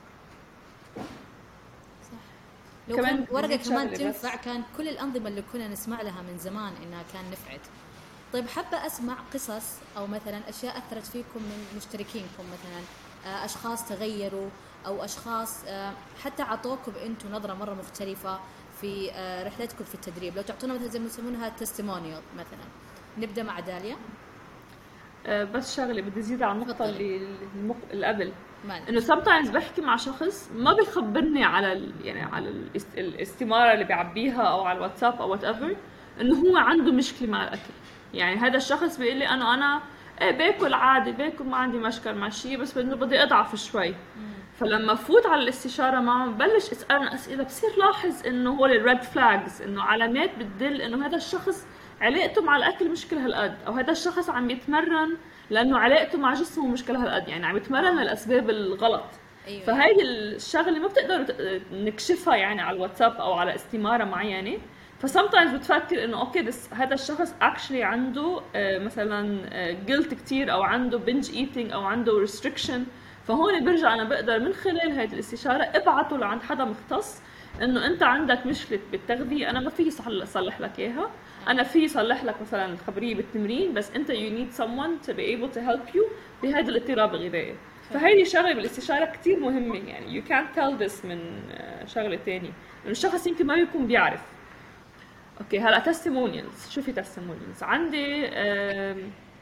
لو كمان كان ورقة بزيد كمان شغلة بس. تنفع كان كل الأنظمة اللي كنا نسمع لها من زمان إنها كان نفعت. طيب حابة أسمع قصص أو مثلا أشياء أثرت فيكم من مشتركينكم، مثلا آه، أشخاص تغيروا أو أشخاص آه، حتى عطوكم أنتم نظرة مرة مختلفة في آه، رحلتكم في التدريب. لو تعطونا مثلا زي ما يسمونها تستيمونيال مثلا. نبدأ مع داليا. آه، بس شغله بدي زيد على النقطه تفضلي. اللي المق... اللي قبل، مالك. انه sometimes بحكي مع شخص ما بيخبرني على ال... يعني على الاست... الاستماره اللي بيعبيها او على الواتساب او وات ايفر انه هو عنده مشكله مع الاكل. يعني هذا الشخص بيقول لي انه انا ايه باكل عادي، باكل ما عندي مشكل مع شيء، بس انه بدي اضعف شوي. فلما فوت على الاستشاره معه ببلش اساله اسئله، بصير لاحظ انه هو الريد فلاجز، انه علامات بتدل انه هذا الشخص علاقته مع الاكل مشكله هالقد، او هذا الشخص عم يتمرن لانه علاقته مع جسمه مشكله هالقد، يعني عم يتمرن للاسباب الغلط. أيوة. فهيدي الشغله ما بتقدروا ت- نكشفها يعني على الواتساب او على استماره معينه. فسمتايمز بتفكر انه اوكي this- هذا الشخص اكشلي عنده آه، مثلا جلت كتير، او عنده بنج ايتينج، او عنده ريستريكشن. فهون برجع انا بقدر من خلال هذه الاستشاره ابعته لعند حدا مختص، انه انت عندك مشكله بالتغذيه، انا ما في صح- صلح لك اياها، انا في صلح لك مثلا الخبريه بالتمرين، بس انت you need someone to be able to help you بهذا الاضطراب الغذائي. فهيدي شغله بالاستشاره كتير مهمه، يعني you can't tell this من آه، شغله تانية، لانه الشخص يمكن ما بيكون بيعرف. اوكي هلا تستيمونيالز، شو في تستيمونيالز عندي؟ آم،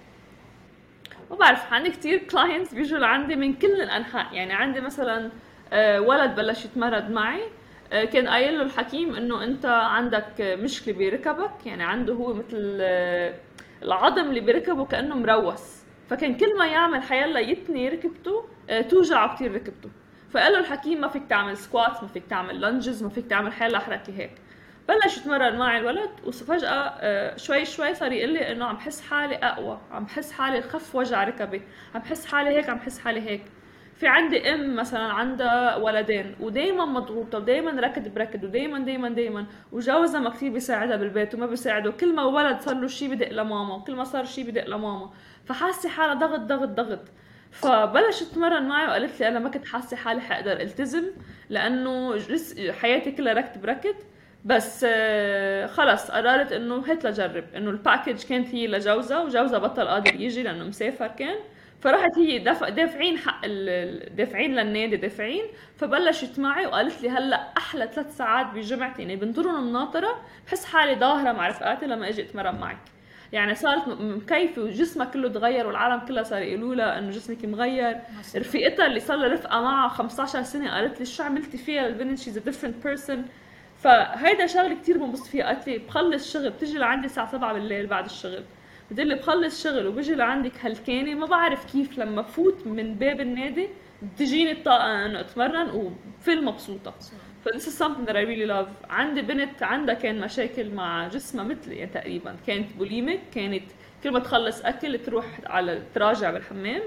ما بعرف، عندي كتير كلاينتس بيجوا لعندي من كل الانحاء. يعني عندي مثلا آه، ولد بلش يتمرد معي، آه، كان قايل له الحكيم انه انت عندك آه، مشكله بركبك، يعني عنده هو مثل آه، العظم اللي بركبه كانه مروس، فكان كل ما يعمل حيلا يتني ركبته آه، توجعه كتير ركبته. فقال له الحكيم ما فيك تعمل سكوات، ما فيك تعمل لانجز، ما فيك تعمل حيلا حركه هيك. بلش يتمرن معي الولد، وفجأة آه، شوي شوي صار يقول لي انه عم بحس حالي اقوى، عم بحس حالي خف وجع ركبي، عم بحس حالي هيك، عم بحس حالي هيك. في عندي ام مثلا عندها ولدين ودايما مضغوطه ودايما ركض بركض ودايما دايما دايما، وجوزها ما كثير بيساعدها بالبيت وما بيساعده، كل ما ولد صار له شيء بدق لماما، وكل ما صار شيء بدق لماما، فحاسه حالها ضغط ضغط ضغط. فبلشت تتمرن معي وقالت لي انا ما كنت حاسه حالي حقدر التزم، لانه جس- حياتي كلها ركض بركض، بس آه، خلص قررت انه هات لجرب. انه الباكج كانت هي لجوزها، وجوزها بطل قادر يجي لانه مسافر كان، فرحت هي دفع دافعين حق ال- دافعين للنادي دافعين. فبلشت معي وقالت لي هلا احلى ثلاث ساعات بجمعتي، يعني بنطرهم مناطره، بحس حالي ظاهره مع رفقاتي لما اجي اتمرن معك. يعني صارت م- مكيفه وجسمها كله تغير، والعالم كلها صار يقولوا لها انه جسمك مغير. رفيقتها اللي صار لها رفقه معها خمسطعش سنه قالت لي شو عملتي فيها البنت، شيز ا ديفرنت بيرسون. فهيدا شغله كتير بنبسط فيها. قالت لي بخلص شغل بتجي لعندي الساعه سبعة بالليل بعد الشغل، بتقول لي بخلص شغل وبجي لعندك هلكانه، ما بعرف كيف لما بفوت من باب النادي بتجيني الطاقه انه اتمرن وفيل مبسوطه. ف this is something that I really love. عندي بنت عندها كان مشاكل مع جسمها مثلي يعني تقريبا، كانت بوليميك، كانت كل ما تخلص اكل تروح على تراجع بالحمام.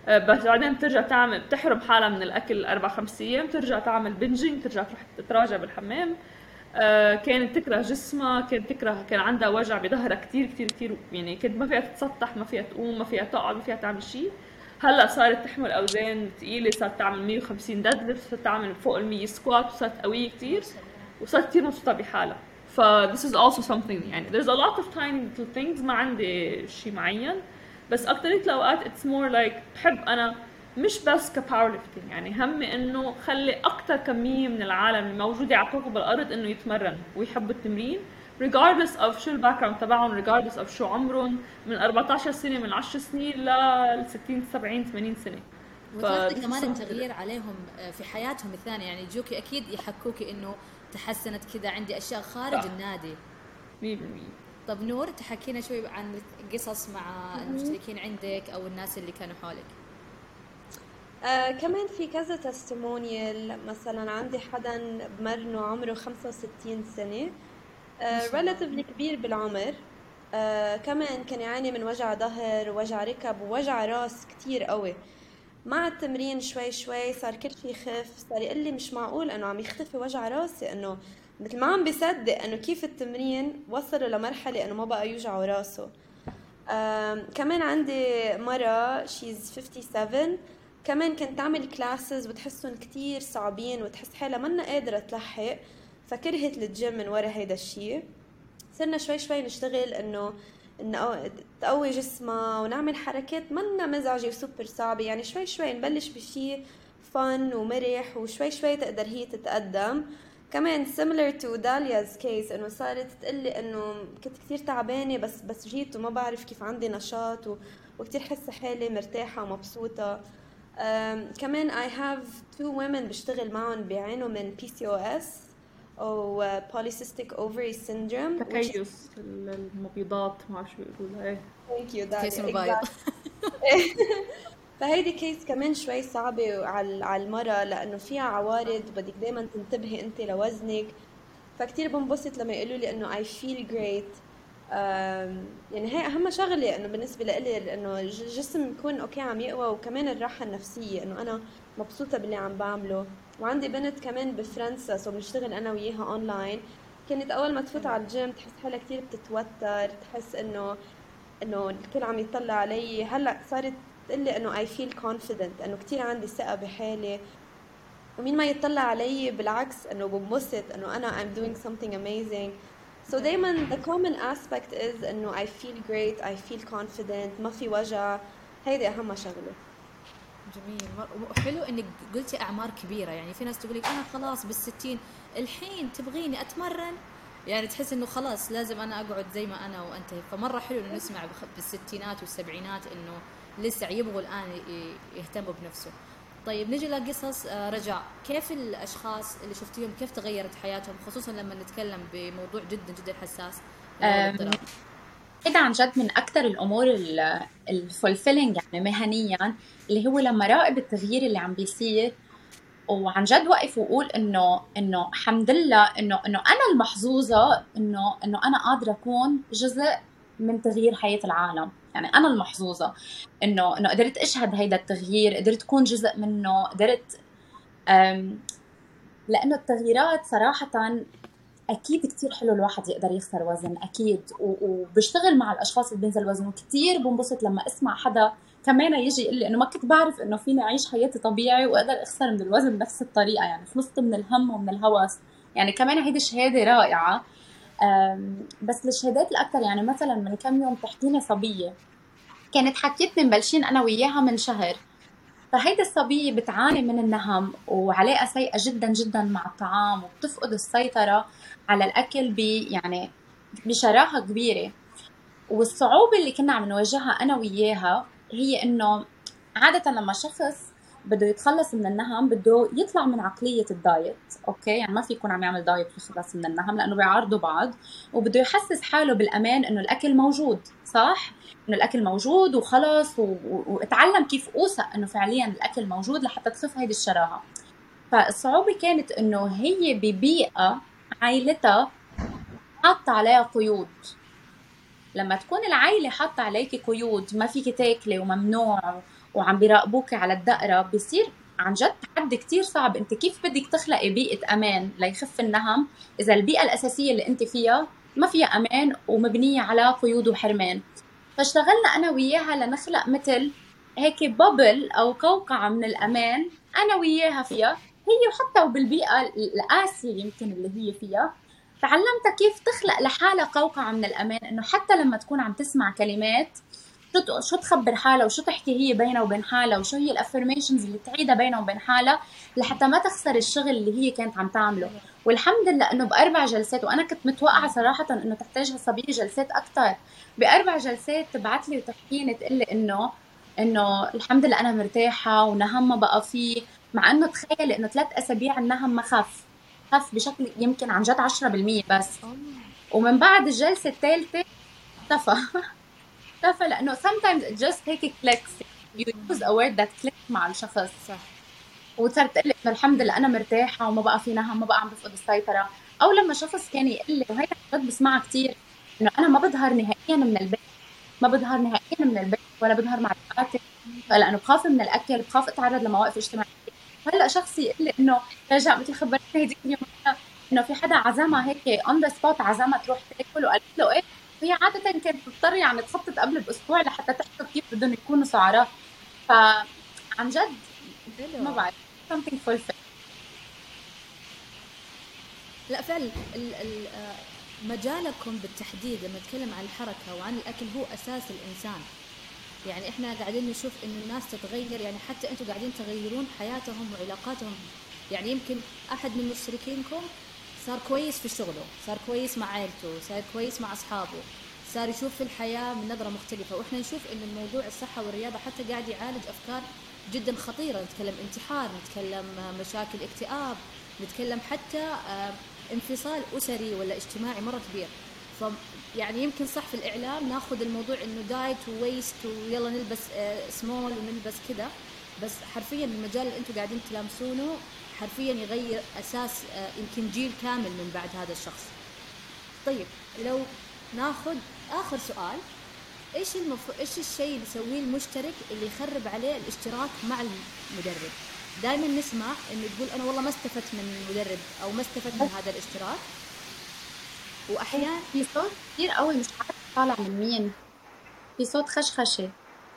آه، بس بعدين بترجع تعمل بتحرم حالها من الاكل اربع خمس ايام، ترجع تعمل بنجينج، ترجع تروح تتراجع بالحمام. آه، كانت تكره جسمها، كانت تكره، كان عندها وجع بظهرها كتير كتير كتير، يعني كانت ما فيها تتسطح، ما فيها تقوم، ما فيها تقعد، ما فيها تعمل شيء. هلا صارت تحمل اوزان ثقيله، صارت تعمل مية وخمسين ديد ليفت، صارت تعمل فوق ال مية سكوات، وصارت قويه كتير، وصارت كتير مبسوطه بحالها. ف this is also something، يعني there's a lot of tiny little things، ما عندي شيء معين، بس اكترية الاوقات it's more like بحب انا مش بس كباورليفتنج، يعني همي انه خلي اكتر كمية من العالم الموجودة على كوكب الارض انه يتمرن ويحبوا التمرين regardless of شو الباك جراوند تبعهم، regardless of شو عمرهم، من أربعتاشر سنة، من عشر سنين ل ستين سبعين ثمانين سنة. وتلاحظي كمان التغيير عليهم في حياتهم الثانية، يعني يجوكي أكيد يحكوكي إنه تحسنت كذا، عندي أشياء خارج صح. النادي. مية بالمية. طب نور، تحكينا شوي عن قصص مع المشتركين عندك أو الناس اللي كانوا حولك. آه كمان في كذا تستمونيال، مثلا عندي حدا بمرنه عمره خمسة وستين سنة، آه relatively كبير بالعمر. آه كمان كان يعاني من وجع ظهر ووجع ركب ووجع راس كتير قوي. مع التمرين شوي شوي صار كل شيء يخف، صار يقول لي مش معقول انه عم يختفي وجع راسي، انه مثل ما عم بيصدق انه كيف التمرين وصلوا لمرحلة انه ما بقى يوجعوا راسه. آم، كمان عندي مرة she's fifty-seven، كمان كانت تعمل كلاسز وتحسهم كتير صعبين وتحس حالها منا قادرة تلحق، فكرهت الجيم من ورا هيدا الشيء. صرنا شوي شوي نشتغل انه انه تقوي جسمها ونعمل حركات منا مزعجة وسوبر صعبة، يعني شوي شوي نبلش بشيء فن ومرح، وشوي شوي تقدر هي تتقدم. كمان similar to Dalia's case، انه صارت تقلي انه كنت كتير تعبانة، بس بس جيت وما بعرف كيف عندي نشاط و... وكتير حس حالي مرتاحة ومبسوطة. أم، كمان I have two women بشتغل معهم بيعانوا من بي سي او اس أو polycystic ovary syndrome which is- تكيس المبيضات، ما بعرف شو بيقولوا لها. ايه thank you كيس Dalia المبايض. فهيدي كيس كمان شوي صعبة على على المرة، لأنه فيها عوارض وبدك دايما تنتبهي أنت لوزنك. فكتير بنبسط لما يقولوا لي إنه I feel great. أم، يعني هي أهم شغلة إنه بالنسبة لإلي، إنه الجسم يكون أوكي عم يقوى، وكمان الراحة النفسية إنه أنا مبسوطة باللي عم بعمله. وعندي بنت كمان بفرنسا، سو بنشتغل أنا وياها أونلاين. كانت أول ما تفوت على الجيم تحس حالها كتير بتتوتر، تحس إنه انه الكل عم يطلع علي. هلا صارت تقلي انه I feel confident، انه كتير عندي ثقة بحالي، ومين ما يطلع علي بالعكس انه بنبسط انه انا I'm doing something amazing. So دايما the common aspect is انه I feel great, I feel confident، ما في وجع. هيدي اهم شغلة. جميل. وحلو انك قلتي اعمار كبيره، يعني في ناس تقول لك انا خلاص بالستين الحين تبغيني اتمرن، يعني تحس انه خلاص لازم انا اقعد زي ما انا وانتهي. فمره حلو انه نسمع بالستينات والسبعينات انه لسه يبغوا الان يهتموا بنفسه. طيب نجي لقصص رجاء، كيف الاشخاص اللي شفتيهم كيف تغيرت حياتهم، خصوصا لما نتكلم بموضوع جدا جدا حساس؟ هذا عن جد من أكثر الأمور الفولفيلينج يعني مهنيا، اللي هو لما راقب التغيير اللي عم بيصير، وعن جد وقف وقول إنه إنه الحمد لله إنه إنه أنا المحظوظة، إنه إنه أنا قادرة أكون جزء من تغيير حياة العالم. يعني أنا المحظوظة إنه إنه قدرت أشهد هيدا التغيير، قدرت أكون جزء منه، قدرت أم لأنه التغييرات صراحة أكيد كتير حلو الواحد يقدر يخسر وزن أكيد، وبشتغل مع الأشخاص اللي بينزل وزن، وكتير بنبسط لما أسمع حدا كمان يجي يقول لي إنه ما كنت بعرف إنه فيني أعيش حياتي طبيعي وأقدر أخسر من الوزن بنفس الطريقة، يعني في نص من الهم ومن الهوس. يعني كمان هيدي شهادة رائعة. بس الشهادات الأكثر، يعني مثلا من كم يوم تحكيني صبية كانت حكيتني مبلشين أنا وياها من شهر، فهيدا الصبية بتعاني من النهم وعلاقة سيئة جدا جدا مع الطعام، وبتفقد السيطرة على الأكل ب يعني بشراهة كبيرة. والصعوبة اللي كنا عم نواجهها أنا وياها هي إنه عادة لما شخص بده يتخلص من النهم بده يطلع من عقلية الدايت، أوكي؟ يعني ما في يكون عم يعمل دايت ويخلص من النهم، لأنه بيعارضوا بعض، وبده يحسس حاله بالأمان إنه الأكل موجود، صح؟ إنه الأكل موجود وخلص، واتعلم كيف أوثق إنه فعلياً الأكل موجود لحتى تخف هيدي الشراهة. فالصعوبة كانت إنه هي ببيئة عائلتها حاطة عليها قيود. لما تكون العائلة حاطة عليكي قيود، ما فيك تاكلي وممنوع وعم بيراقبوك على الدقرة، بيصير عن جد تحدي كتير صعب. انت كيف بدك تخلقي بيئة امان ليخف النهم اذا البيئة الاساسية اللي انت فيها ما فيها امان ومبنية على قيود وحرمان؟ فاشتغلنا انا وياها لنخلق مثل هيك بابل او قوقعة من الامان انا وياها فيها هي، وحتى وبالبيئة القاسية يمكن اللي هي فيها تعلمتها كيف تخلق لحالها قوقعة من الامان، انه حتى لما تكون عم تسمع كلمات شو شو تخبر حالها وشو تحكي هي بينها وبين حالها وشو هي الافرميشنز اللي تعيدها بينها وبين حالها لحتى ما تخسر الشغل اللي هي كانت عم تعمله. والحمد لله انه باربع جلسات، وانا كنت متوقعه صراحه انه تحتاج هالصبيه جلسات اكثر، باربع جلسات تبعت لي وتحكيني تقول لي انه انه الحمد لله انا مرتاحه ونهم ما بقى فيه، مع انه تخيل انه ثلاث اسابيع النهم ما خف، خف بشكل يمكن عن جد عشرة بالمية بس. ومن بعد الجلسه الثالثه اختفى اختفى لانه sometimes it just هيك clicks you use a word that clicks مع الشخص. صح. وصارت تقول لي انه الحمد لله انا مرتاحه وما بقى في نهم، ما بقى عم بفقد السيطره. او لما شخص كان يقول لي، وهي عن جد بسمعها كثير، انه انا ما بظهر نهائيا من البيت، ما بظهر نهائيا من البيت ولا بظهر مع رفقاتي لانه بخاف من الاكل، بخاف اتعرض لمواقف اجتماعيه. هلا شخص يقول لي انه رجع مثل خبرتني هذيك اليوم انه في حدا عزمها هيك اون ذا سبوت، عزمها تروح تاكل وقالت له ايه، هي عاده كانت تضطر يعني تخطط قبل باسبوع لحتى تحسب كيف بدهم يكونوا سعراء. فعن جد ما بعرف something fulfilling. لا فعلا ال ال مجالكم بالتحديد لما نتكلم عن الحركة وعن الأكل هو أساس الإنسان. يعني إحنا قاعدين نشوف إنه الناس تتغير، يعني حتى أنتم قاعدين تغيرون حياتهم وعلاقاتهم. يعني يمكن أحد من مشتركينكم صار كويس في شغله، صار كويس مع عائلته، صار كويس مع أصحابه، صار يشوف في الحياة من نظرة مختلفة. وإحنا نشوف إن الموضوع الصحة والرياضة حتى قاعد يعالج أفكار جدا خطيرة، نتكلم انتحار، نتكلم مشاكل اكتئاب، نتكلم حتى انفصال أسري ولا اجتماعي مرة كبير. ف يعني يمكن صح في الإعلام ناخذ الموضوع إنه دايت وويست ويلا نلبس سمول ونلبس كذا، بس حرفيا المجال اللي أنتم قاعدين تلامسونه حرفيا يغير أساس يمكن جيل كامل من بعد هذا الشخص. طيب لو ناخذ آخر سؤال، إيش المف... إيش الشيء اللي يسويه المشترك اللي يخرب عليه الاشتراك مع المدرب؟ دائما نسمع إنه تقول أنا والله ما استفدت من المدرب أو ما استفدت من هذا الاشتراك، وأحيانا في صوت كثير قوي مش عارف طالع من مين، في صوت خشخشة.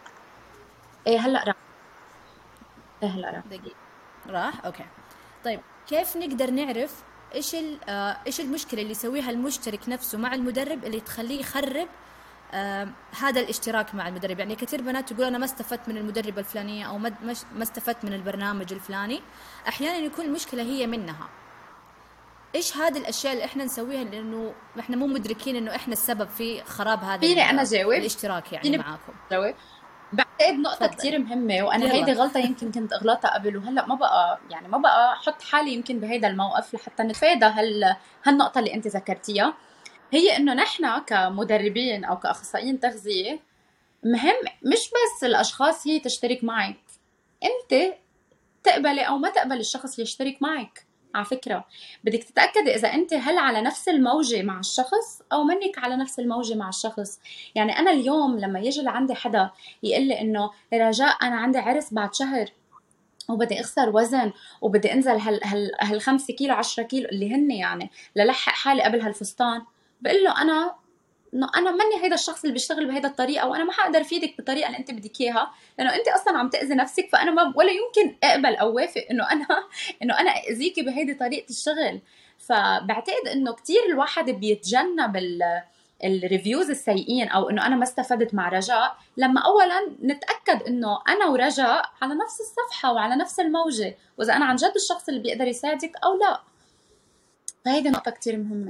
ايه هلا راح، ايه هلا راح دقيقة راح أوكي. طيب كيف نقدر نعرف إيش آه إيش المشكلة اللي يسويها المشترك نفسه مع المدرب اللي تخليه يخرب آه هذا الاشتراك مع المدرب؟ يعني كثير بنات تقول أنا ما استفدت من المدرب الفلانية أو ما ما استفدت من البرنامج الفلاني. أحيانا يكون المشكلة هي منها. إيش هذه الأشياء اللي إحنا نسويها لأنه إحنا مو مدركين إنه إحنا السبب في خراب هذا فيني أنا جاوب الاشتراك يعني معاكم؟ جاوب. بعتقد نقطة كتير مهمة، وأنا هيدي غلطة يمكن كنت أغلطها قبل، وهلأ ما بقى يعني ما بقى أحط حالي يمكن بهيدا الموقف لحتى نتفادى هال هالنقطة اللي أنت ذكرتيها. هي إنه نحن كمدربين أو كأخصائيين تغذية مهم مش بس الأشخاص هي تشترك معك، أنت تقبلي أو ما تقبل الشخص يشترك معك. على فكرة بدك تتأكدي إذا أنت هل على نفس الموجة مع الشخص أو منك على نفس الموجة مع الشخص. يعني أنا اليوم لما يجي لعندي حدا يقول لي إنه رجاء أنا عندي عرس بعد شهر وبدي أخسر وزن وبدي أنزل هال هال هالخمسة كيلو عشرة كيلو اللي هن يعني للحق حالي قبل هالفستان، بقول له أنا أنا مني هيدا الشخص اللي بيشتغل بهيدا الطريقة، وأنا ما حقدر فيدك بالطريقة اللي أنت بدك إياها لأنه أنت أصلاً عم تأذي نفسك، فأنا ما ولا يمكن أقبل أو وافق إنه أنا إنه أنا أذيكي بهيدي طريقة الشغل. فبعتقد إنه كتير الواحد بيتجنب ال الريفيوز السيئين أو إنه أنا ما استفدت مع رجاء لما أولاً نتأكد إنه أنا ورجاء على نفس الصفحة وعلى نفس الموجة، وإذا أنا عن جد الشخص اللي بيقدر يساعدك أو لا. فهيدي نقطة كتير مهمة.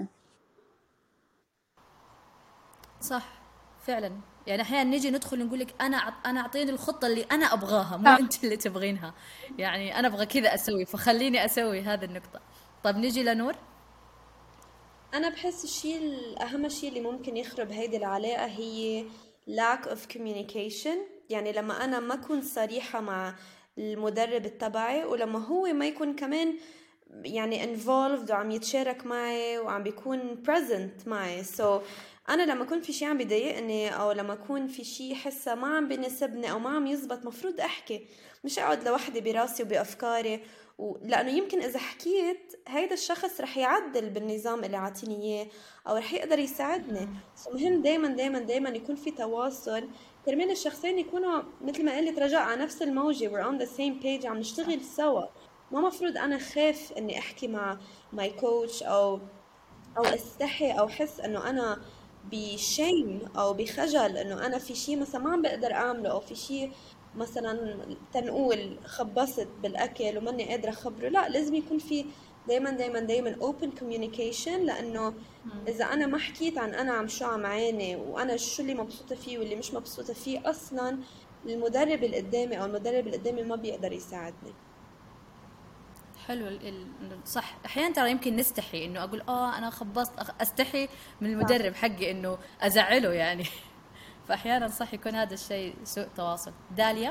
صح فعلا. يعني احيانا نجي ندخل نقول لك انا انا اعطيني الخطه اللي انا ابغاها مو انت اللي تبغينها، يعني انا ابغى كذا اسوي فخليني اسوي هذه النقطه. طيب نجي لنور. انا بحس الشيء الاهم شيء اللي ممكن يخرب هيدي العلاقه هي lack of communication. يعني لما انا ما اكون صريحه مع المدرب تبعي ولما هو ما يكون كمان يعني involved وعم يتشارك معي وعم بيكون present معي. so أنا لما أكون في شيء عم بيضايقني أو لما أكون في شيء حسه ما عم بيناسبني أو ما عم يزبط مفروض أحكي، مش أقعد لوحدي براسي وبأفكاري، لأنه يمكن إذا حكيت هيدا الشخص رح يعدل بالنظام اللي عاطيني إياه أو رح يقدر يساعدني. مهم دايما دايما دايما يكون في تواصل كرمال الشخصين يكونوا مثل ما قلت رجاء على نفس الموجة، we're on the same page، عم نشتغل سوا. ما مفروض أنا خاف إني أحكي مع my coach أو أو استحي أو حس إنه أنا بشيم أو بخجل إنه أنا في شيء مثلا ما عم بقدر أعمله، أو في شيء مثلا تنقول خبصت بالأكل وماني قادرة أخبره. لا، لازم يكون في دايما دايما دايما open communication، لأنه إذا أنا ما حكيت عن أنا عم شو عم عاني وأنا شو اللي مبسوطة فيه واللي مش مبسوطة فيه، أصلا المدرب اللي قدامي أو المدرب اللي قدامي ما بيقدر يساعدني. حلو ال... ال... صح. احيانا ترى يمكن نستحي انه اقول اه انا خبصت، استحي من المدرب حقي انه ازعله يعني. فاحيانا صح يكون هذا الشيء سوء تواصل. داليا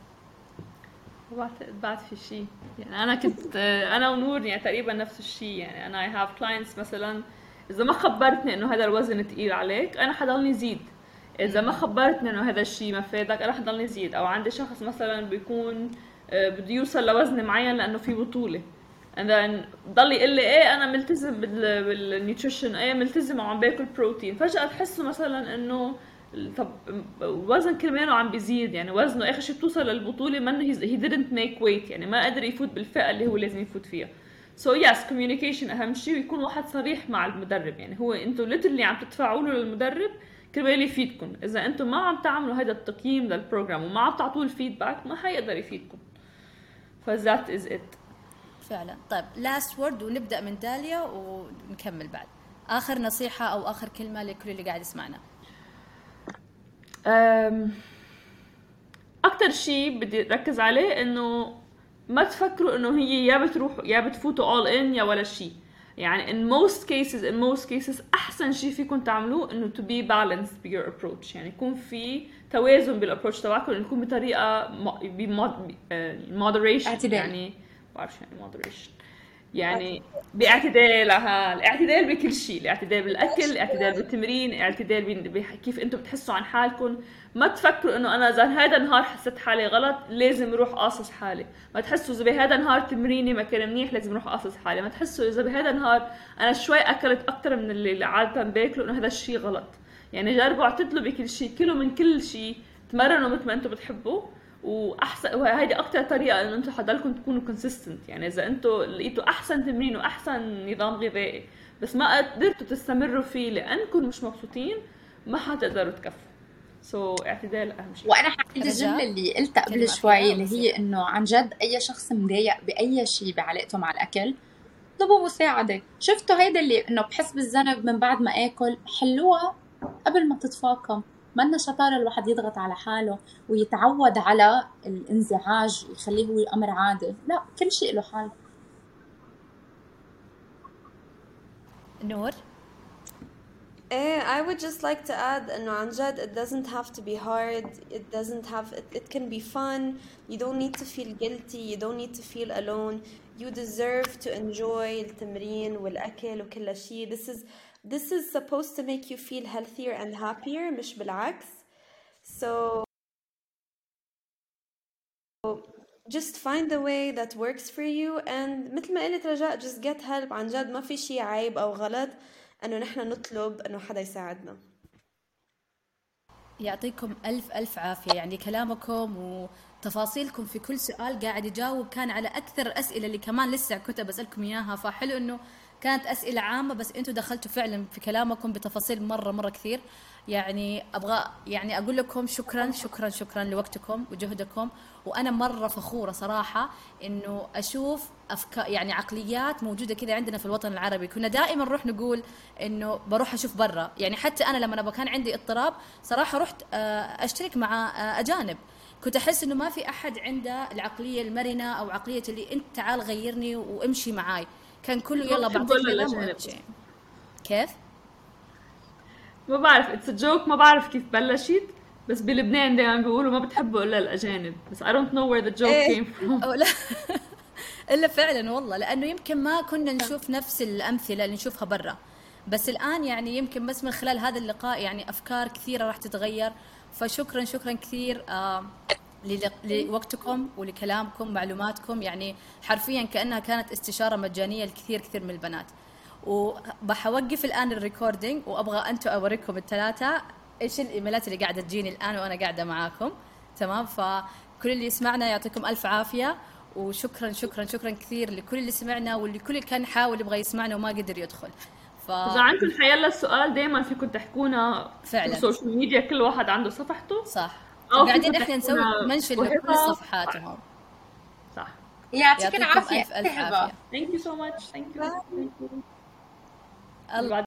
بعد بعد في شيء يعني انا كنت انا ونور يعني تقريبا نفس الشيء. يعني انا I have clients مثلا اذا ما خبرتني انه هذا الوزن ثقيل عليك انا حضلني زيد، اذا ما خبرتني انه هذا الشيء ما فادك انا حضلني زيد. او عندي شخص مثلا بيكون بده يوصل لوزن معين لانه في بطوله، and then ضل يقول لي ايه انا ملتزم بال بالنيوتريشن، ايه ملتزم وعم باكل بروتين، فجاه تحسه مثلا انه طب وزن كرماله عم بيزيد، يعني وزنه اخر شيء بتوصل للبطوله منه he didn't make weight، يعني ما قدر يفوت بالفئه اللي هو لازم يفوت فيها. so yes communication اهم شيء، ويكون واحد صريح مع المدرب. يعني هو انتوا literally عم تدفعوا له للمدرب كرمال يفيدكم، اذا انتم ما عم تعملوا هذا التقييم للبروجرام وما عم تعطوه الفيدباك ما حيقدر يفيدكم. ف that is it فعلا. طيب last word ونبدأ من داليا ونكمل بعد. آخر نصيحة أو آخر كلمة لكل اللي قاعد يسمعنا. أكتر شيء بدي ركز عليه إنه ما تفكروا إنه هي يا بتروحوا يا بتفوتوا all in يا ولا شيء. يعني in most cases in most cases أحسن شيء فيكم تعملوه إنه to be balanced by your approach، يعني يكون في توازن بالapproach تبعكم، يكون بطريقة moderation، اعتدال. يعني بعرف يعني moderation يعني باعتدال. ها الاعتدال بكل شيء، الاعتدال بالاكل، الاعتدال بالتمرين، الاعتدال بكيف انتم بتحسوا عن حالكم. ما تفكروا انه انا اذا هذا النهار حسيت حالي غلط لازم اروح قاصص حالي، ما تحسوا اذا بهذا النهار تمريني ما كان منيح لازم اروح قاصص حالي، ما تحسوا اذا بهذا النهار انا شوي اكلت اكثر من اللي عاده باكله انه هذا الشيء غلط. يعني جربوا اعتدلوا بكل شيء، كلوا من كل شيء، تمرنوا مثل ما انتم بتحبوا، واحسن وهيدي اكتر طريقه انه انتم حضلكم تكونوا كونسيستنت. يعني اذا انتم لقيتوا احسن تمرين واحسن نظام غذائي بس ما قدرتوا تستمروا فيه لانكم مش مبسوطين ما حتقدروا تكفوا. سو so, اعتدال اهم شيء. وانا حكيت الجمله اللي قلتها قبل شوي اللي هي انه عن جد اي شخص مضايق باي شيء بعلاقته مع الاكل طلبوا مساعده. شفتوا هيدا اللي انه بحس بالذنب من بعد ما اكل، حلوها قبل ما تتفاقم. منا شطارة الواحد يضغط على حاله ويتعود على الانزعاج يخليه هو أمر عادي، لا كل شيء له حل. نور. I would just like to add إنه عن جد it doesn't have to be hard, it doesn't have it, it can be fun. You don't need to feel guilty, you don't need to feel alone. You deserve to enjoy التمرين والأكل وكل شيء. This is This is supposed to make you feel healthier and happier مش بالعكس. So just find the way that works for you, and مثل ما قلت رجاء just get help. عن جد ما في شيء عيب أو غلط أنه نحن نطلب أنه حدا يساعدنا. يعطيكم ألف ألف عافية. يعني كلامكم وتفاصيلكم في كل سؤال قاعد يجاوب كان على أكثر الأسئلة اللي كمان لسه كنت بسألكم إياها. فحلو إنه كانت أسئلة عامة بس أنتوا دخلتوا فعلا في كلامكم بتفاصيل مرة مرة كثير. يعني أبغى يعني أقول لكم شكرا شكرا شكرا لوقتكم وجهدكم. وأنا مرة فخورة صراحة إنه أشوف أفكار يعني عقليات موجودة كذا عندنا في الوطن العربي. كنا دائما نروح نقول إنه بروح أشوف برا. يعني حتى أنا لما أنا كان عندي اضطراب صراحة رحت أشترك مع أجانب، كنت أحس إنه ما في أحد عنده العقلية المرنة أو عقلية اللي أنت تعال غيرني وامشي معاي. كان كله يلا بعطيك شيء. كيف؟ ما بعرف اتس جوك، ما بعرف كيف بلشت بس بلبنان دائما بيقولوا ما بتحبوا الا الاجانب، بس I don't know where the joke came from. أو لا الا فعلا والله، لانه يمكن ما كنا نشوف نفس الامثله اللي نشوفها برا، بس الان يعني يمكن بس من خلال هذا اللقاء يعني افكار كثيره راح تتغير. فشكرا شكرا كثير آه لوقتكم ولكلامكم، معلوماتكم، يعني حرفيا كانها كانت استشاره مجانيه لكثير كثير من البنات. وبحوقف الان الريكوردينج، وابغى انتم اوريكم الثلاثه ايش الايميلات اللي قاعده تجيني الان وانا قاعده معاكم. تمام؟ فكل اللي يسمعنا يعطيكم الف عافيه، وشكرا شكرا شكرا كثير لكل اللي سمعنا واللي كل اللي كان حاول يبغى يسمعنا وما قدر يدخل. ف اذا عندكم حيلا السؤال دائما فيكم تحكونا فعلا السوشيال ميديا، كل واحد عنده صفحته صح، أو وقاعدين فيكم احنا نسوي تحكونا منشن وهبة. لكل صفحاتهم. صح. يعطيك يعطيكم العافية الف الف هبة. عافيه. Thank you so much. Thank you. Thank you. الله